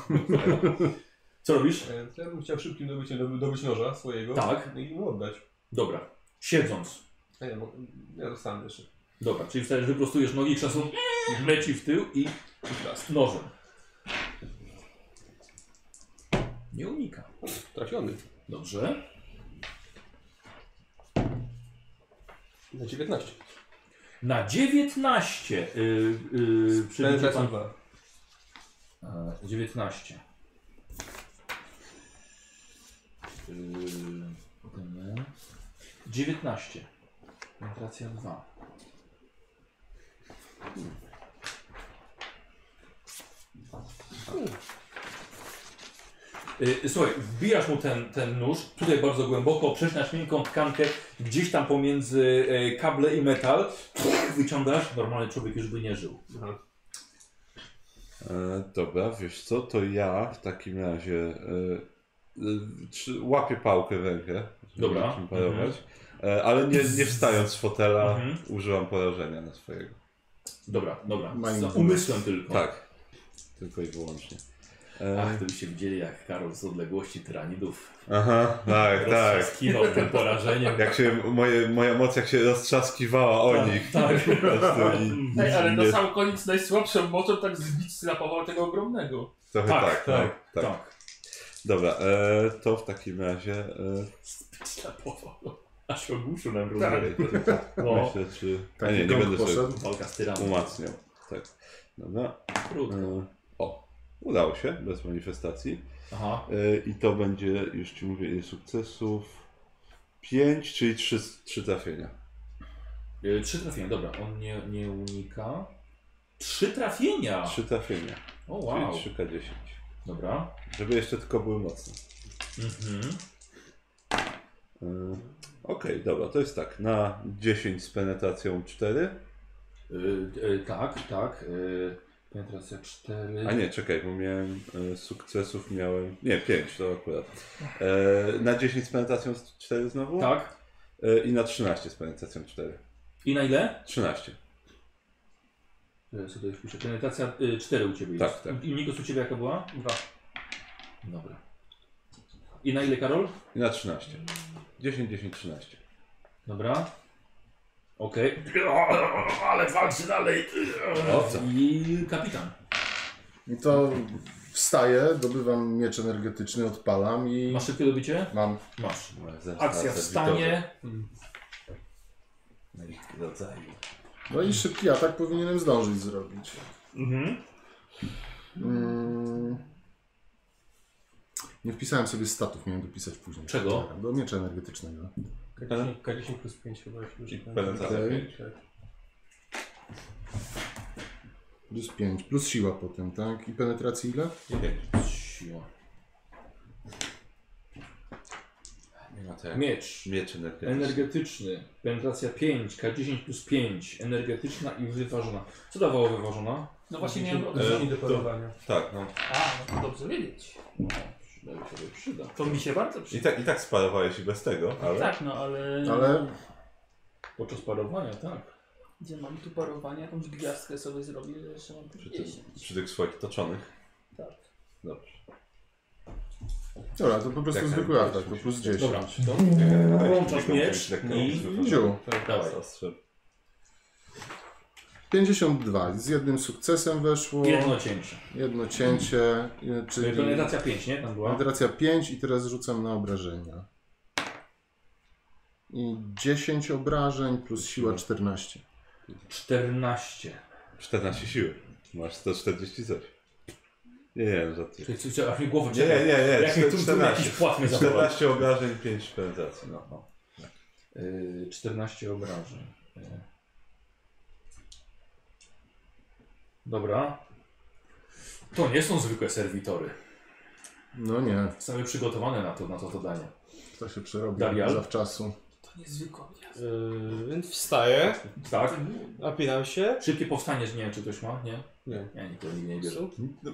Co robisz? E, to Ja bym chciał szybkim dobyciem, doby- dobyć noża swojego Tak. i mu oddać. Dobra, siedząc. A ja, mo- ja dostanę jeszcze. Dobra, czyli wstajesz, wyprostujesz nogi, krzesło leci w tył i nożem. Nie unika. Trafiony. Dobrze. Na dziewiętnaście. Na dziewiętnaście. Yy, yy, przyjdzie Ten pan... dwa. E, dziewiętnaście. Yy, potem nie. dziewiętnaście. Penetracja dwa. Yy, Słuchaj, wbijasz mu ten, ten nóż, tutaj bardzo głęboko, przecinasz miękką tkankę, gdzieś tam pomiędzy e, kable i metal, wyciągasz, normalny człowiek już by nie żył. Aha. E, dobra, wiesz co, to ja w takim razie e, e, trzy- łapię pałkę w rękę, żeby Dobra. czym parować, e, ale nie, nie wstając z fotela Mhm. używam porażenia na swojego. Dobra, dobra, Mindfulness. z umysłem tylko. Tak, tylko i wyłącznie. E, Ach, gdybyście widzieli, jak Karol z odległości tyranidów aha, tak, tak. roztrzaskiwał tym porażeniem. Jak się moje, moja moc jak się roztrzaskiwała o Tak, nich. tak. Po prostu i, Ej, ale na nie- sam koniec najsłabszą mocą tak zbić slapował tego ogromnego. Trochę Tak, tak, tak, tak, tak. Dobra, e, to w takim razie e, Slapował. Aż ogłuszył nam Tak. rozumie. No. Myślę, czy... A Taki nie, nie gong będę sobie poszedł. Walka z tyranem. umacniał. Tak. Dobra. Krótko. E, o, udało się, bez manifestacji. Aha. E, I to będzie, już ci mówię, ile sukcesów. pięć, czyli trzy trafienia. E, Trzy trafienia, dobra. On nie, nie unika. Trzy trafienia! trzy trafienia. O wow. Czyli trzy K dziesięć. Dobra. Żeby jeszcze tylko były mocne. Mhm. E, Okej, okay, dobra, to jest tak. Na dziesięć z penetracją cztery. E, e, tak, tak. E, penetracja cztery. A nie, czekaj, bo miałem e, sukcesów, miałem... Nie, pięć to akurat. E, na dziesięć z penetracją cztery znowu? Tak. E, I na trzynaście z penetracją cztery. I na ile? trzynaście. Ja sobie już piszę. Penetracja y, cztery u Ciebie Tak, jest. tak. I Nikos u Ciebie jaka była? Dwa. Dobra. I na ile, Karol? I na trzynaście. dziesięć, dziesięć, trzynaście. Dobra. Okej. Okay. Ale walczy dalej. O, co? I kapitan. I to wstaję, dobywam miecz energetyczny, odpalam i Masz szybkie dobicie? mam. Masz. Zemsta Akcja w serwitorza. stanie. No i rodzaju. No i szybki atak powinienem zdążyć zrobić. Mhm. Mm. Nie wpisałem sobie statów, miałem dopisać później. Czego? Do miecza energetycznego. K dziesięć, K dziesięć plus pięć chyba. I penetracja Okej. pięć. Plus pięć, plus siła potem, tak? I penetracja ile? pięć. Siła. Nie ma to jak Miecz. miecz energetyczny. Energetyczny. Penetracja pięć. K dziesięć plus pięć. Energetyczna i wyważona. Co dawało wyważona? No właśnie miałem E, odwrócić do to- parowania. Tak, no. A, no to dobrze wiedzieć. Przyda mi się, przyda. To mi się bardzo I przyda. tak, i tak sparowałeś i bez tego, ale... Tak, no ale... Ale Podczas parowania, tak. Gdzie mam tu parowanie, jakąś gwiazdkę sobie zrobię, że jeszcze mam Przy, plus tym, dziesięć. przy tych swoich toczonych. Tak. Dobrze. dobra, to po prostu Tak, zwykły tak, atak, to musisz- plus dziesięć. Dobra. Włączasz miecz i- Wziął. Dawaj. pięćdziesiąt dwa, z jednym sukcesem weszło. Jedno cięcie. Jedno cięcie, y, czyli Penetracja pięć, nie? Tam była. penetracja pięć i teraz rzucam na obrażenia. I dziesięć obrażeń plus siła czternaście. czternaście. czternaście siły. Masz sto czterdzieści coś. Nie, nie, żartuję. Czyli co, co, aż mi głowę Nie, nie, nie, nie. Jak mi tu, tu czternaście. jakiś płatny zachował. czternaście obrażeń, pięć penetracji. No, no. Yy, czternaście obrażeń. Yy. Dobra. To nie są zwykłe serwitory. No nie, Same przygotowane na to, na to zadanie. to się przerobi Darial? zawczasu. To niezwykła gwiazda. Yy, więc wstaję, Tak? napinam się. Szybkie powstanie, że nie wiem, czy ktoś ma, nie? Nie. Ja nikogo nigdy nie bierze.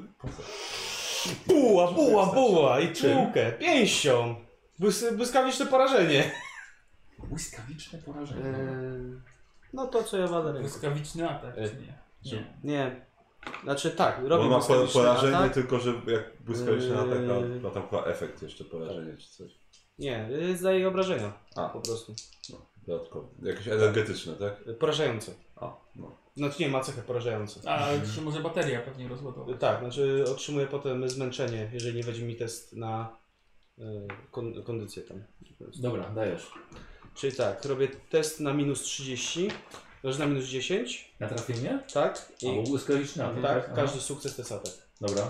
Buła, buła, buła i tłukę, pięścią. Błys błyskawiczne porażenie. Błyskawiczne porażenie. Yy, no to co ja walę ręką. Błyskawiczny atak, E, czy nie? Nie. Nie. Znaczy tak, Bo robię on ma po, błyskawiczny porażenie, atak. tylko że jak błyskawiczny Yy. atak, ma, ma tam chyba efekt jeszcze porażenia czy coś. Nie, yy, zdaje obrażenia. A. Po prostu. No, dodatkowo. Jakieś energetyczne, tak? Yy, Porażające. A, no. Znaczy nie, ma cechę porażające. A się może bateria pewnie rozładować. Yy, Tak, znaczy otrzymuję potem zmęczenie, jeżeli nie będzie mi test na yy, kon kondycję tam. Dobra, dajesz. Czyli tak, robię test na minus trzydzieści, znaczy na minus dziesięć, Na trafienie? tak? I Albo błyskawiczny atak. tak, Aha. każdy sukces to jest atak. Dobra.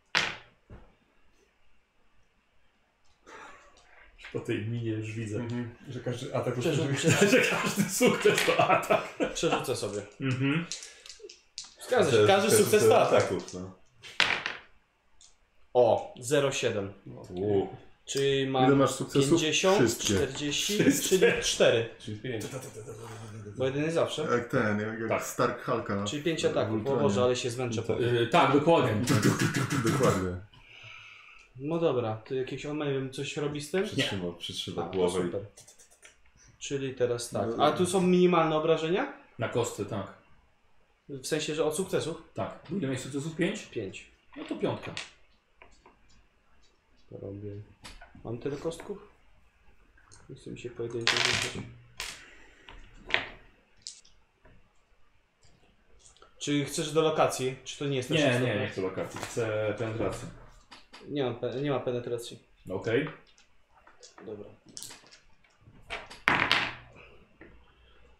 Po tej minie już widzę. Mhm. Że każdy atak Przerzu rozpoczyna. Że każdy sukces to atak. przerzucę sobie. Mhm. Zgadza się, każdy sukces to atak. ataków, no. O, zero przecinek siedem. Uuu. Czyli Ile mam masz sukcesów? pięćdziesiąt, Wszystkie. czterdzieści, Wszystkie. czyli cztery. Czyli pięć. Bo jedyny zawsze. Jak ten, jak, jak Tak. Stark Hulka. Czyli pięć ataków. O Ultranie. Boże, ale się zmęczę. Tak. Yy, tak, dokładnie. Dokładnie. No dobra, to jakieś on nie wiem, coś robi z tym? Przytrzymał, przytrzymał A, to głowę i... super. Czyli teraz tak. A tu są minimalne obrażenia? Na kostce, tak. W sensie, że od sukcesów? Tak. Ile miałeś sukcesów? Pięć? pięć. No to piątka. To robię. Mam tyle kostków? Nie chcę mi się pojedynczo rzucać. Czy chcesz do lokacji? Czy to nie jest Nie, nasza nie, strona? nie chcę lokacji. Chcę penetracji. Nie, mam pe nie ma penetracji. Okej. Dobra.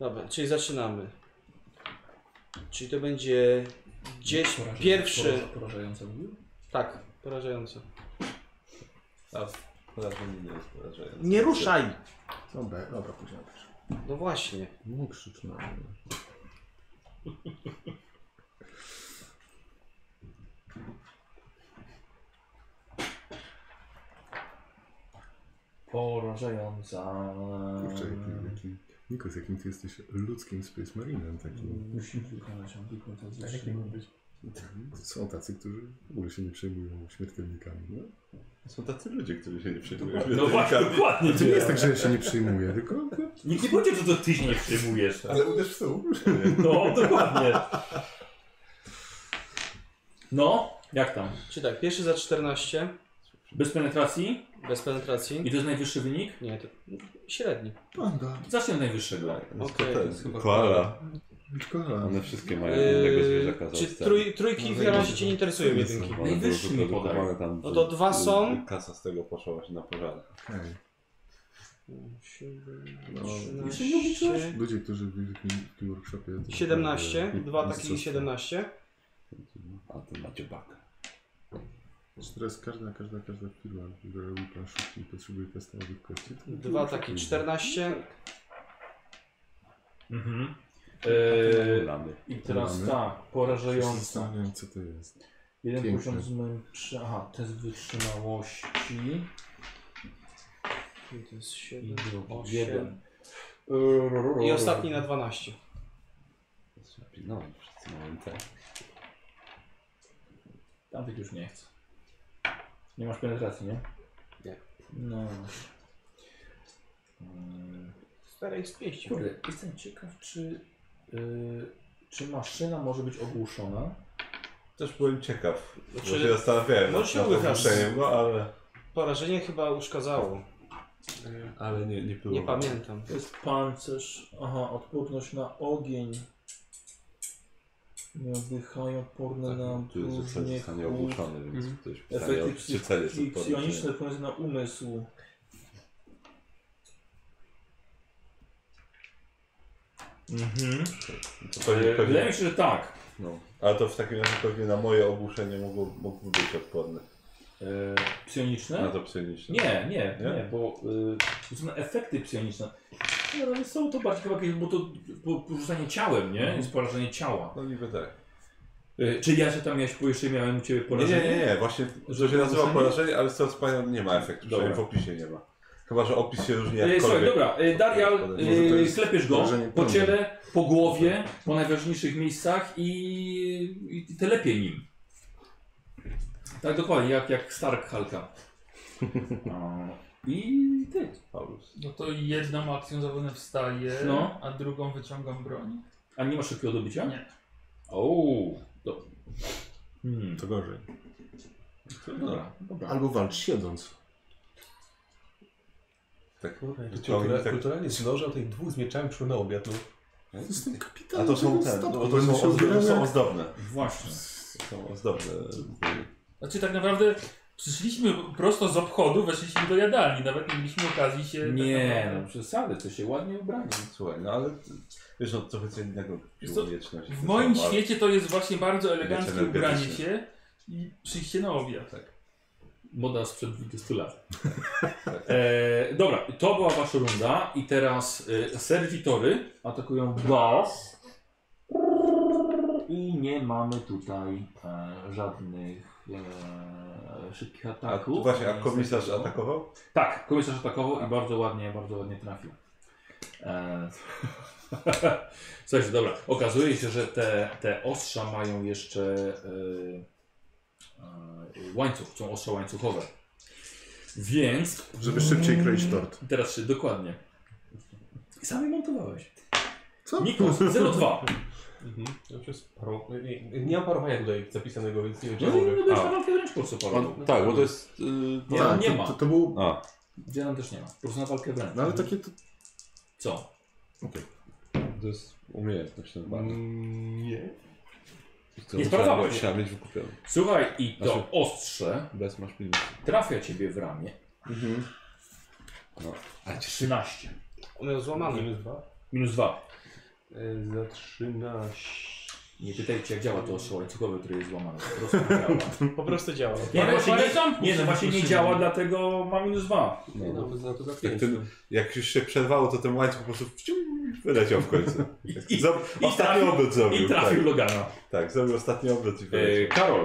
Dobra, czyli zaczynamy. Czyli to będzie gdzieś pierwszy... Porażające mówił? Tak, porażająco. A porażenie nie jest porażające. Nie ruszaj! Dobra, dobra, później też. No właśnie. Nie krzycz na mnie. Porażająca. Kurczę, jaki, jaki... Nikos, jakim ty jesteś ludzkim Space Marinem takim. Musimy wykonać ambitne to Tak jak nie mógł być. Są tacy, którzy w ogóle się nie przejmują śmiertelnikami. No? Są tacy ludzie, którzy się nie przejmują. No właśnie, dokładnie. To nie jest tak, że ja się nie przejmuję, tylko... Nikt nie powiedział, że to ty się nie przejmujesz. Ale uderz w stół. No, dokładnie. No, jak tam? Czyli tak, pierwszy za czternaście, Bez penetracji? bez penetracji. I to jest najwyższy wynik? Nie, to średni. Panda. Zacznę od najwyższego. Okej. To jest koala. Kocham. One wszystkie mają innego zwierzaka za Czy ocean. trój, trójki w razie cię nie interesują jedynki? One Najwyższy były mi podaj. wyprodukowane tam, No to że- dwa są. Kasa z tego poszła właśnie na pożary. Okej. No, Jeszcze nie obliczyłeś? ludzie, którzy byli w takim, w tym workshopie... to siedemnaście, naprawdę dwa takie mistrzostwo. siedemnaście. A to macie baka. Teraz każda, każda, każda firma, która robi planszówki i potrzebuje customowych kości. to- Dwa takie czternaście. Mhm. Eee, Lamy. I teraz Mamy. tak, Ja się porażająca. zastanawiam, co to jest. Jeden Piękne. poziom zmęczy... Aha, test wytrzymałości. To jest I siedem, drugi. osiem. Jeden. I ostatni na dwanaście. No, wszyscy mają te. Tamtych już nie chcę. Nie masz penetracji, nie? Nie. No. Hmm. cztery z pięści. Kurde, jestem ciekaw, czy, yy, czy maszyna może być ogłuszona. Też byłem ciekaw, Znaczy, bo się zastanawiałem może nad się łycha. ogłoszeniem go, ale, Porażenie chyba uszkadzało. ale nie, nie było. Nie pamiętam. To jest pancerz. Aha, odporność na ogień. Nie oddychają, odporne Tak, na tu jest, że cel próżnię, zostanie chłód. ogłuszony, więc Mhm. ktoś pytanie, Efekty czy cel jest psy- odporny, czy psioniczne, nie. wpływ na umysł. Mhm. To pewnie, Wydaje pewnie, mi się, że tak. no. Ale to w takim razie pewnie na moje ogłuszenie mógł, mógł być odporny. E, psioniczne? Na to psioniczne. Nie, nie, Nie? nie, bo y, to są efekty psioniczne. Nie, no, są to bardziej chyba jakieś, bo to po- porzucanie ciałem, nie? Mhm. Jest porażenie ciała. No niby tak. Y, czy ja się tam miałeś, bo jeszcze miałem u Ciebie Nie, porażenie? nie, nie, nie, właśnie Że to się nazywa porażenie? porażenie, ale z tego co pamiętam nie ma efektu, Dobra. przynajmniej w opisie nie ma. Chyba, że opis się różni Y, Słuchaj, jakkolwiek. dobra, y, Darial, Może to y, jest klepiesz go porażenie po prądu. ciele, po głowie, po najważniejszych miejscach i, i ty lepiej nim. Tak dokładnie, jak, jak Stark Hulka. O, I ty. Paulus. No to jedną akcją zawodem wstaję, No. a drugą wyciągam broń. A nie masz szybkiego dobycia? Nie. O, do... hmm. To gorzej. Dobra, dobra. Albo walcz siedząc. Tak, Kultura, tak. kulturalnie z nożem tych dwóch z mieczami przyszło na obiad. No. To jest ten kapitan. A to są te, no, to są, ozdobne, są ozdobne. Właśnie. Są ozdobne. Znaczy tak naprawdę przyszliśmy prosto z obchodu, weszliśmy do jadalni, nawet nie mieliśmy okazji się... Nie, tak no naprawdę- przesady, to się ładnie ubrani. Słuchaj, no ale ty- wiesz, no trochę co innego Wiesz co, wieczność. W moim ale- świecie to jest właśnie bardzo eleganckie Wiecie, ubranie energetycznie. się i przyjście na obiad. Tak. Moda sprzed dwudziestu lat. e, dobra, to była wasza runda i teraz e, serwitory atakują was. I nie mamy tutaj e, żadnych e, szybkich A ataków. właśnie, a Nic komisarz takiego. atakował? Tak, komisarz atakował i bardzo ładnie, bardzo ładnie trafił. E... Słuchajcie, dobra, okazuje się, że te, te ostrza mają jeszcze e, e, łańcuch, są ostrza łańcuchowe. Więc... Żeby szybciej kroić tort. Teraz się, dokładnie. I sam je montowałeś. Co? Nikos, zero dwa. Mhm. Ja przez paro... nie, nie mam parowania tutaj zapisanego, więc nie wiem, czy No i mogę. no byś A. na walkę wręcz po co parował. On, tak, bo to jest... Yy, Nie, Tak, nie to, ma. To, to był... a, Gdzie nam też nie ma. Po prostu na walkę wręcz. No ale takie to... Co? to jest umiejętność normalna. Mm, nie. Którą nie trzeba, sprawdzałeś. trzeba mieć wykupioną. Słuchaj, i to Znaczy- ostrze Bez masz minusy. trafia ciebie w ramię. No. A ci trzynaście. On miał złamany. Minus dwa. Minus dwa. E, za trzynaście. Nie pytajcie, jak działa to ostrze łańcuchowe, które jest złamane. Po prostu nie działa. Po prostu działa. Nie, no właśnie nie, ząbków nie, no się właśnie nie wypuściło. działa, dlatego ma minus dwa. No, no, to za to za Jak, pięć. ten, jak już się przerwało, to ten łańcuch po prostu wyleciał w końcu. I- Zam- i ostatni trafił- obrót zrobił. I trafił tak, Logana. tak, zrobił ostatni obrót i E, wyleciał. Karol.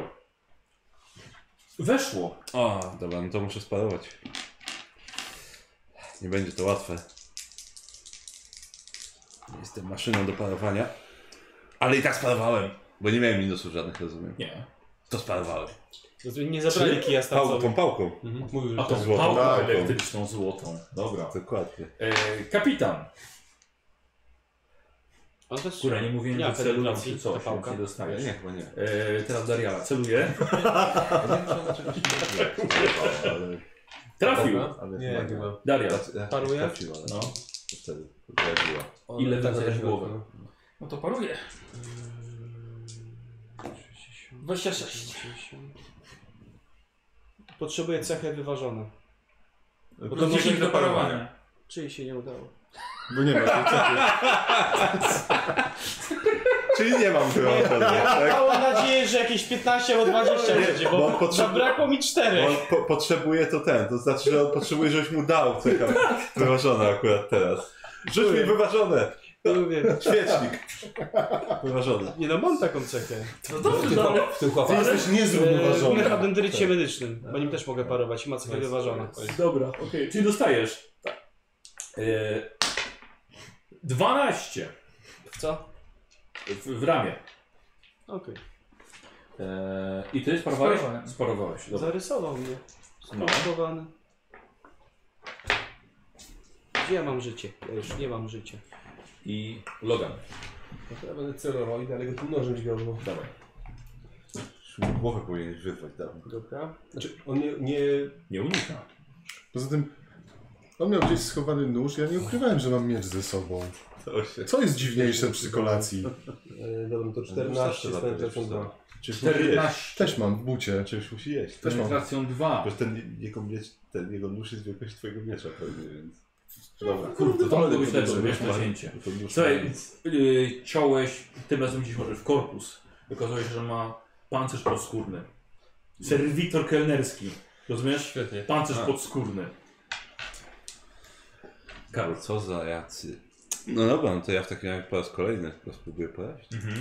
Weszło. O, dobra, no to muszę sparować. Nie będzie to łatwe. Nie jestem maszyną do parowania. Ale i tak sparowałem. Bo nie miałem minusów żadnych, rozumiem. Nie. To sparowałem. Nie zabrali kija Pał, starcowy. tą pałką. Mhm. Mówił, że A tą Złotą. pałką Tak, elektryczną złotą. Dobra. Dokładnie. E, kapitan. On też Która nie mówiłem, Ja że celują penetracji, czy coś, ta pałka. więc nie dostajesz. Nie, chyba nie. E, teraz Dariala celuje. Ale, Trafił. ale Nie, chyba. Darial. Paruje? Trafiła, ale No. to wtedy reagiła. Ile Tak, dostajesz tak, głowę? tak. No to paruje. dwadzieścia sześć. Potrzebuje cechy wyważone. Bo to to może dziesięć do do parowania. Czyli się nie udało. Bo nie ma tej cechy. Czyli nie mam wyłączenia, tak? Miałem nadzieję, że jakieś piętnaście albo dwadzieścia będzie, bo bo on potrzebuje- zabrakło mi czterech. On po, potrzebuje to ten, to znaczy, że on potrzebuje, żebyś mu dał cecha wyważone akurat teraz. Rzuć mi wyważone! Lubię. Świecznik. Wyważone. Nie no, mam taką cechę. No dobrze, no ale... W tym Ty chłopaku. jesteś W niezrównoważony. mechadendrycie medycznym, bo nim też mogę parować i ma cechę wyważone. Dobra, okej. Czyli dostajesz. E, dwanaście Co? w, w ramię. Okej. E, I ty sparowałeś? Sparowałem. Sparowałeś. Dobra. Zarysował mnie. No. Skomplikowany. Gdzie ja mam życie? Ja już nie mam życia. I Logan. No to ja będę celował i dalej go tym nożem dźgał. Dawaj. Już mi głowę powinieneś wyrwać dawno. Dobra. Znaczy, on nie... nie... Nie unika. Poza tym, on miał gdzieś schowany nóż, ja nie ukrywałem, że mam miecz ze sobą. To się... Co jest dziwniejsze przy kolacji? E, dobra, to czternaście z penetracją dwa. Czymś musi jeść. czternaście. Też mam w bucie. Czymś musi jeść. Też mam. Penetracją dwa. Bo ten jego, miecz, ten jego nóż jest wielkości twojego miecza pewnie, więc... Dobra, kurde, to mogło być lepsze, wiesz, na cięcie. To nóż Słuchaj, ma nic. yy, ciąłeś, tym razem dziś może w korpus. Okazuje się, że ma pancerz podskórny. Serwitor kelnerski. Rozumiesz? Świetnie. Pancerz A. podskórny. Karol. Ale co za jacy. No dobra, no to ja w takim razie po raz kolejny chyba spróbuję poradzić. Mhm.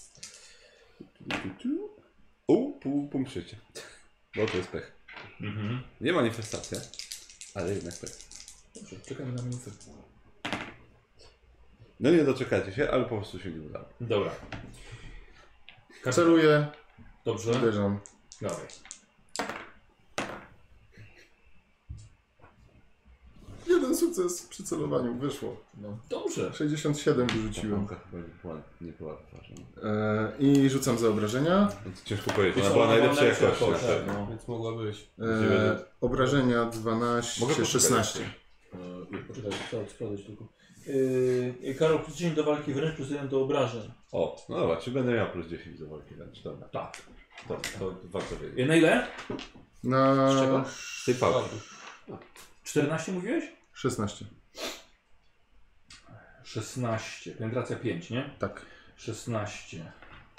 O, pół punkt życia. Bo to jest pech. Mhm. Nie manifestacja, ale jednak pech. Dobrze, czekamy na minutę. No nie doczekacie się, ale po prostu się nie udało. Dobra. Celuję, Dobrze. uderzam. Dawaj. Jeden sukces przy celowaniu, wyszło. No, dobrze. sześćdziesiąt siedem Ta wyrzuciłem. pałka chyba nie była, nie była ważna. E, I rzucam za obrażenia. No to ciężko powiedzieć, ona Wiesz, była ona była najlepszej najlepsza jakości. jakości. Tak. No. Więc mogła być. E, obrażenia dwanaście, Mogę poszukać szesnaście. Yy, poczekaj, sprawdź, sprawdzać tylko. Yy, Karol, plus dziesięć do walki wręcz, plus jeden do obrażeń. O, no dobra, czy będę miał plus dziesięć do walki wręcz? Dobra, Tak. to, to warto wiedzieć. Yy, na ile? Na Z czego? Z tej pałki. czternaście mówiłeś? szesnaście. szesnaście. Penetracja pięć, nie? Tak. szesnaście.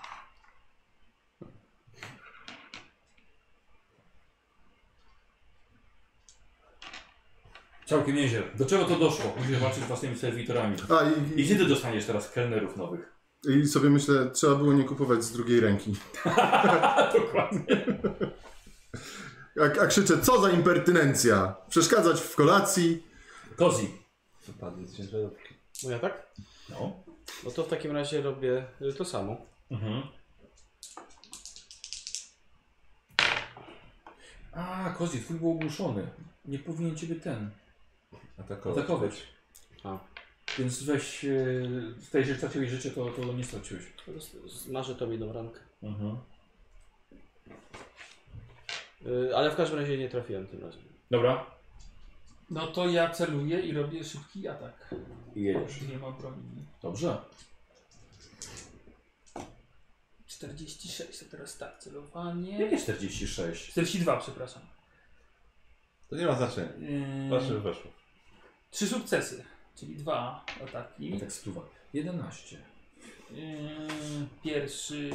Całkiem nieźle. Do czego to doszło? Musisz walczyć z własnymi serwitorami. A I i, gdzie ty dostaniesz teraz kelnerów nowych? i, i sobie myślę, trzeba było nie kupować z drugiej ręki. Dokładnie. A, a krzyczę, co za impertynencja! Przeszkadzać w kolacji. Kozi. Wypadnie z ciężarówki. No ja tak? No. No to w takim razie robię y, to samo. Mhm. A, Kozi, twój był ogłuszony. Nie powinien ciebie ten Atakować. atakować. A. Więc weź, yy, tutaj, że straciłeś życie, to, to nie straciłeś. Po prostu Zmarzę tą jedną rankę. Mhm. Y, ale w każdym razie nie trafiłem tym razem. Dobra. No to ja celuję i robię szybki atak. I jedziesz. Nie ma broni. Dobrze. czterdzieści sześć, to teraz tak, celowanie. Jakie czterdzieści sześć? czterdzieści dwa, przepraszam. To nie ma znaczenia. Yy, Patrzę, weszło. Trzy sukcesy, czyli dwa ataki. Tak stuwa. jedenaście. Yy, pierwszy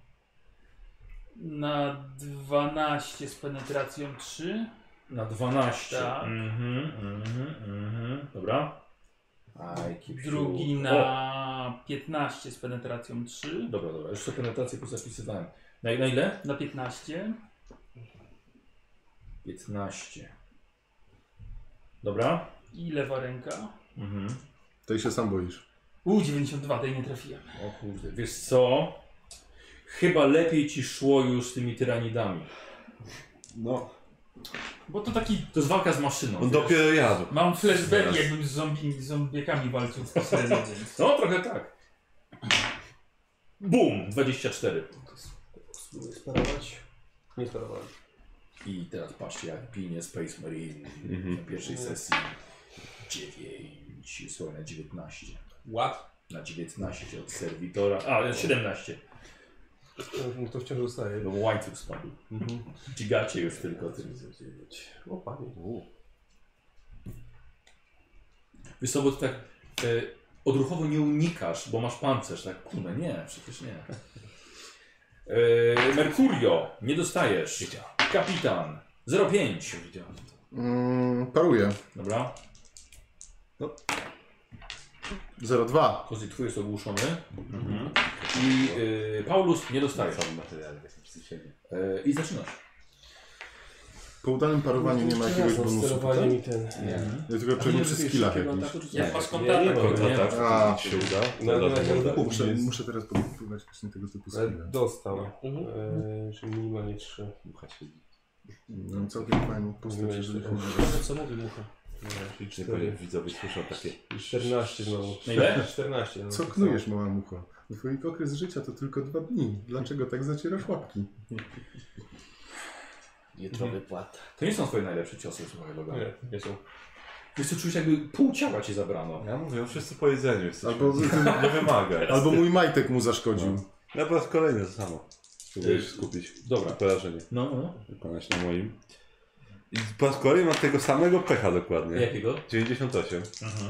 na dwanaście z penetracją trzy. Na dwanaście. Tak. Mhm, mhm, mhm. Dobra. Aj, kipsiu. Drugi O! na piętnaście z penetracją trzy. Dobra, dobra. Już sobie penetrację pozapisywałem. Na, na ile? Na piętnaście. piętnaście. Dobra. I lewa ręka. Mhm. Tej się sam boisz. U, dziewięćdziesiąt dwa, tej nie trafiłem. O kurde. Wiesz co? Chyba lepiej ci szło już z tymi tyranidami. No, Bo to taki... To jest walka z maszyną. on wiesz? dopiero jadł. Mam flashbacki, Zaraz. jakbym z zombie, z zombiekami walczył w Pisarenie, więc... No, trochę tak. Bum! dwadzieścia cztery. Spróbuję sparować. Nie sparowałem. I teraz patrzcie, jak pinie Space Marine Mhm. na pierwszej sesji. dziewięć. Słuchaj, na dziewiętnaście. What? Na dziewiętnaście od serwitora. A, siedemnaście. No to wciąż zostaje. No bo łańcuch spadł. Mhm. Gigacie już tylko tym. O panie. Wiesz co, bo ty tak e, odruchowo nie unikasz, bo masz pancerz, tak? Kurde, nie, przecież nie. E, Mercurio, nie dostajesz. Kapitan, zero pięć. Mm, paruję. Dobra, zero dwa. Kozy twój jest ogłuszony. Mhm. I e, Paulus nie dostajesz. E, I zaczynasz. Po udanym parowaniu nie ma jakiegoś bonusu. Sterowanie tutaj? mi ten. Nie. Ja tylko pewnie przy skillach jakichś. Ja pas Nie, kontakt. nie, Kontratak, A. to ci się uda. No, no, Teraz no, uda. no, Muszę, muszę teraz podpływać właśnie tego typu Ale skille. dostał. Mhm. E, czyli minimalnie trzy. Mucha siedzi. No, całkiem fajną postać, jeżeli chodzi o... Co mówi mucha? No, czyli Nie powiem, cztery. widzowie słyszą takie. I czternaście znowu. Na ile? czternaście. No, Co knujesz, mała mucho? Twój okres życia to tylko dwa dni. Dlaczego tak zacierasz łapki? Jutrowy płat. To nie są twoje najlepsze ciosy, słuchaj, Logan. Nie, nie są. Wiesz co, czujesz jakby pół ciała ci zabrano. Ja mówię, wszyscy po jedzeniu jesteśmy. Albo, Nie wymaga. albo mój majtek mu zaszkodził. Ja po raz kolejny to samo. Próbuję się skupić. Dobra. Porażenie. No, no, no. Wykonać na moim. I po raz kolejny mam tego samego pecha dokładnie. Jakiego? dziewięćdziesiąt osiem. Mhm.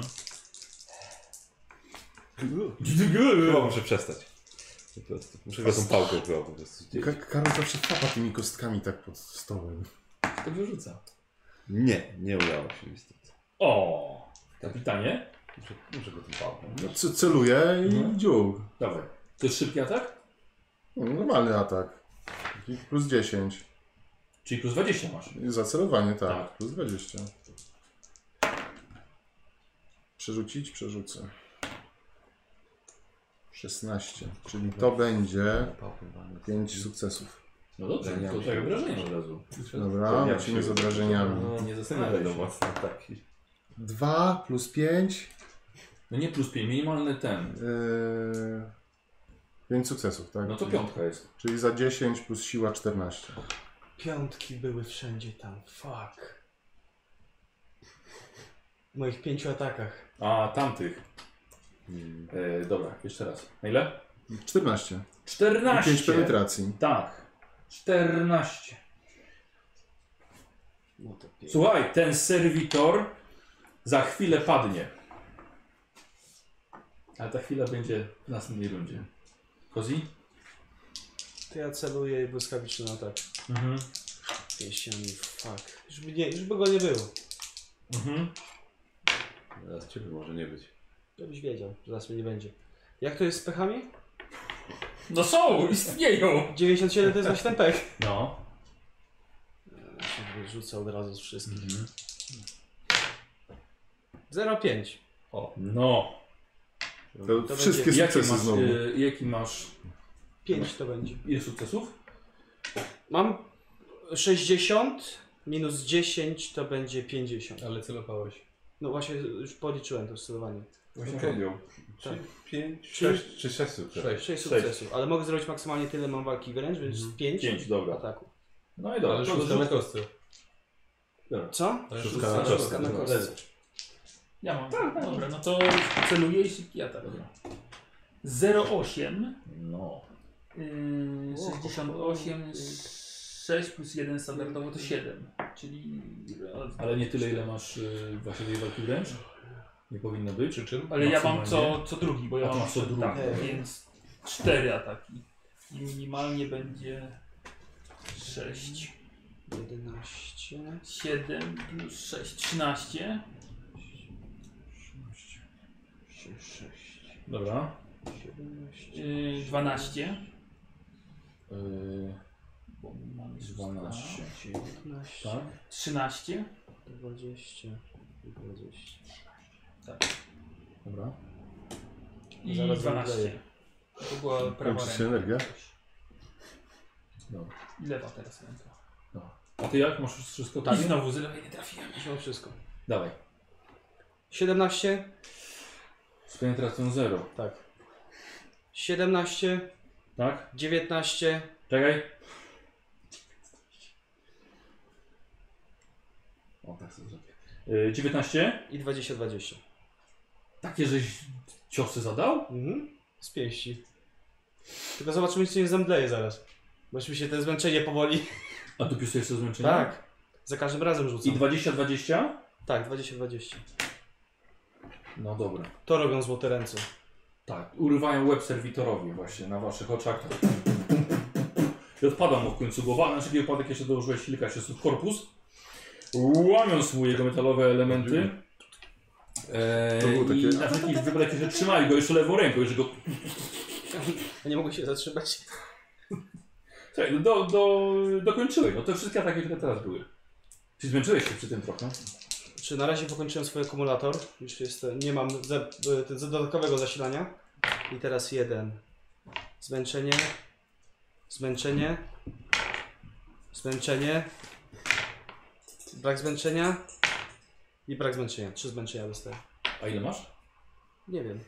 Chyba muszę przestać. Po prostu. Muszę go tą pałką chyba po prostu gdzieś. Ka- Karol zawsze fapa tymi kostkami tak pod stołem. To wyrzuca. Nie, nie udało się niestety. O, kapitanie? Muszę, muszę go tą pałką. No, c- celuję i Mhm. dziób. Dawaj. To jest szybki atak? No, normalny atak. I plus dziesięć. Czyli plus dwadzieścia masz. I zacelowanie, tak. Tak. Plus dwadzieścia. Przerzucić? Przerzucę. szesnaście. Czyli to będzie pięć sukcesów. No dobrze, Ja to się- tak wrażenie od razu. Dobra, Ja lecimy się- z obrażeniami. No, nie Nie zastanawiaj będą się. mocne ataki. dwa plus pięć. No nie plus pięć, minimalny ten. Yy, pięć sukcesów, tak? No to piątka jest. Czyli za dziesięć plus siła czternaście. Piątki były wszędzie tam. Fuck. W moich pięciu atakach. A, tamtych. Hmm. E, dobra, jeszcze raz. Na ile? czternaście. czternaście. pięć penetracji. Tak. czternaście. No to pięć. Słuchaj, ten serwitor za chwilę padnie. Ale ta chwila będzie w następnej rundzie. Kozi? To ja celuję błyskawiczny atak. Mhm. Pieściami, fuck. Już by, nie, już by go nie było. Mhm. Teraz ciebie może nie być. Żebyś wiedział, że zaraz mnie nie będzie. Jak to jest z pechami? No są, istnieją. dziewięćdziesiąt siedem to jest właśnie ten pech. No. Ja się wyrzucę od razu z wszystkich. Mhm. zero pięć. No. To, To wszystkie będzie- Jaki sukcesy masz, znowu. y, jaki masz... pięć to będzie. Ile sukcesów? Mam sześćdziesiąt minus dziesięć to będzie pięćdziesiąt. Ale celowałeś. No właśnie już policzyłem to sterowanie. Właśnie Okej. podjął. Czyli pięć, Czyli- sześć czy sześć sukcesów. Sześć. sześć sukcesów, ale mogę zrobić maksymalnie tyle mam walki wręcz, więc pięć Pięć, dobra. ataku. No i dobra. Ale to szóstka rzuć- na kostce. Dobra. Co? Ale Szóstka na szóstka kostkę. Na kostce. Ja mam. Dobra, no to celuję i szybki atak. zero osiem. No. Yy, sześćdziesiąt osiem. sześć plus jeden standardowo to siedem. Czyli... Ale nie tyle, ile masz y, właśnie tej walki wręcz? Nie powinno być. Przy czym? Ale ja mam Maksymalnie. co, co drugi, bo ja A to mam masz co drugi. tak, więc cztery ataki. I minimalnie będzie sześć. jedenaście. siedem plus sześć, trzynaście. sześć. Dobra. siedemnaście. Yy, dwanaście. Yy, Bo mamy dwanaście. dziewiętnaście. Tak? trzynaście. dwadzieścia. dwadzieścia. Dobra. I Zaraz dwanaście. zemdleję. To była prawa Kończy się ręka. energia? Dobra. I lewa teraz ręka. Dobra. A ty jak? Masz już wszystko? I znowu z lewej nie trafiłem. Już mam wszystko. Dawaj. siedemnaście. Z penetracją zero. Tak. siedemnaście. Tak? dziewiętnaście. Czekaj. O, tak sobie zrobię. Yy, dziewiętnaście. I dwadzieścia, dwadzieścia. Takie, żeś ciosy zadał? Mhm. Z pięści. Tylko zobaczymy, czy nie zemdleje zaraz. Bo już mi się to zmęczenie powoli. A tu pisujesz jeszcze zmęczenie? Tak. Za każdym razem I rzucam. dwadzieścia, dwadzieścia? Tak, dwadzieścia, dwadzieścia. No dobra. To robią złote ręce. Tak, urywają łeb serwitorowi właśnie na waszych oczach. I odpada mu w końcu głowa, na wszelki wypadek jeszcze dołożyłeś kilka ciosów w korpus. Łamiąc mu jego metalowe elementy. Eee, To było takie- I na wszelki wypadek jeszcze trzymali go jeszcze lewą ręką, jeszcze go... Ja nie mogę się zatrzymać. Słuchaj, no do, do, dokończyłeś, no to wszystkie ataki, które teraz były. Czy zmęczyłeś się przy tym trochę? Czy na razie pokończyłem swój akumulator? Już jest, nie mam ze, ze dodatkowego zasilania. I teraz jeden. Zmęczenie. Zmęczenie. Zmęczenie. Brak zmęczenia. I brak zmęczenia. Trzy zmęczenia dostaję. A ile masz? Nie wiem.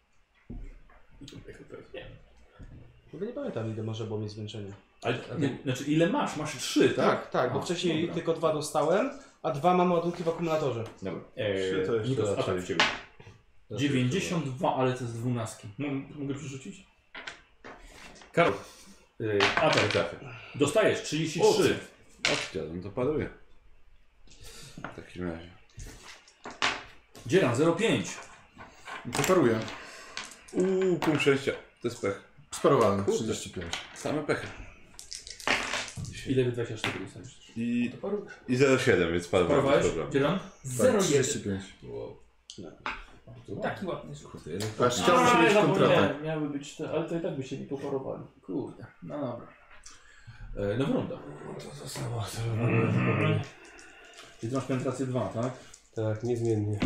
Nie. Chyba nie pamiętam, ile może było mieć zmęczenie. Ale, nie, znaczy ile masz? Masz trzy, tak? Tak, tak, bo A, wcześniej dobra. tylko dwa dostałem, a dwa mam ładunki w akumulatorze. Dobra. Trzy to jeszcze Nikos, raczej. atak w ciebie. dziewięćdziesiąt dwa, ale to jest dwunastki. M- mogę przerzucić? Karol. Yy, atak trafia. Dostajesz trzydzieści trzy. Opcja, no to paruje. W takim razie. Dzieran zero pięć. To paruję. Uuu, punkt szczęścia. To jest pech. Sparowałem. Kurde. trzydzieści pięć. Same pechy. Ile wy dwadzieścia cztery dostajesz? I, To parujesz. i zero przecinek siedem, więc parowałem bez Parowałeś? problemu. Dzieran? zero trzydzieści jeden. pięć. Taki ładny rzut. Kurde, jeden Aż punkt. chciałbym się mieć kontratak. zapomniałem, miały być te, ale to i tak byście mi poparowali. Kurde, no dobra. E, nowa runda. To zostało. Czyli ty masz penetrację dwa, tak? Tak, niezmiennie.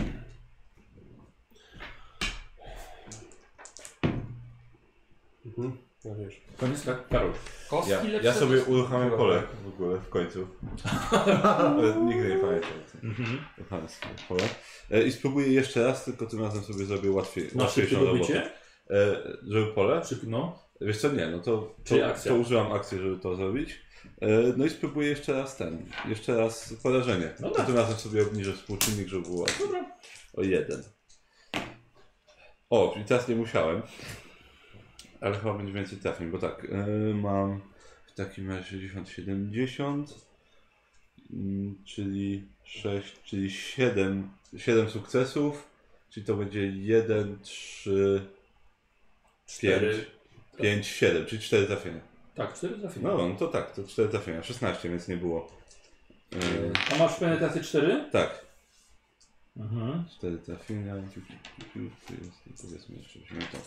Mhm. No wiesz. Koniec, tak? Karol. Kostki Ja, lepsze ja sobie niż- uruchamiam pole w ogóle w końcu. Ale nigdy nie pamiętam o tym. Mhm. Uruchamiam sobie pole. E, I spróbuję jeszcze raz, tylko tym razem sobie zrobię łatwiej, Masz łatwiejszą szybkie robotę. dobycie? E, żeby pole? Szyb, no. Wiesz co, nie, no to, Czyli to, akcja. to użyłam akcji, żeby to zrobić. E, no i spróbuję jeszcze raz ten, jeszcze raz porażenie. No to tak. tym razem sobie obniżę współczynnik, żeby było łatwiej. O jeden. O, czyli teraz nie musiałem. Ale chyba będzie więcej trafień, bo tak, e, mam w takim razie sześćdziesiąt, siedemdziesiąt, mm, czyli sześć, czyli siedem, siedem sukcesów, czyli to będzie jeden, trzy, pięć, pięć, siedem, czyli cztery trafienia. Tak, cztery trafienia. No, no to tak, to cztery trafienia, szesnaście, więc nie było. E, A masz penetrację cztery? tak, Mhm. cztery trafienia, ciu, ciu, ciu, ciu, tu jest, powiedzmy jeszcze, weźmy to.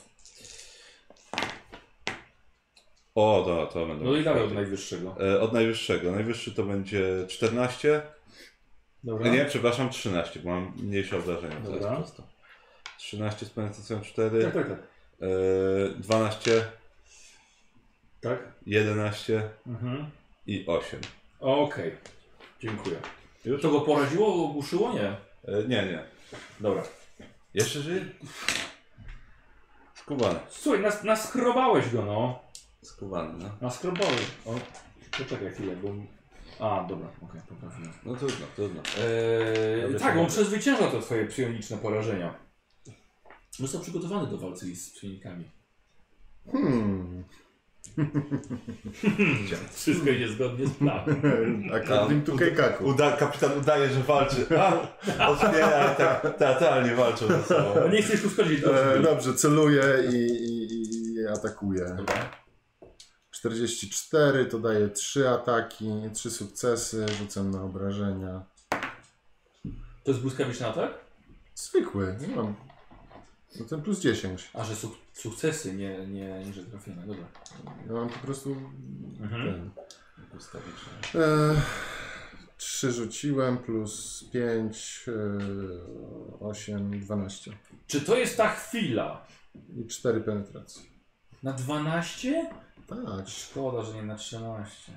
O, to, to będą. No i dawaj od najwyższego. E, od najwyższego. Najwyższy to będzie czternaście. Dobra. E, nie, przepraszam, trzynaście, bo mam mniejsze obrażenia Dobra. teraz przez to. trzynaście z penetracją cztery. Tak, tak, tak. E, dwanaście, Tak? jedenaście Mhm. i osiem. Okej. Dziękuję. Już? To go poraziło, ogłuszyło? Nie. E, nie, nie. Dobra. Jeszcze żyje? Skubany. Słuchaj, nas, naskrobałeś go, no. Skubany, no. Naskrobałeś. O, poczekaj chwilę, bo... A, dobra, okej, poprawiłem. No trudno, trudno. Eee, Dobra, tak, to on może. przezwycięża te twoje psioniczne porażenia. Został przygotowany do walki z psionikami. Hmm. Wszystko idzie zgodnie z planem. According to Keikaku. Uda, kapitan udaje, że walczy. A, otwiera, ale tak teatralnie walczą ze sobą. No nie chcesz tu schodzić do E, dobrze, celuję i, i, i atakuję. Dobra. czterdzieści cztery to daje trzy ataki, trzy sukcesy, rzucam na obrażenia. To jest błyskawiczny atak? Zwykły, nie mam. No ten plus dziesięć. A, że suk sukcesy, nie, nie, nie że trafione. Dobra. Ja mam po prostu Mhm. ten. Ustawicznie. E, trzy rzuciłem, plus pięć, osiem, dwanaście. Czy to jest ta chwila? I cztery penetracje. Na dwanaście? Tak. Szkoda, że nie na trzynaście.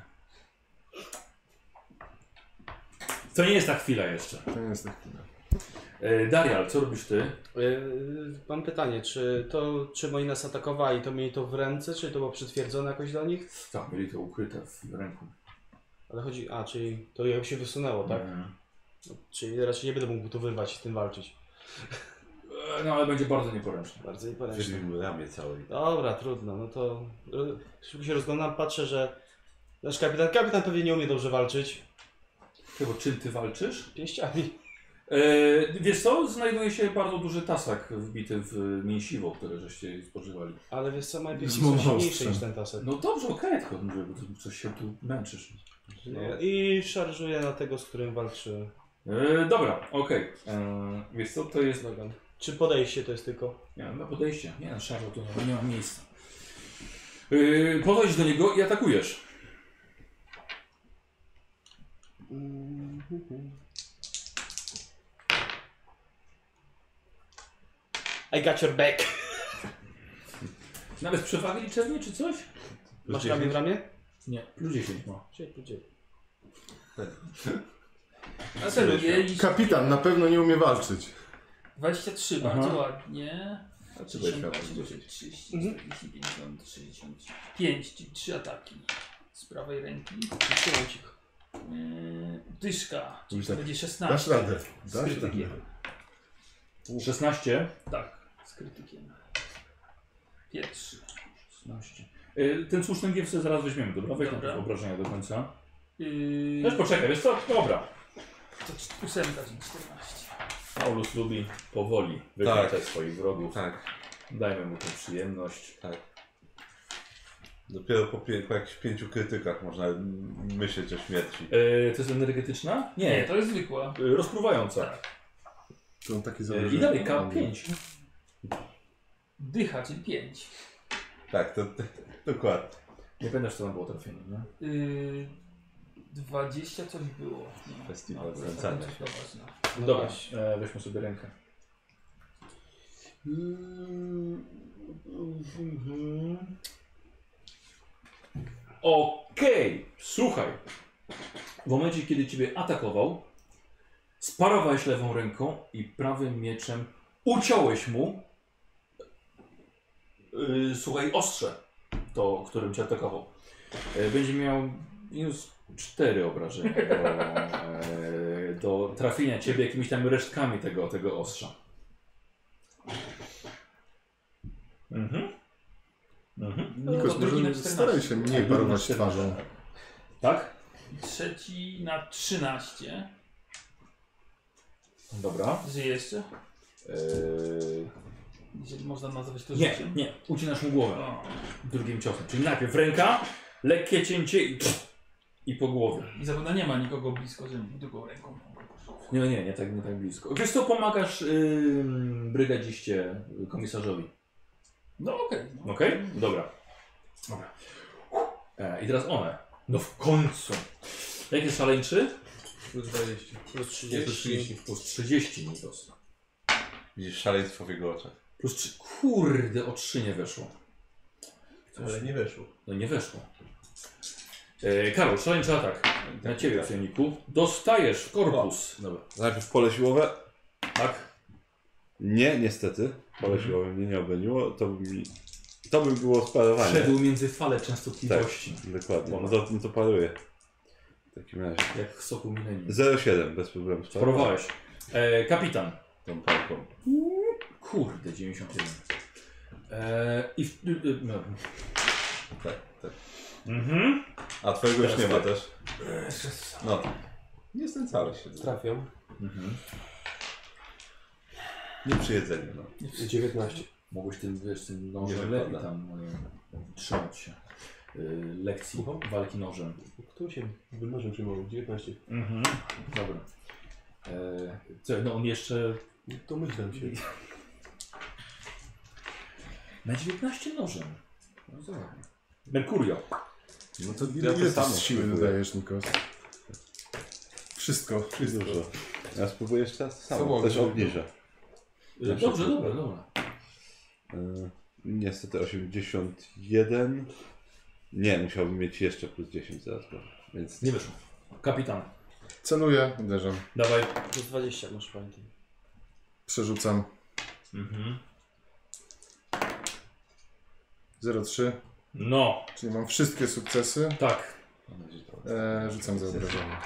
To nie jest ta chwila jeszcze. To nie jest ta chwila. E, Darial, co robisz ty? Yy, mam pytanie, czy to, czy moi nas atakowali, to mieli to w ręce, czy to było przytwierdzone jakoś do nich? Tak, mieli to ukryte w ręku. Ale chodzi, a, czyli to jak się wysunęło, tak? Mm. Czyli raczej nie będę mógł to wyrwać i z tym walczyć. E, No ale będzie bardzo nieporęczne. Bardzo nieporęczne. Wzięli ramię całej. Dobra, trudno, no to y, szybko się rozglądam, patrzę, że nasz kapitan, kapitan pewnie nie umie dobrze walczyć. Chyba czym ty walczysz? Pięściami. E, wiesz co? Znajduje się bardzo duży tasak wbity w mięsiwo, które żeście spożywali. Ale wiesz co, moje pięści Z są monostrzem. silniejsze niż ten tasek. No dobrze, okej, tylko mówię, bo tu coś się tu męczysz. No, i szarżuję na tego, z którym walczy E, dobra, okej. E, Wiesz co? To jest... Logan. Czy podejście to jest tylko? Nie, na podejście. Nie, na szarżu tu nie, nie ma miejsca. E, Podejdź do niego i atakujesz. I got your back. Nawet przewagi liczebnej czy coś? Masz ramię w ramię? Nie, plus dziesięć ma. Gdzie, gdzie? A celuję i Kapitan na pewno nie umie walczyć. dwadzieścia trzy, Aha. bardzo ładnie. A czy weź miał trzydzieści, czterdzieści, pięćdziesiąt, sześćdziesiąt pięć, czyli trzy ataki z prawej ręki. Trzymam ci. Yy, dyszka, czyli to Tak. będzie Dasz szesnaście. radę. Z Dasz radę. krytykiem. szesnaście. Tak, z krytykiem. Pierwszy. szesnaście. E, Ten słuszny giew sobie zaraz weźmiemy, dobra? Weź Dobra. na obrażenia do końca. Yy, Też poczekaj, wiesz co? Dobra. to cz- ósemka, czyli czternaście. Paulus lubi powoli wykręcać swoich wrogów. Tak, Dajmy mu tę przyjemność. tak. Dopiero po, pie, po jakichś pięciu krytykach można myśleć o śmierci. E, to jest energetyczna? Nie, Nie, to jest zwykła. e, rozpruwająca. Tak. To on taki E, założenie. I dalej K pięć. Dycha, czyli pięć. Tak, to, to dokładnie. Nie pamiętasz co tam było trafienie, nie? Yy, dwadzieścia coś było. Nie. Festiwal to jest znęcania taka się. ważna. No Dobra, właśnie. e, weźmy sobie rękę. Okej, słuchaj. W momencie, kiedy ciebie atakował, sparowałeś lewą ręką i prawym mieczem uciąłeś mu, yy, słuchaj, ostrze, to, którym cię atakował. Yy, będzie miał minus cztery obrażenia do, yy, do trafienia ciebie jakimiś tam resztkami tego, tego ostrza. Mhm. Mhm. Nikos, No, drugi na może czternaście. staraj się mniej Tak, parować na czternaście. twarzą. Tak? Trzeci na trzynaście. Dobra. Żyje jeszcze? Yy... Jeżeli można nazwać to Nie, życiem. nie, ucinasz mu głowę O. drugim ciosem. Czyli najpierw ręka, lekkie cięcie i, i po głowie. I zapewne nie ma nikogo blisko, że drugą ręką. Nie, nie, nie tak, nie tak blisko. Wiesz co, pomagasz yy, brygadziście, komisarzowi. No okej. no. Okej? Dobra. Dobra. E, I teraz one. No w końcu. Jak jest szaleńczy? Plus dwadzieścia. Plus Jest plus trzydzieści. trzydzieści, plus trzydzieści Nikos. Widzisz szaleństwo w jego oczach. Plus trzy. Kurde, o trzy nie weszło. Ale nie weszło. No nie weszło. E, Karol, szaleńczy atak. Na ciebie, psioniku. Dostajesz w korpus. Dobra. Najpierw pole siłowe. Tak? Nie, niestety. Pole siłowe mnie nie obroniło. To by mi... To by było sparowanie. Szedł między fale częstotliwości. Dokładnie. No to, no to paruję. W takim razie. Jak w soku milenium. zero przecinek bez problemu. Spróbowałeś. E, kapitan. Tą pałką. Kurde, dziewięćdziesiąt jeden. E, I w, y, y, no. Tak, tak. Mhm. A twojego już nie ma też? Jeszcze No. Nie jestem cały się. Trafiam. Mhm. Nie przy jedzeniu, no. dziewiętnaście. Mogłeś tym, wiesz, tym Nie nożem wypada. lepiej tam y, trzymać się. Y, lekcji walki nożem. Kto się wynożem przyjmował? dziewiętnaście. Mhm. Dobra. E, co, no on jeszcze Domyślam się. na dziewiętnaście nożem. No zobacz. Merkurio. No to Ja ile to ty samo z siły spróbuję. dodajesz, Nikos? Wszystko. Dużo. Ja spróbuję jeszcze raz Co samo. mogę? Też obniżę. Y, dobrze, dobra, dobra. Yy, niestety osiemdziesiąt jeden. Nie, musiałbym mieć jeszcze plus dziesięć dodatkowo. Więc Nie wyszło. Kapitan. Celuję, uderzam. Dawaj. Plus dwadzieścia masz, pamiętaj. Przerzucam. Mhm. zero trzy. No, Czyli mam wszystkie sukcesy. tak. E, rzucam za obrażenia.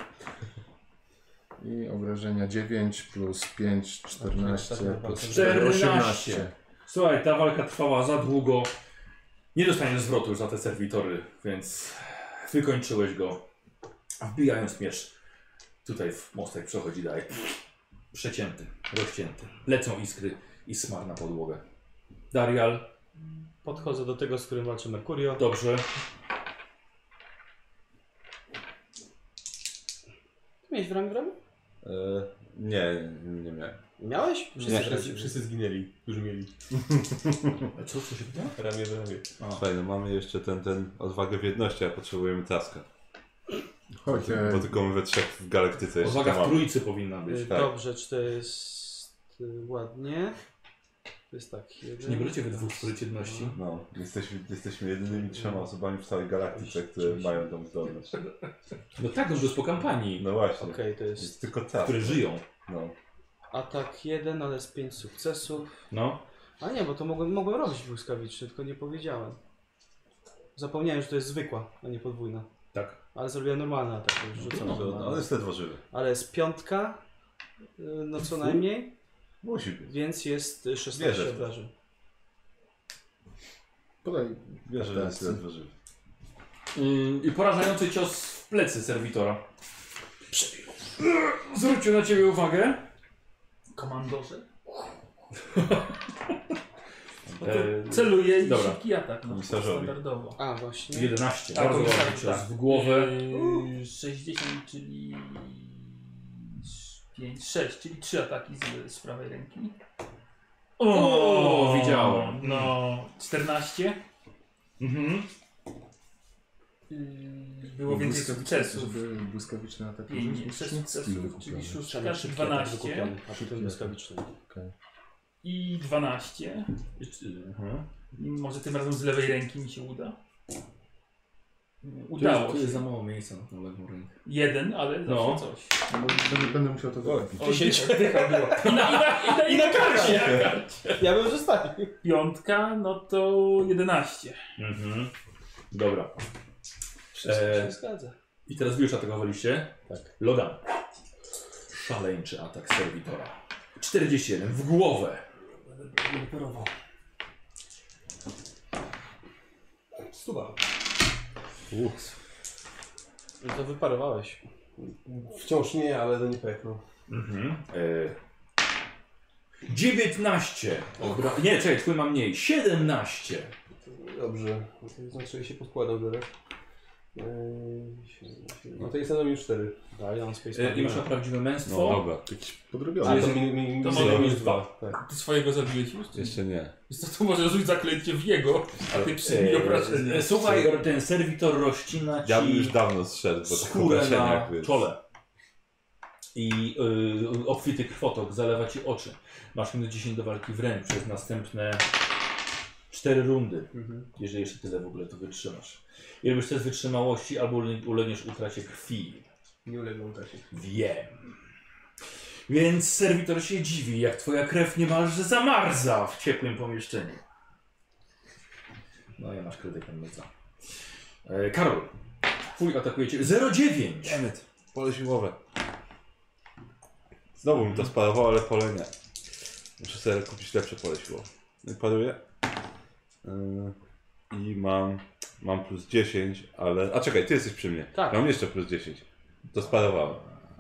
I obrażenia dziewięć plus pięć, czternaście plus cztery, osiemnaście. Słuchaj, ta walka trwała za długo. Nie dostaniesz zwrotu już za te serwitory, więc wykończyłeś go. Wbijając miecz tutaj w mostek przechodzi dalej. Przecięty, rozcięty. Lecą iskry i smar na podłogę. Darial, Podchodzę do tego, z którym walczy Merkurio. dobrze. Ty miałeś w ramię w ramię? Yy, nie, nie miałem. Miałeś? Nie. Wszyscy, wszyscy zginęli, którzy mieli. A co, co się pyta? Ramię w ramię. Słuchaj, no mamy jeszcze ten, ten odwagę w jedności, a potrzebujemy taska. Chodź, Bo tylko my we trzech w galaktyce jeszcze Uwaga, to w mamy. trójcy powinna być. Y, tak. Dobrze, czy to jest y, ładnie? To jest tak, jeden... Czy nie będziecie we dwóch w trójcy jedności? No, jesteśmy, jesteśmy jedynymi trzema osobami w całej galaktyce, które mają tą zdolność. No tak, no, że jest po kampanii, No właśnie. Okej, to Jest jest tylko tak. które żyją. No. atak jeden, ale z pięć sukcesów. No. A nie, bo to mogłem, mogłem robić błyskawicznie, tylko nie powiedziałem. Zapomniałem, że to jest zwykła, a nie podwójna. Tak. Ale zrobiłem normalny atak, to już rzucam No, no, normalny. on jest ledwo żywy. Ale jest piątka, y, no co najmniej, Musi być. więc jest Wierzę szesnaście w to. obrażeń. podaj. Wierzę, że jest ledwo żywy. Ym, I porażający cios w plecy serwitora. Zwrócił na ciebie uwagę. Komandorze. No E, to celuje i dobra. szybki atak. No, Komisarzowi. standardowo. A, właśnie. jedenaście. Tak, Bardzo komisarz, ładny cios tak. w głowę. Yy, sześćdziesiąt, czyli pięć, sześć, czyli trzy ataki z, z prawej ręki. O, widziałem. No, czternaście. Mhm. Yy, było więcej sukcesów. Żeby błyskawiczny atak pięć, użyć, sześć skill sukcesów, wykupiony. czyli szóstka, Trzeba szybki atak dwanaście wykupiony, a potem błyskawiczny. Okej. i dwanaście. Mhm. Może tym razem z lewej ręki mi się uda. Tu jest, Udało tu jest się. za mało miejsca na tą lewą rękę. Jeden, ale zawsze No. coś. No, bo będę, będę musiał to zrobić. O, dycha, dycha była. I na, i na, i na, i na karcie. Ja bym zostawił. Piątka, no to jedenaście. Mhm. Dobra. Wszystko E, się zgadza. I teraz wy już atakowaliście? Tak. Logan. Szaleńczy atak serwitora. czterdzieści jeden w głowę. Reperował. Stuwa. No to wyparowałeś. Wciąż nie, ale to nie peknął. Mhm. E... dziewiętnaście. Obra... Nie, czekaj, twój ma mniej. siedemnaście. Dobrze. No to znaczy się podkładał teraz. Eee, no to jest na mnie cztery. Daj, on space E, I masz na prawdziwe No męstwo. dobra. Podrobiony. A to- to mi, mi, mi, to mi, mogę mi- mieć dwa. Tak. Ty swojego zabiłeś już? Jeszcze nie. To, to może rzuć zaklęcie w jego, a ty przyjmij obrażenia. E, Słuchaj, ten serwitor rozcina ci Ja bym już dawno zszedł, bo tak skórę obrażenia na jakby... czole. I y, obfity krwotok zalewa ci oczy. Masz minus dziesięć do walki wręcz przez następne cztery rundy. Jeżeli jeszcze tyle w ogóle to wytrzymasz. I robisz test wytrzymałości albo ule- ulegniesz utracie krwi. Nie ulegną takiej. Wiem. Więc serwitor się dziwi, jak twoja krew niemalże zamarza w ciepłym pomieszczeniu. No ja masz krytyk ten myca. E, Karol, twój atakuje cię. zero dziewięć. Emmet, pole siłowe. Znowu mi to sparowało, ale pole nie. Muszę sobie kupić lepsze pole siłowe. No i paruję. Yy, i mam, mam plus dziesięć, ale... A czekaj, ty jesteś przy mnie. Tak. Mam jeszcze plus dziesięć. To sparowałem.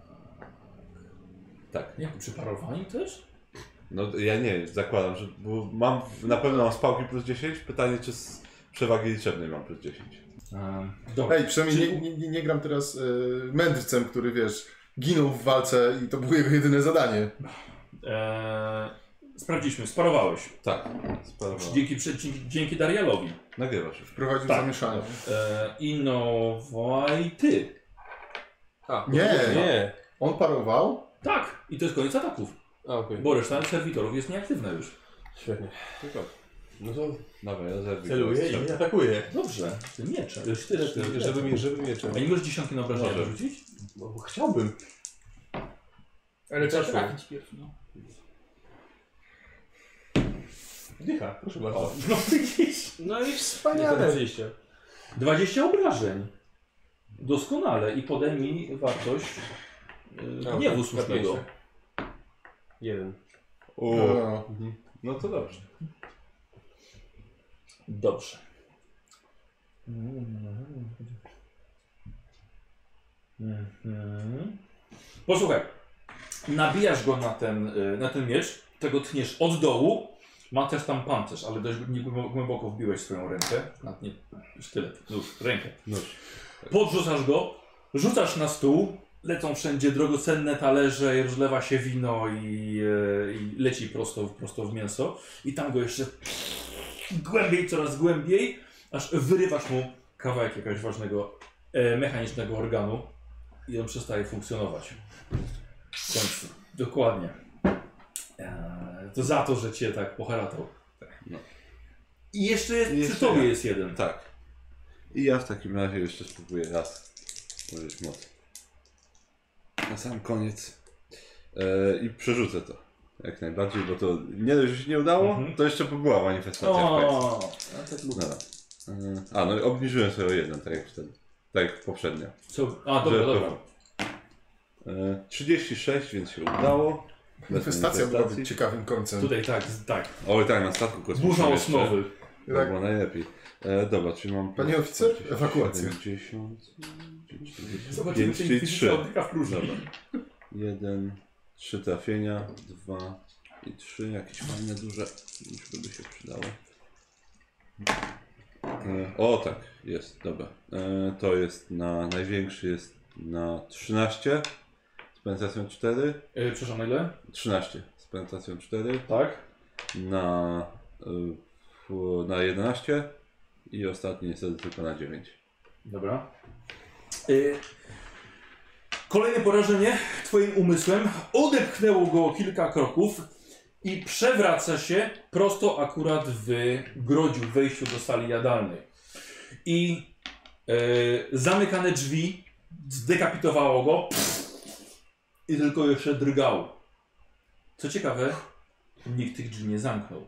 Tak. Nie, przy parowaniu też? No ja nie, zakładam, że bo mam, na pewno mam z pałki plus dziesięć. Pytanie, czy z przewagi liczebnej mam plus dziesięć. Um, dobra. Ej, przynajmniej nie, nie, nie, nie gram teraz y, mędrcem, który wiesz, ginął w walce i to było jego jedyne zadanie. Eee, sprawdziliśmy, sparowałeś. Tak, sparowałem. Dzięki, dzięki, dzięki Darialowi. Nagrywa się. Wprowadził Tak. zamieszanie. Eee, Innowaj ty. A, Nie. nie. On parował? Tak, i to jest koniec ataków. A, okej. Bo reszta serwitorów jest nieaktywna już. Świetnie. Tylko. No to Dobra, ja zerwę. celuję i atakuję. Dobrze, ty miecze. Już tyle, tyle, Żeby mi, żeby mieczem. A nie możesz dziesiątki na obrażenia Może. rzucić? No, bo chciałbym. Ale trzeba Zaszło. trafić pierw, no. Dycha, proszę bardzo. No widzisz. No i Nie, to wspaniale. dwadzieścia. dwadzieścia obrażeń. Doskonale. I podejmij wartość yy, A, gniewu tak, słusznego. piętnaście. Jeden. O, No. no to dobrze. Dobrze. Mhm. Posłuchaj. Nabijasz go na ten, y, na ten miecz, tego tniesz od dołu. Ma też tam pancerz, ale dość nie głęboko wbiłeś swoją rękę. Na, nie, sztylet, nóż, rękę. Nóż. Podrzucasz go, rzucasz na stół, lecą wszędzie drogocenne talerze, i rozlewa się wino i, e, i leci prosto, prosto w mięso. I tam go jeszcze głębiej, coraz głębiej, aż wyrywasz mu kawałek jakiegoś ważnego e, mechanicznego organu i on przestaje funkcjonować. W końcu. Dokładnie. E, to za to, że cię tak poharatał. No. I jeszcze, I jeszcze przy tobie ja. jest jeden. Tak. I ja w takim razie jeszcze spróbuję raz użyć mocy. Na sam koniec. E, I przerzucę to. Jak najbardziej, bo to nie dość, że się nie udało, Mhm. to jeszcze była manifestacja w końcu. O, ja tak lubię. Dobra. E, a, no i obniżyłem sobie o jeden, tak jak wtedy. Tak jak poprzednio. Co? A, dobra, Że- dobra. E, trzydzieści sześć, więc się udało. Bez Manifestacja była manifestacji. ciekawym końcem. Tutaj tak, z- tak. Oj tak, na statku kosmicznym Burza jeszcze. osnowy. To Tak. było najlepiej. E, dobra, czyli mam... Panie oficer, ewakuacja. siedemdziesiąt, Zobaczymy, pięć, czy czyli inkwizycja trzy. oddycha w próżni. Dobra. Jeden, trzy trafienia, dwa i trzy, jakieś fajne, duże, już by się przydało. E, o tak, jest, dobra. E, to jest na, największy jest na trzynaście z penetracją cztery. E, przepraszam, na ile? trzynaście z penetracją cztery. Tak. Na, y, fu- na jedenaście i ostatni niestety tylko na dziewięć. Dobra. E, kolejne porażenie twoim umysłem odepchnęło go o kilka kroków i przewraca się prosto akurat w grodziu, w wejściu do sali jadalnej. I e, zamykane drzwi zdekapitowało go i tylko jeszcze drgał. Co ciekawe, nikt tych drzwi nie zamknął.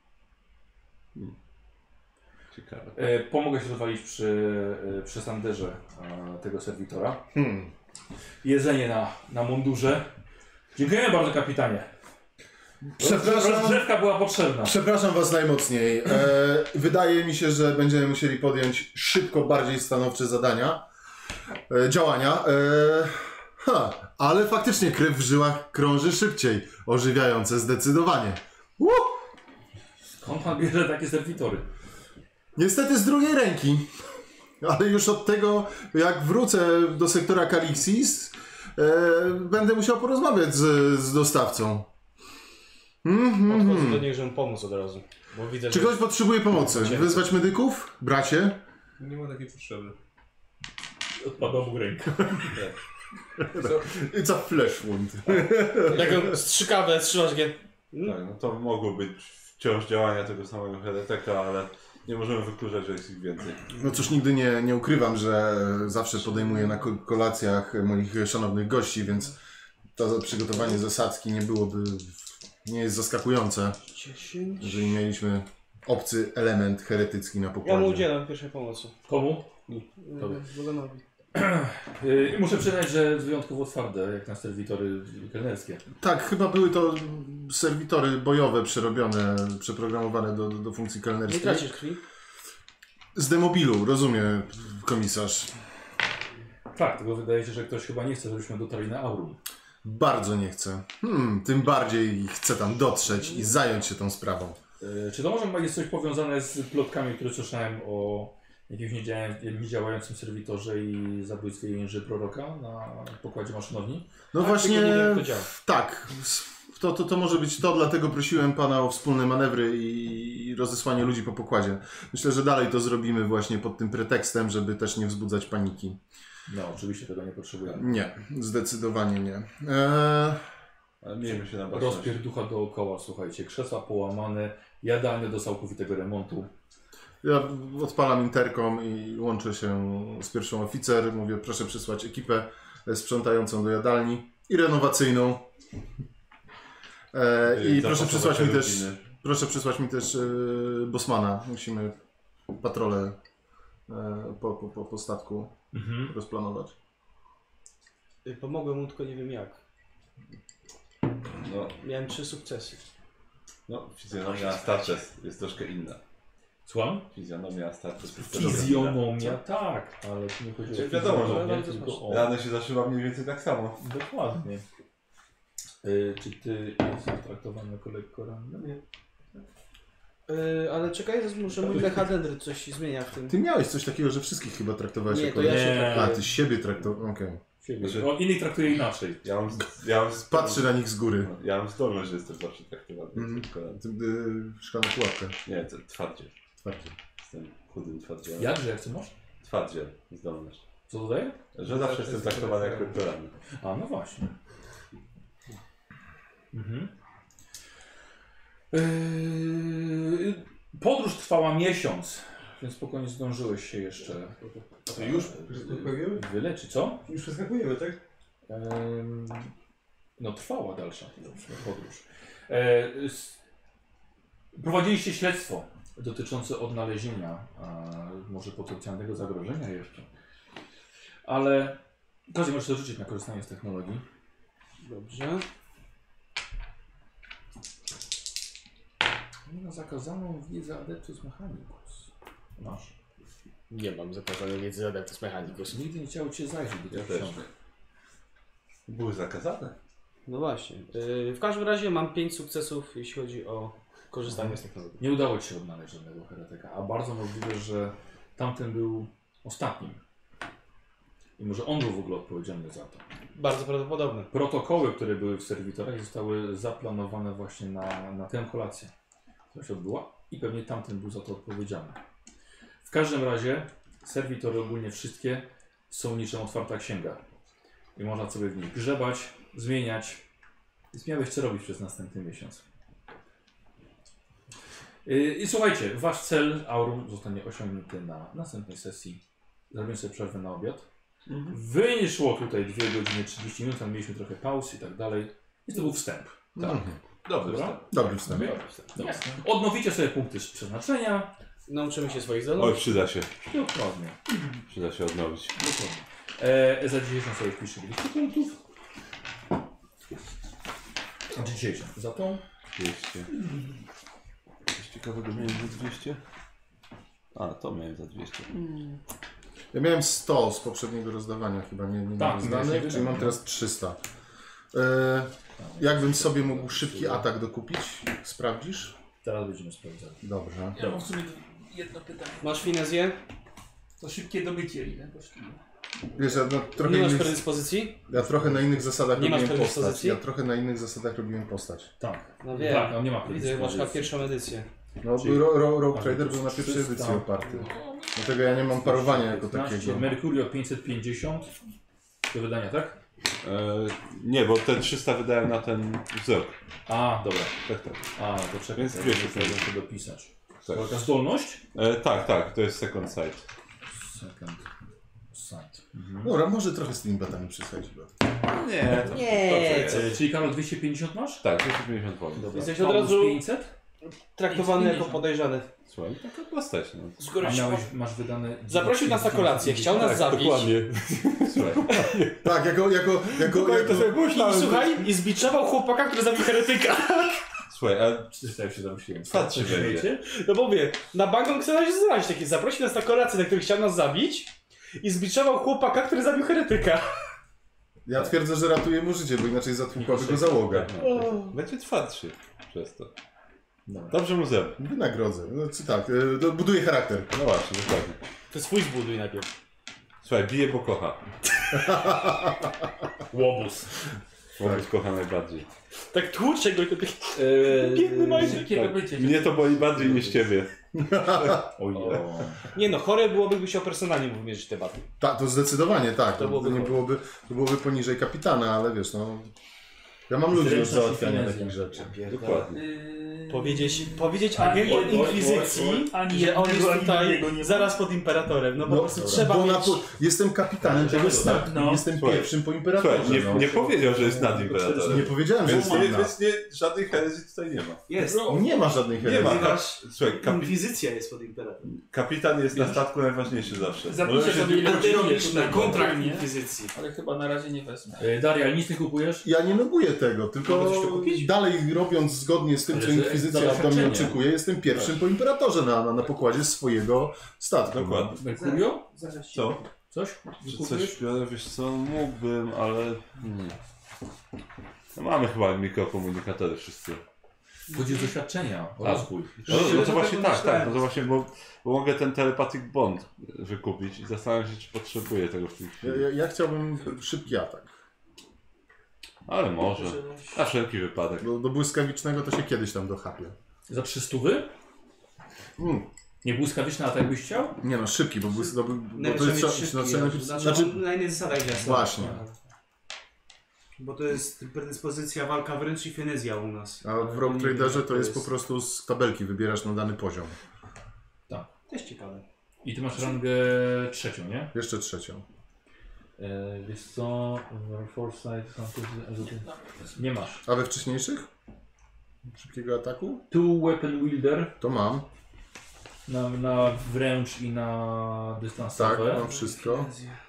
Ciekawe. E, pomogę się rozwalić przy, e, przy sanderze e, tego serwitora. Hmm. Jedzenie na, na mundurze. Dziękujemy bardzo, kapitanie. Przepraszam. Rozgrzewka była potrzebna. Przepraszam Was najmocniej. E, wydaje mi się, że będziemy musieli podjąć szybko bardziej stanowcze zadania, e, działania. E, ha, ale faktycznie krew w żyłach krąży szybciej, ożywiające zdecydowanie. Uh! Skąd pan bierze takie serwitory? Niestety z drugiej ręki. Ale już od tego, jak wrócę do sektora Kalixis, e, będę musiał porozmawiać z, z dostawcą. Mm, Podchodzę mm, do niego, żeby pomóc od razu. Bo widzę, Czy że... ktoś potrzebuje pomocy? Wyzwać medyków? Bracie? Nie ma takiej potrzeby. Odpadła mu ręka. It's a flesh wound. Taką strzykawę trzymasz takie... Tak, no to mogło być wciąż działania tego samego hereteka, ale nie możemy wykluczać, że jest ich więcej. No cóż, nigdy nie, nie ukrywam, że zawsze podejmuję na ko- kolacjach moich szanownych gości, więc to przygotowanie zasadzki nie byłoby, nie jest zaskakujące, dziesięć... jeżeli mieliśmy obcy element heretycki na Ja mu pokładzie. udzielam pierwszej pomocy. Komu? Tobie. Wolenowi. Yy, muszę przyznać, że wyjątkowo twarde, jak na serwitory kelnerskie. Tak, chyba były to serwitory bojowe przerobione, przeprogramowane do, do, do funkcji Nie kelnerskiej. tracisz krwi? Z demobilu, rozumie komisarz. Tak, tylko wydaje się, że ktoś chyba nie chce, żebyśmy dotarli na Aurum. Bardzo nie chcę. Hmm, tym bardziej chcę tam dotrzeć i zająć się tą sprawą. Yy, czy to może jest coś powiązane z plotkami, które słyszałem o jakimś niedziała niedziałającym serwitorze i zabójstwie Jęży Proroka na pokładzie maszynowni? No Tak, właśnie, tylko nie wiem, jak to działa. tak. To, to, to może być to, dlatego prosiłem pana o wspólne manewry i rozesłanie ludzi po pokładzie. Myślę, że dalej to zrobimy właśnie pod tym pretekstem, żeby też nie wzbudzać paniki. No, oczywiście tego nie potrzebujemy. Nie, zdecydowanie nie. Eee, Ale miejmy się na baczności. Rozpierducha dookoła, słuchajcie, krzesła połamane, jadalne do całkowitego remontu. ja odpalam interkom i łączę się z pierwszą oficer. Mówię, proszę przysłać ekipę sprzątającą do jadalni i renowacyjną. Eee, I proszę przysłać mi też, proszę przysłać mi też e, Bosmana. Musimy patrolę e, po, po, po, po statku Mhm. rozplanować. Pomogłem mu, tylko nie wiem jak. No, Miałem trzy sukcesy. no fizjonomia Starches jest troszkę inna. Słucham? Fizjonomia Starches jest troszkę Fizjonomia, inna. tak, ale tu nie chodzi Znaczy, o wiadomo, że fizjonomię, bardzo tylko o... Rano się zaczyna mniej więcej tak samo. Dokładnie. Y, czy ty jesteś traktowany jako lekko ranny? Nie. Yy, ale czekaj, zaraz muszę mój lechadendry coś się zmienia w tym. Ty miałeś coś takiego, że wszystkich chyba traktowałeś Nie, jako... to ja Nie. się A, traktuję. ty siebie traktowałeś, okej. Siebie. Znaczy- On innych traktuje inaczej. Ja mam, ja mam, Patrzy na nich z góry. ja mam zdolność, że jestem zawsze traktowany. Mhm. Tylko, Ty, y, szklana pułapka. nie, to twardziel. Twardzie. Jestem chudym twardzielem. Jakże, jak co masz? Twardziel, zdolność. Co dodaje? Że zawsze jestem traktowany jako ranny. A, no właśnie. Mhm. Yy, podróż trwała miesiąc, więc spokojnie zdążyłeś się jeszcze To już yy, wyleczyć. Co? Już przeskakujemy, tak? Ym, no trwała dalsza podróż. E, s- prowadziliście śledztwo dotyczące odnalezienia, a może potencjalnego zagrożenia jeszcze. Ale każdy może sobie rzucić na korzystanie z technologii. Dobrze. Na zakazaną wiedzę Adeptus Mechanicus. Masz. Nie mam zakazanej wiedzy z Adeptus Mechanicus. Nigdy nie chciało cię zajrzeć do Ja tych też. książek. Były zakazane. No właśnie. Yy, w każdym razie mam pięć sukcesów, jeśli chodzi o korzystanie z technologii. Nie udało ci się odnaleźć żadnego heretyka, a bardzo możliwe, że tamten był ostatnim. I może on był w ogóle odpowiedzialny za to. Bardzo prawdopodobne. Protokoły, które były w serwitorach, zostały zaplanowane właśnie na, na tę kolację, która się odbyła i pewnie tamten był za to odpowiedzialny. W każdym razie serwitory ogólnie wszystkie są niczym otwarta księga i można sobie w nich grzebać, zmieniać. Więc miałeś co robić przez następny miesiąc. Yy, I słuchajcie, wasz cel Aurum zostanie osiągnięty na następnej sesji. Zrobimy sobie przerwę na obiad. Wy nie szło tutaj dwie godziny trzydzieści minut, tam mieliśmy trochę pauz i tak dalej. I to był wstęp. Tak. Dobry Dobra? wstęp. Dobry wstęp. Dobra. Odnowicie sobie punkty z przeznaczenia. Nauczymy się swoich Oj, zdolności. przyda się. Dokładnie. Przyda się odnowić. Dokładnie. E, za dzisiejszą sobie wpiszemy listę punktów. Dzisiejszą. Za tą. dwieście. Coś ciekawego miałem za dwieście? A, to miałem za dwieście. Ja miałem sto z poprzedniego rozdawania chyba, nie, nie Tak, mam rozdanych, miałeś czyli mam jeden. teraz trzysta. E, jakbym sobie mógł szybki atak dokupić? Sprawdzisz? Teraz będziemy sprawdzali. Dobrze. Ja mam w sumie jedno pytanie. Masz finezję? To szybkie dobycie ile kosztuje? Wiesz, ja, no, trochę Nie masz innych, predyspozycji? ja trochę na innych zasadach Nie masz robiłem postać. predyspozycji? Ja trochę na innych zasadach robiłem postać. Tak. No wiem. Tak, on nie ma Widzę, że masz predyspozycji. chyba pierwszą edycję. No, Czyli- Ro, Ro, Rogue Ale Trader to był na jest pierwszej trzysta. edycji oparty. Dlatego ja nie mam parowania jako piętnaście, takiego. Mercurio pięćset pięćdziesiąt. Do wydania, tak? E, nie, bo te trzysta wydałem na ten wzór. A, dobra. Tak, tak. A, no to czekaj, Więc to dwieście muszę pięćdziesiąt. to dopisać. Tak. To jaka zdolność? E, tak, tak, to jest second sight. Second sight. Mhm. Dobra, może trochę z tymi batami przysłać. Nie, to Nie, dobrze jest. E, czyli Karol dwieście pięćdziesiąt masz? Tak, dwieście pięćdziesiąt woli. Dobra. Jesteś od Paulus razu- pięćset? Traktowany jako pięćdziesiąt. podejrzany. Słuchaj, taka postać, no. Z góry A się miałeś, masz wydane... Zaprosił nas na kolację, chciał nas zabić. Słuchaj, Tak, jako, jako, jako, jako, sobie I słuchaj, i zbiczował chłopaka, który zabił heretyka. Słuchaj, ale Czytałem się zamyśliłem. Fat się będzie. No bo mówię, na bank chce nas znaleźć takie, zaprosił nas na kolację, na której chciał nas zabić i zbiczował chłopaka, który zabił heretyka. Ja twierdzę, że ratuje mu życie, bo inaczej zatłukłaby go załoga. Będzie twardszy przez to. Dobra. Dobrze mu zęb. Wynagrodzę. Znaczy tak, y, to buduje charakter. No właśnie, dokładnie. To swój zbuduj najpierw. Słuchaj, bije, bo kocha. Łobuz. Łobuz kocha najbardziej. Tak tłucze go i to tak... Eee, Biedny Majzer. Szybkiego bycie. Mnie to boli bardziej niż ciebie. Oj, O. Nie no, chore byłoby, gdyby się personalnie mógł mierzyć te baty. Tak, to zdecydowanie tak. To To, byłoby nie chore. byłoby, to byłoby poniżej kapitana, ale wiesz, no... Ja mam ludzi do Zręczność i załatwiania finezja. takich rzeczy. Dokładnie. Yy, Powiedzieć, powiedzieć Ani- agentom oj, oj, oj, Inkwizycji, oj, ani że on jest jednego, ani tutaj drugiego nie ma. zaraz pod imperatorem. No po No, prostu dobra. trzeba Bo na, mieć... po, jestem kapitanem tego statku. No. Jestem Słuchaj, pierwszym po imperatorze. Słuchaj, nie, no. nie powiedział, że jest nad imperatorem. Nie powiedziałem, że Więc, jest nie, inna. więc nie, żadnej herezji tutaj nie ma. Jest. Nie ma żadnej Nie ma. herezji. Ponieważ Słuchaj, kapi Inkwizycja jest pod imperatorem. kapitan jest na statku najważniejszy zawsze. Zapiszę Może się- sobie ile Antyroniczne, tutaj kontrakt nie? Inkwizycji. Ale chyba na razie nie wezmę. Eee, Daria, nic nie kupujesz? Ja nie neguję tego, tylko Mogę coś tu kupić? dalej robiąc zgodnie z tym, Ale co że Inkwizycja za ode mnie doświadczenie. oczekuje, jestem pierwszym po imperatorze na, na, na pokładzie swojego statku. Dokładnie. Mercurio? Zaraz ci Co? Coś? Czy Kupujesz? coś biorę, wiesz co, mógłbym, ale... Hmm. No mamy chyba mikrokomunikatory wszyscy. Chodzi o doświadczenia, o A. rozwój. No, no to właśnie tak, myślałem. tak, no to właśnie, bo, bo mogę ten telepathic bond wykupić i zastanawiam się, czy potrzebuję tego w tej Ja, chwili. ja, ja chciałbym szybki atak. Ale może. Na wszelki wypadek. Do, do błyskawicznego to się kiedyś tam dochapię. Za trzy stówy? Mm. Nie błyskawiczny atak byś chciał? Nie no, szybki, bo, błys, bo, bo to Najlepsze jest... mieć co- szybki, znaczy, znaczy, znaczy, znaczy, na innych zasadach działa. Właśnie. Bo to jest predyspozycja walka wręcz i fenezja u nas. a w Rogue Traderze to jest po prostu z tabelki wybierasz na dany poziom. Też ciekawe. I ty masz rangę trzecią, nie? Jeszcze trzecią. Eee, wiesz co? Foresight, nie masz. A we wcześniejszych? Szybkiego ataku? Two Weapon Wielder To mam. na, na wręcz i na Tak, dystansowe. mam wszystko.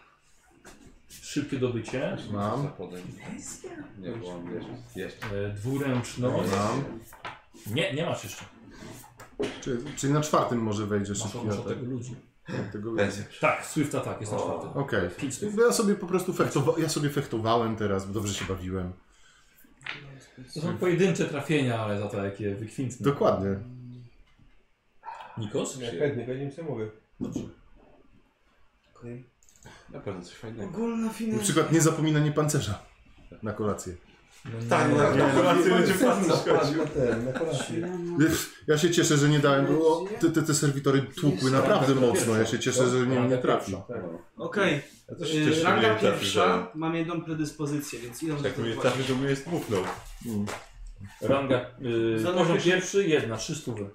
Szybkie dobycie. Mam. Nie, bo on jest. jest. Eee, dwuręczność. Mam. Nie, nie masz jeszcze. Czyli, czyli na czwartym może wejdzie Masz szybki masz od atak. tego ludzi. Tego... Pensja. Tak, Swift atak jest na czwartym. Okej. Pięć stów. Bo ja sobie po prostu fechtowa- ja sobie fechtowałem teraz, bo dobrze się bawiłem. To są pojedyncze trafienia, ale za to jakie wykwintne. Dokładnie. Nikos? Jak chętnie, pewnie co mogę. Okay. Na pewno coś fajnego. Ogólna Na finezja. przykład nie zapominanie pancerza na kolację. Tak, na na kolację będzie pancerz chodził. Na ten, na kolację. Ja się cieszę, że nie dałem, bo te, te, te serwitory tłukły naprawdę mocno. Ja się cieszę, że nie, nie trafił. Okej, Ja też się okay. cieszę, że Ranga mnie trafi, pierwsza, mam jedną predyspozycję, więc idą że jak mnie trafi, to mnie jest mufnął. Mm. Ranga, yy, Zadam poziom pierwszy- pierwszy, jedna, trzy stówy.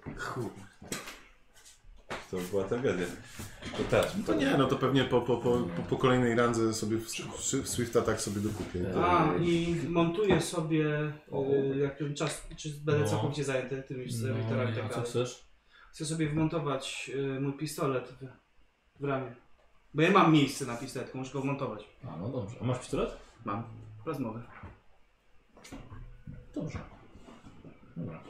To była tragedia. To teraz. To nie, no to pewnie po, po, po, po, po kolejnej randze sobie w, w Swifta tak sobie dokupię. A, i montuję sobie, y, jak ten czas, czy będę No. całkowicie zajęty tymi No, serwitorami, nie, tak co dalej. chcesz? Chcę sobie wmontować y, mój pistolet w, w ramię. Bo ja mam miejsce na pistoletku, muszę go wmontować. A, no dobrze. A masz pistolet? Mam. Rozmowę. Dobrze. Dobra.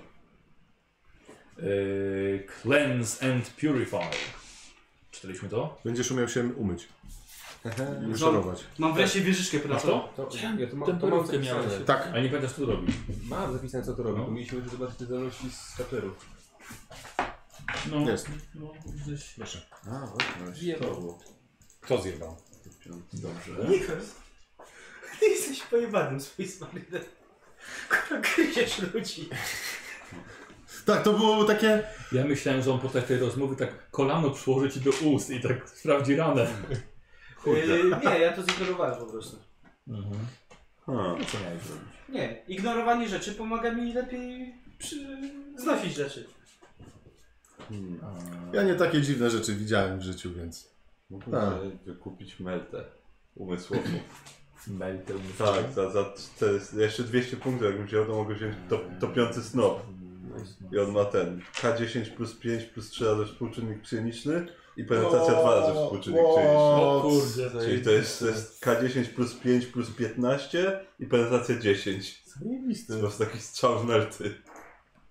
Yy, cleanse and Purify. Czytaliśmy to? Będziesz umiał się umyć i No. szorować. Mam wreszcie wieżyczkę Masz pracową. to? To, ja to, ma, to mam Temperówkę zapisane. miałeś. Tak, A nie pamiętasz, co to robi? Mam zapisane co to robi, No. bo mieliśmy zobaczyć te zdolności z kaplerów. No, Jest. no gdzieś. proszę. A, właśnie. Zjebał. Kto zjebał? Dobrze. Nikos, ty jesteś pojebanym Space Marinem. Kurwa, kryjesz ludzi. Tak, to było takie... Ja myślałem, że on podczas tej rozmowy tak kolano przyłoży ci do ust i tak sprawdzi ranę. Yy, nie, ja to zignorowałem po prostu. Mhm. Hmm. No co miałeś zrobić? Nie, ignorowanie rzeczy pomaga mi lepiej przy... znosić rzeczy. Hmm. A, Ja nie takie dziwne rzeczy widziałem w życiu, więc... Mógłbym Tak. sobie wykupić meltę umysłową. Meltę Tak, za, za cztery, jeszcze dwieście punktów jakbym wziął, to mogę wziąć top, topiący snop. I on ma ten K dziesięć plus pięć plus trzy razy współczynnik psioniczny i penetracja dwa razy współczynnik psioniczny. O kurde. Czyli to jest, to jest K dziesięć plus pięć plus piętnaście i penetracja dziesięć. To jest po prostu taki strzał w melty.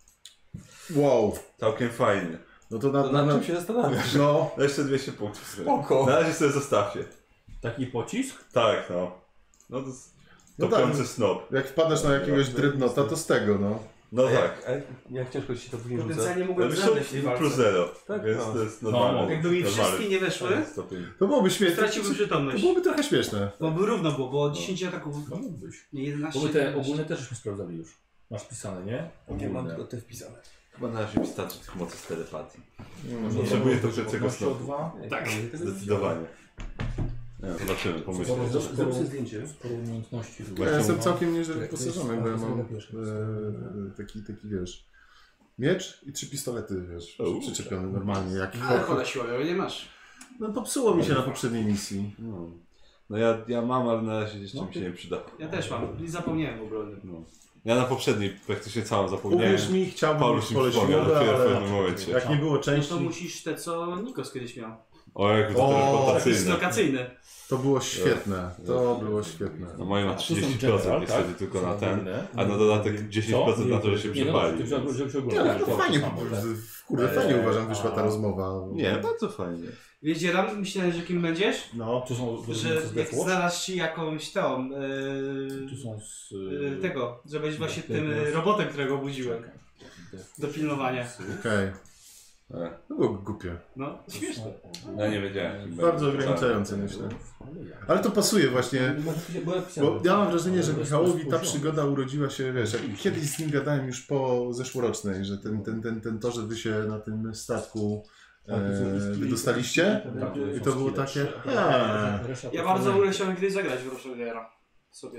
Wow. Całkiem fajnie. No to na, To na, nad na, czym się zastanawiasz? no, No jeszcze dwieście punktów. Spoko. Na razie sobie zostawcie. Taki pocisk? Tak, no. No to jest No tak. topiący snop. jak wpadasz na jakiegoś dreadnoughta, to z tego, no. No A tak. jak, a jak, jak ciężko ci się to później rzuca? Potencjalnie mogłem Wyszło zemdleć w tej plus walce. zero. Tak? Więc No. to jest No, normalne. Jakby mi normalny wszystkie nie weszły, stopień. To byłoby śmieszne. straciłbym To przytomność. byłoby trochę śmieszne. Bo by równo było, bo dziesięć ataków, No mógłbyś. nie jedenaście. Bo my te jedenaście. ogólne też żeśmy sprawdzali już. Masz pisane, nie? Nie mam Ogólne. tylko te wpisane. Chyba na razie mi starczy tych mocy z telepatii. Mm. Potrzebuję to Odporności trzeciego o snopu. dwa. Tak. Zdecydowanie. Nie, zobaczymy, pomyślę. Sporo, jeszcze. sporo, Zrób zdjęcie. sporo umiejętności. Ja jestem no. całkiem nieźle Jak to jest- wyposażony, bo ja to mam jest pierwszy. e, taki, taki, wiesz, miecz i trzy pistolety, wiesz, U. przyczepione normalnie, jak Ale pola siłowe nie masz. No popsuło mi się na poprzedniej misji. No, no ja, ja mam, ale na razie jeszcze No, mi się nie przyda. Ja też mam i zapomniałem w ogóle. No. Ja na poprzedniej praktycznie całą zapomniałem. Uwierz mi, chciałbym Paulus mieć mi pole przypomniał siłowe, dopiero w ale pewnym momencie. jak nie było No części, to musisz te, co Nikos kiedyś miał. O, jak to O, teleportacyjne. Dislokacyjne. to było świetne, to było świetne. No moje ma Tu są trzydzieści procent general, niestety tak? tylko Są na ten, inne. a na dodatek dziesięć procent na to, że się Nie, no, przepali. ty wziąłeś- więc- wziąłeś ogólnie. Nie, ale to To fajnie, samo, tak? kurde, fajnie Eee, uważam, wyszła ta a- rozmowa. Nie, bardzo fajnie. Wiedziałem, myślałem, że kim będziesz? No, Tu są Że z jak Deathwatch? znalazł ci jakąś tą, yy, Tu są z... yy, tego, że będziesz właśnie tym Deathwatch. yy, robotem, którego obudziłem. Deathwatch. Do pilnowania. okej. E, To było głupie. No, śmieszne. Ja nie wiedziałem. kim Bardzo będzie. ograniczające, myślę. Ale to pasuje właśnie, bo ja mam wrażenie, że Michałowi ta przygoda urodziła się, wiesz, jak kiedyś z nim gadałem już po zeszłorocznej, że ten, ten, ten, ten to, że wy się na tym statku e, wydostaliście i to było takie, eee, Ja bardzo ulesiałem kiedyś zagrać w Roach Tradera. Sobie.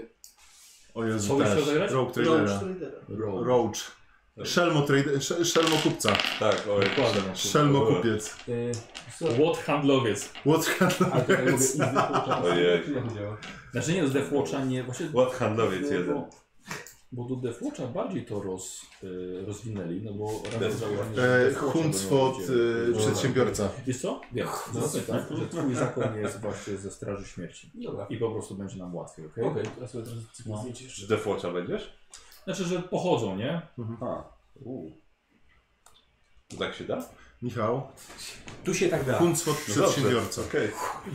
o Jezu, Co byś chciał też, zagrać? Rogue Roach Tradera, Tradera. Roach, Szelmo, trade, sze- szelmo kupca, Tak, o, Dokładnie. szelmo kupiec, Łot handlowiec. Łotka Ojej. Znaczy nie, z Deathwatcha nie... Właśnie, Ład handlowiec bo- jeden. Bo do Deathwatcha bardziej to roz, y, rozwinęli, no bo rano Death- założenie, że e, Deathwatcha Huncwot, będą e, ludzie- przedsiębiorca. Wiesz co? Wiem, no, tak, że twój zakon jest właśnie ze Straży Śmierci. Dobra. I po prostu będzie nam łatwiej, okej? Okej, to ja sobie teraz cykl No. zdjęcie jeszcze. Czy Deathwatcha będziesz? Znaczy, że pochodzą, nie? A, uuu. To tak się da? Michał, Tu się tak da. Huncwot, przedsiębiorca. Okej.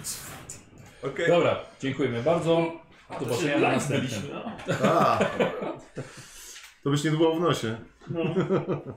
Okej. Dobra, dziękujemy bardzo. Do zobaczenia na następnym. A, to byś nie dło w nosie.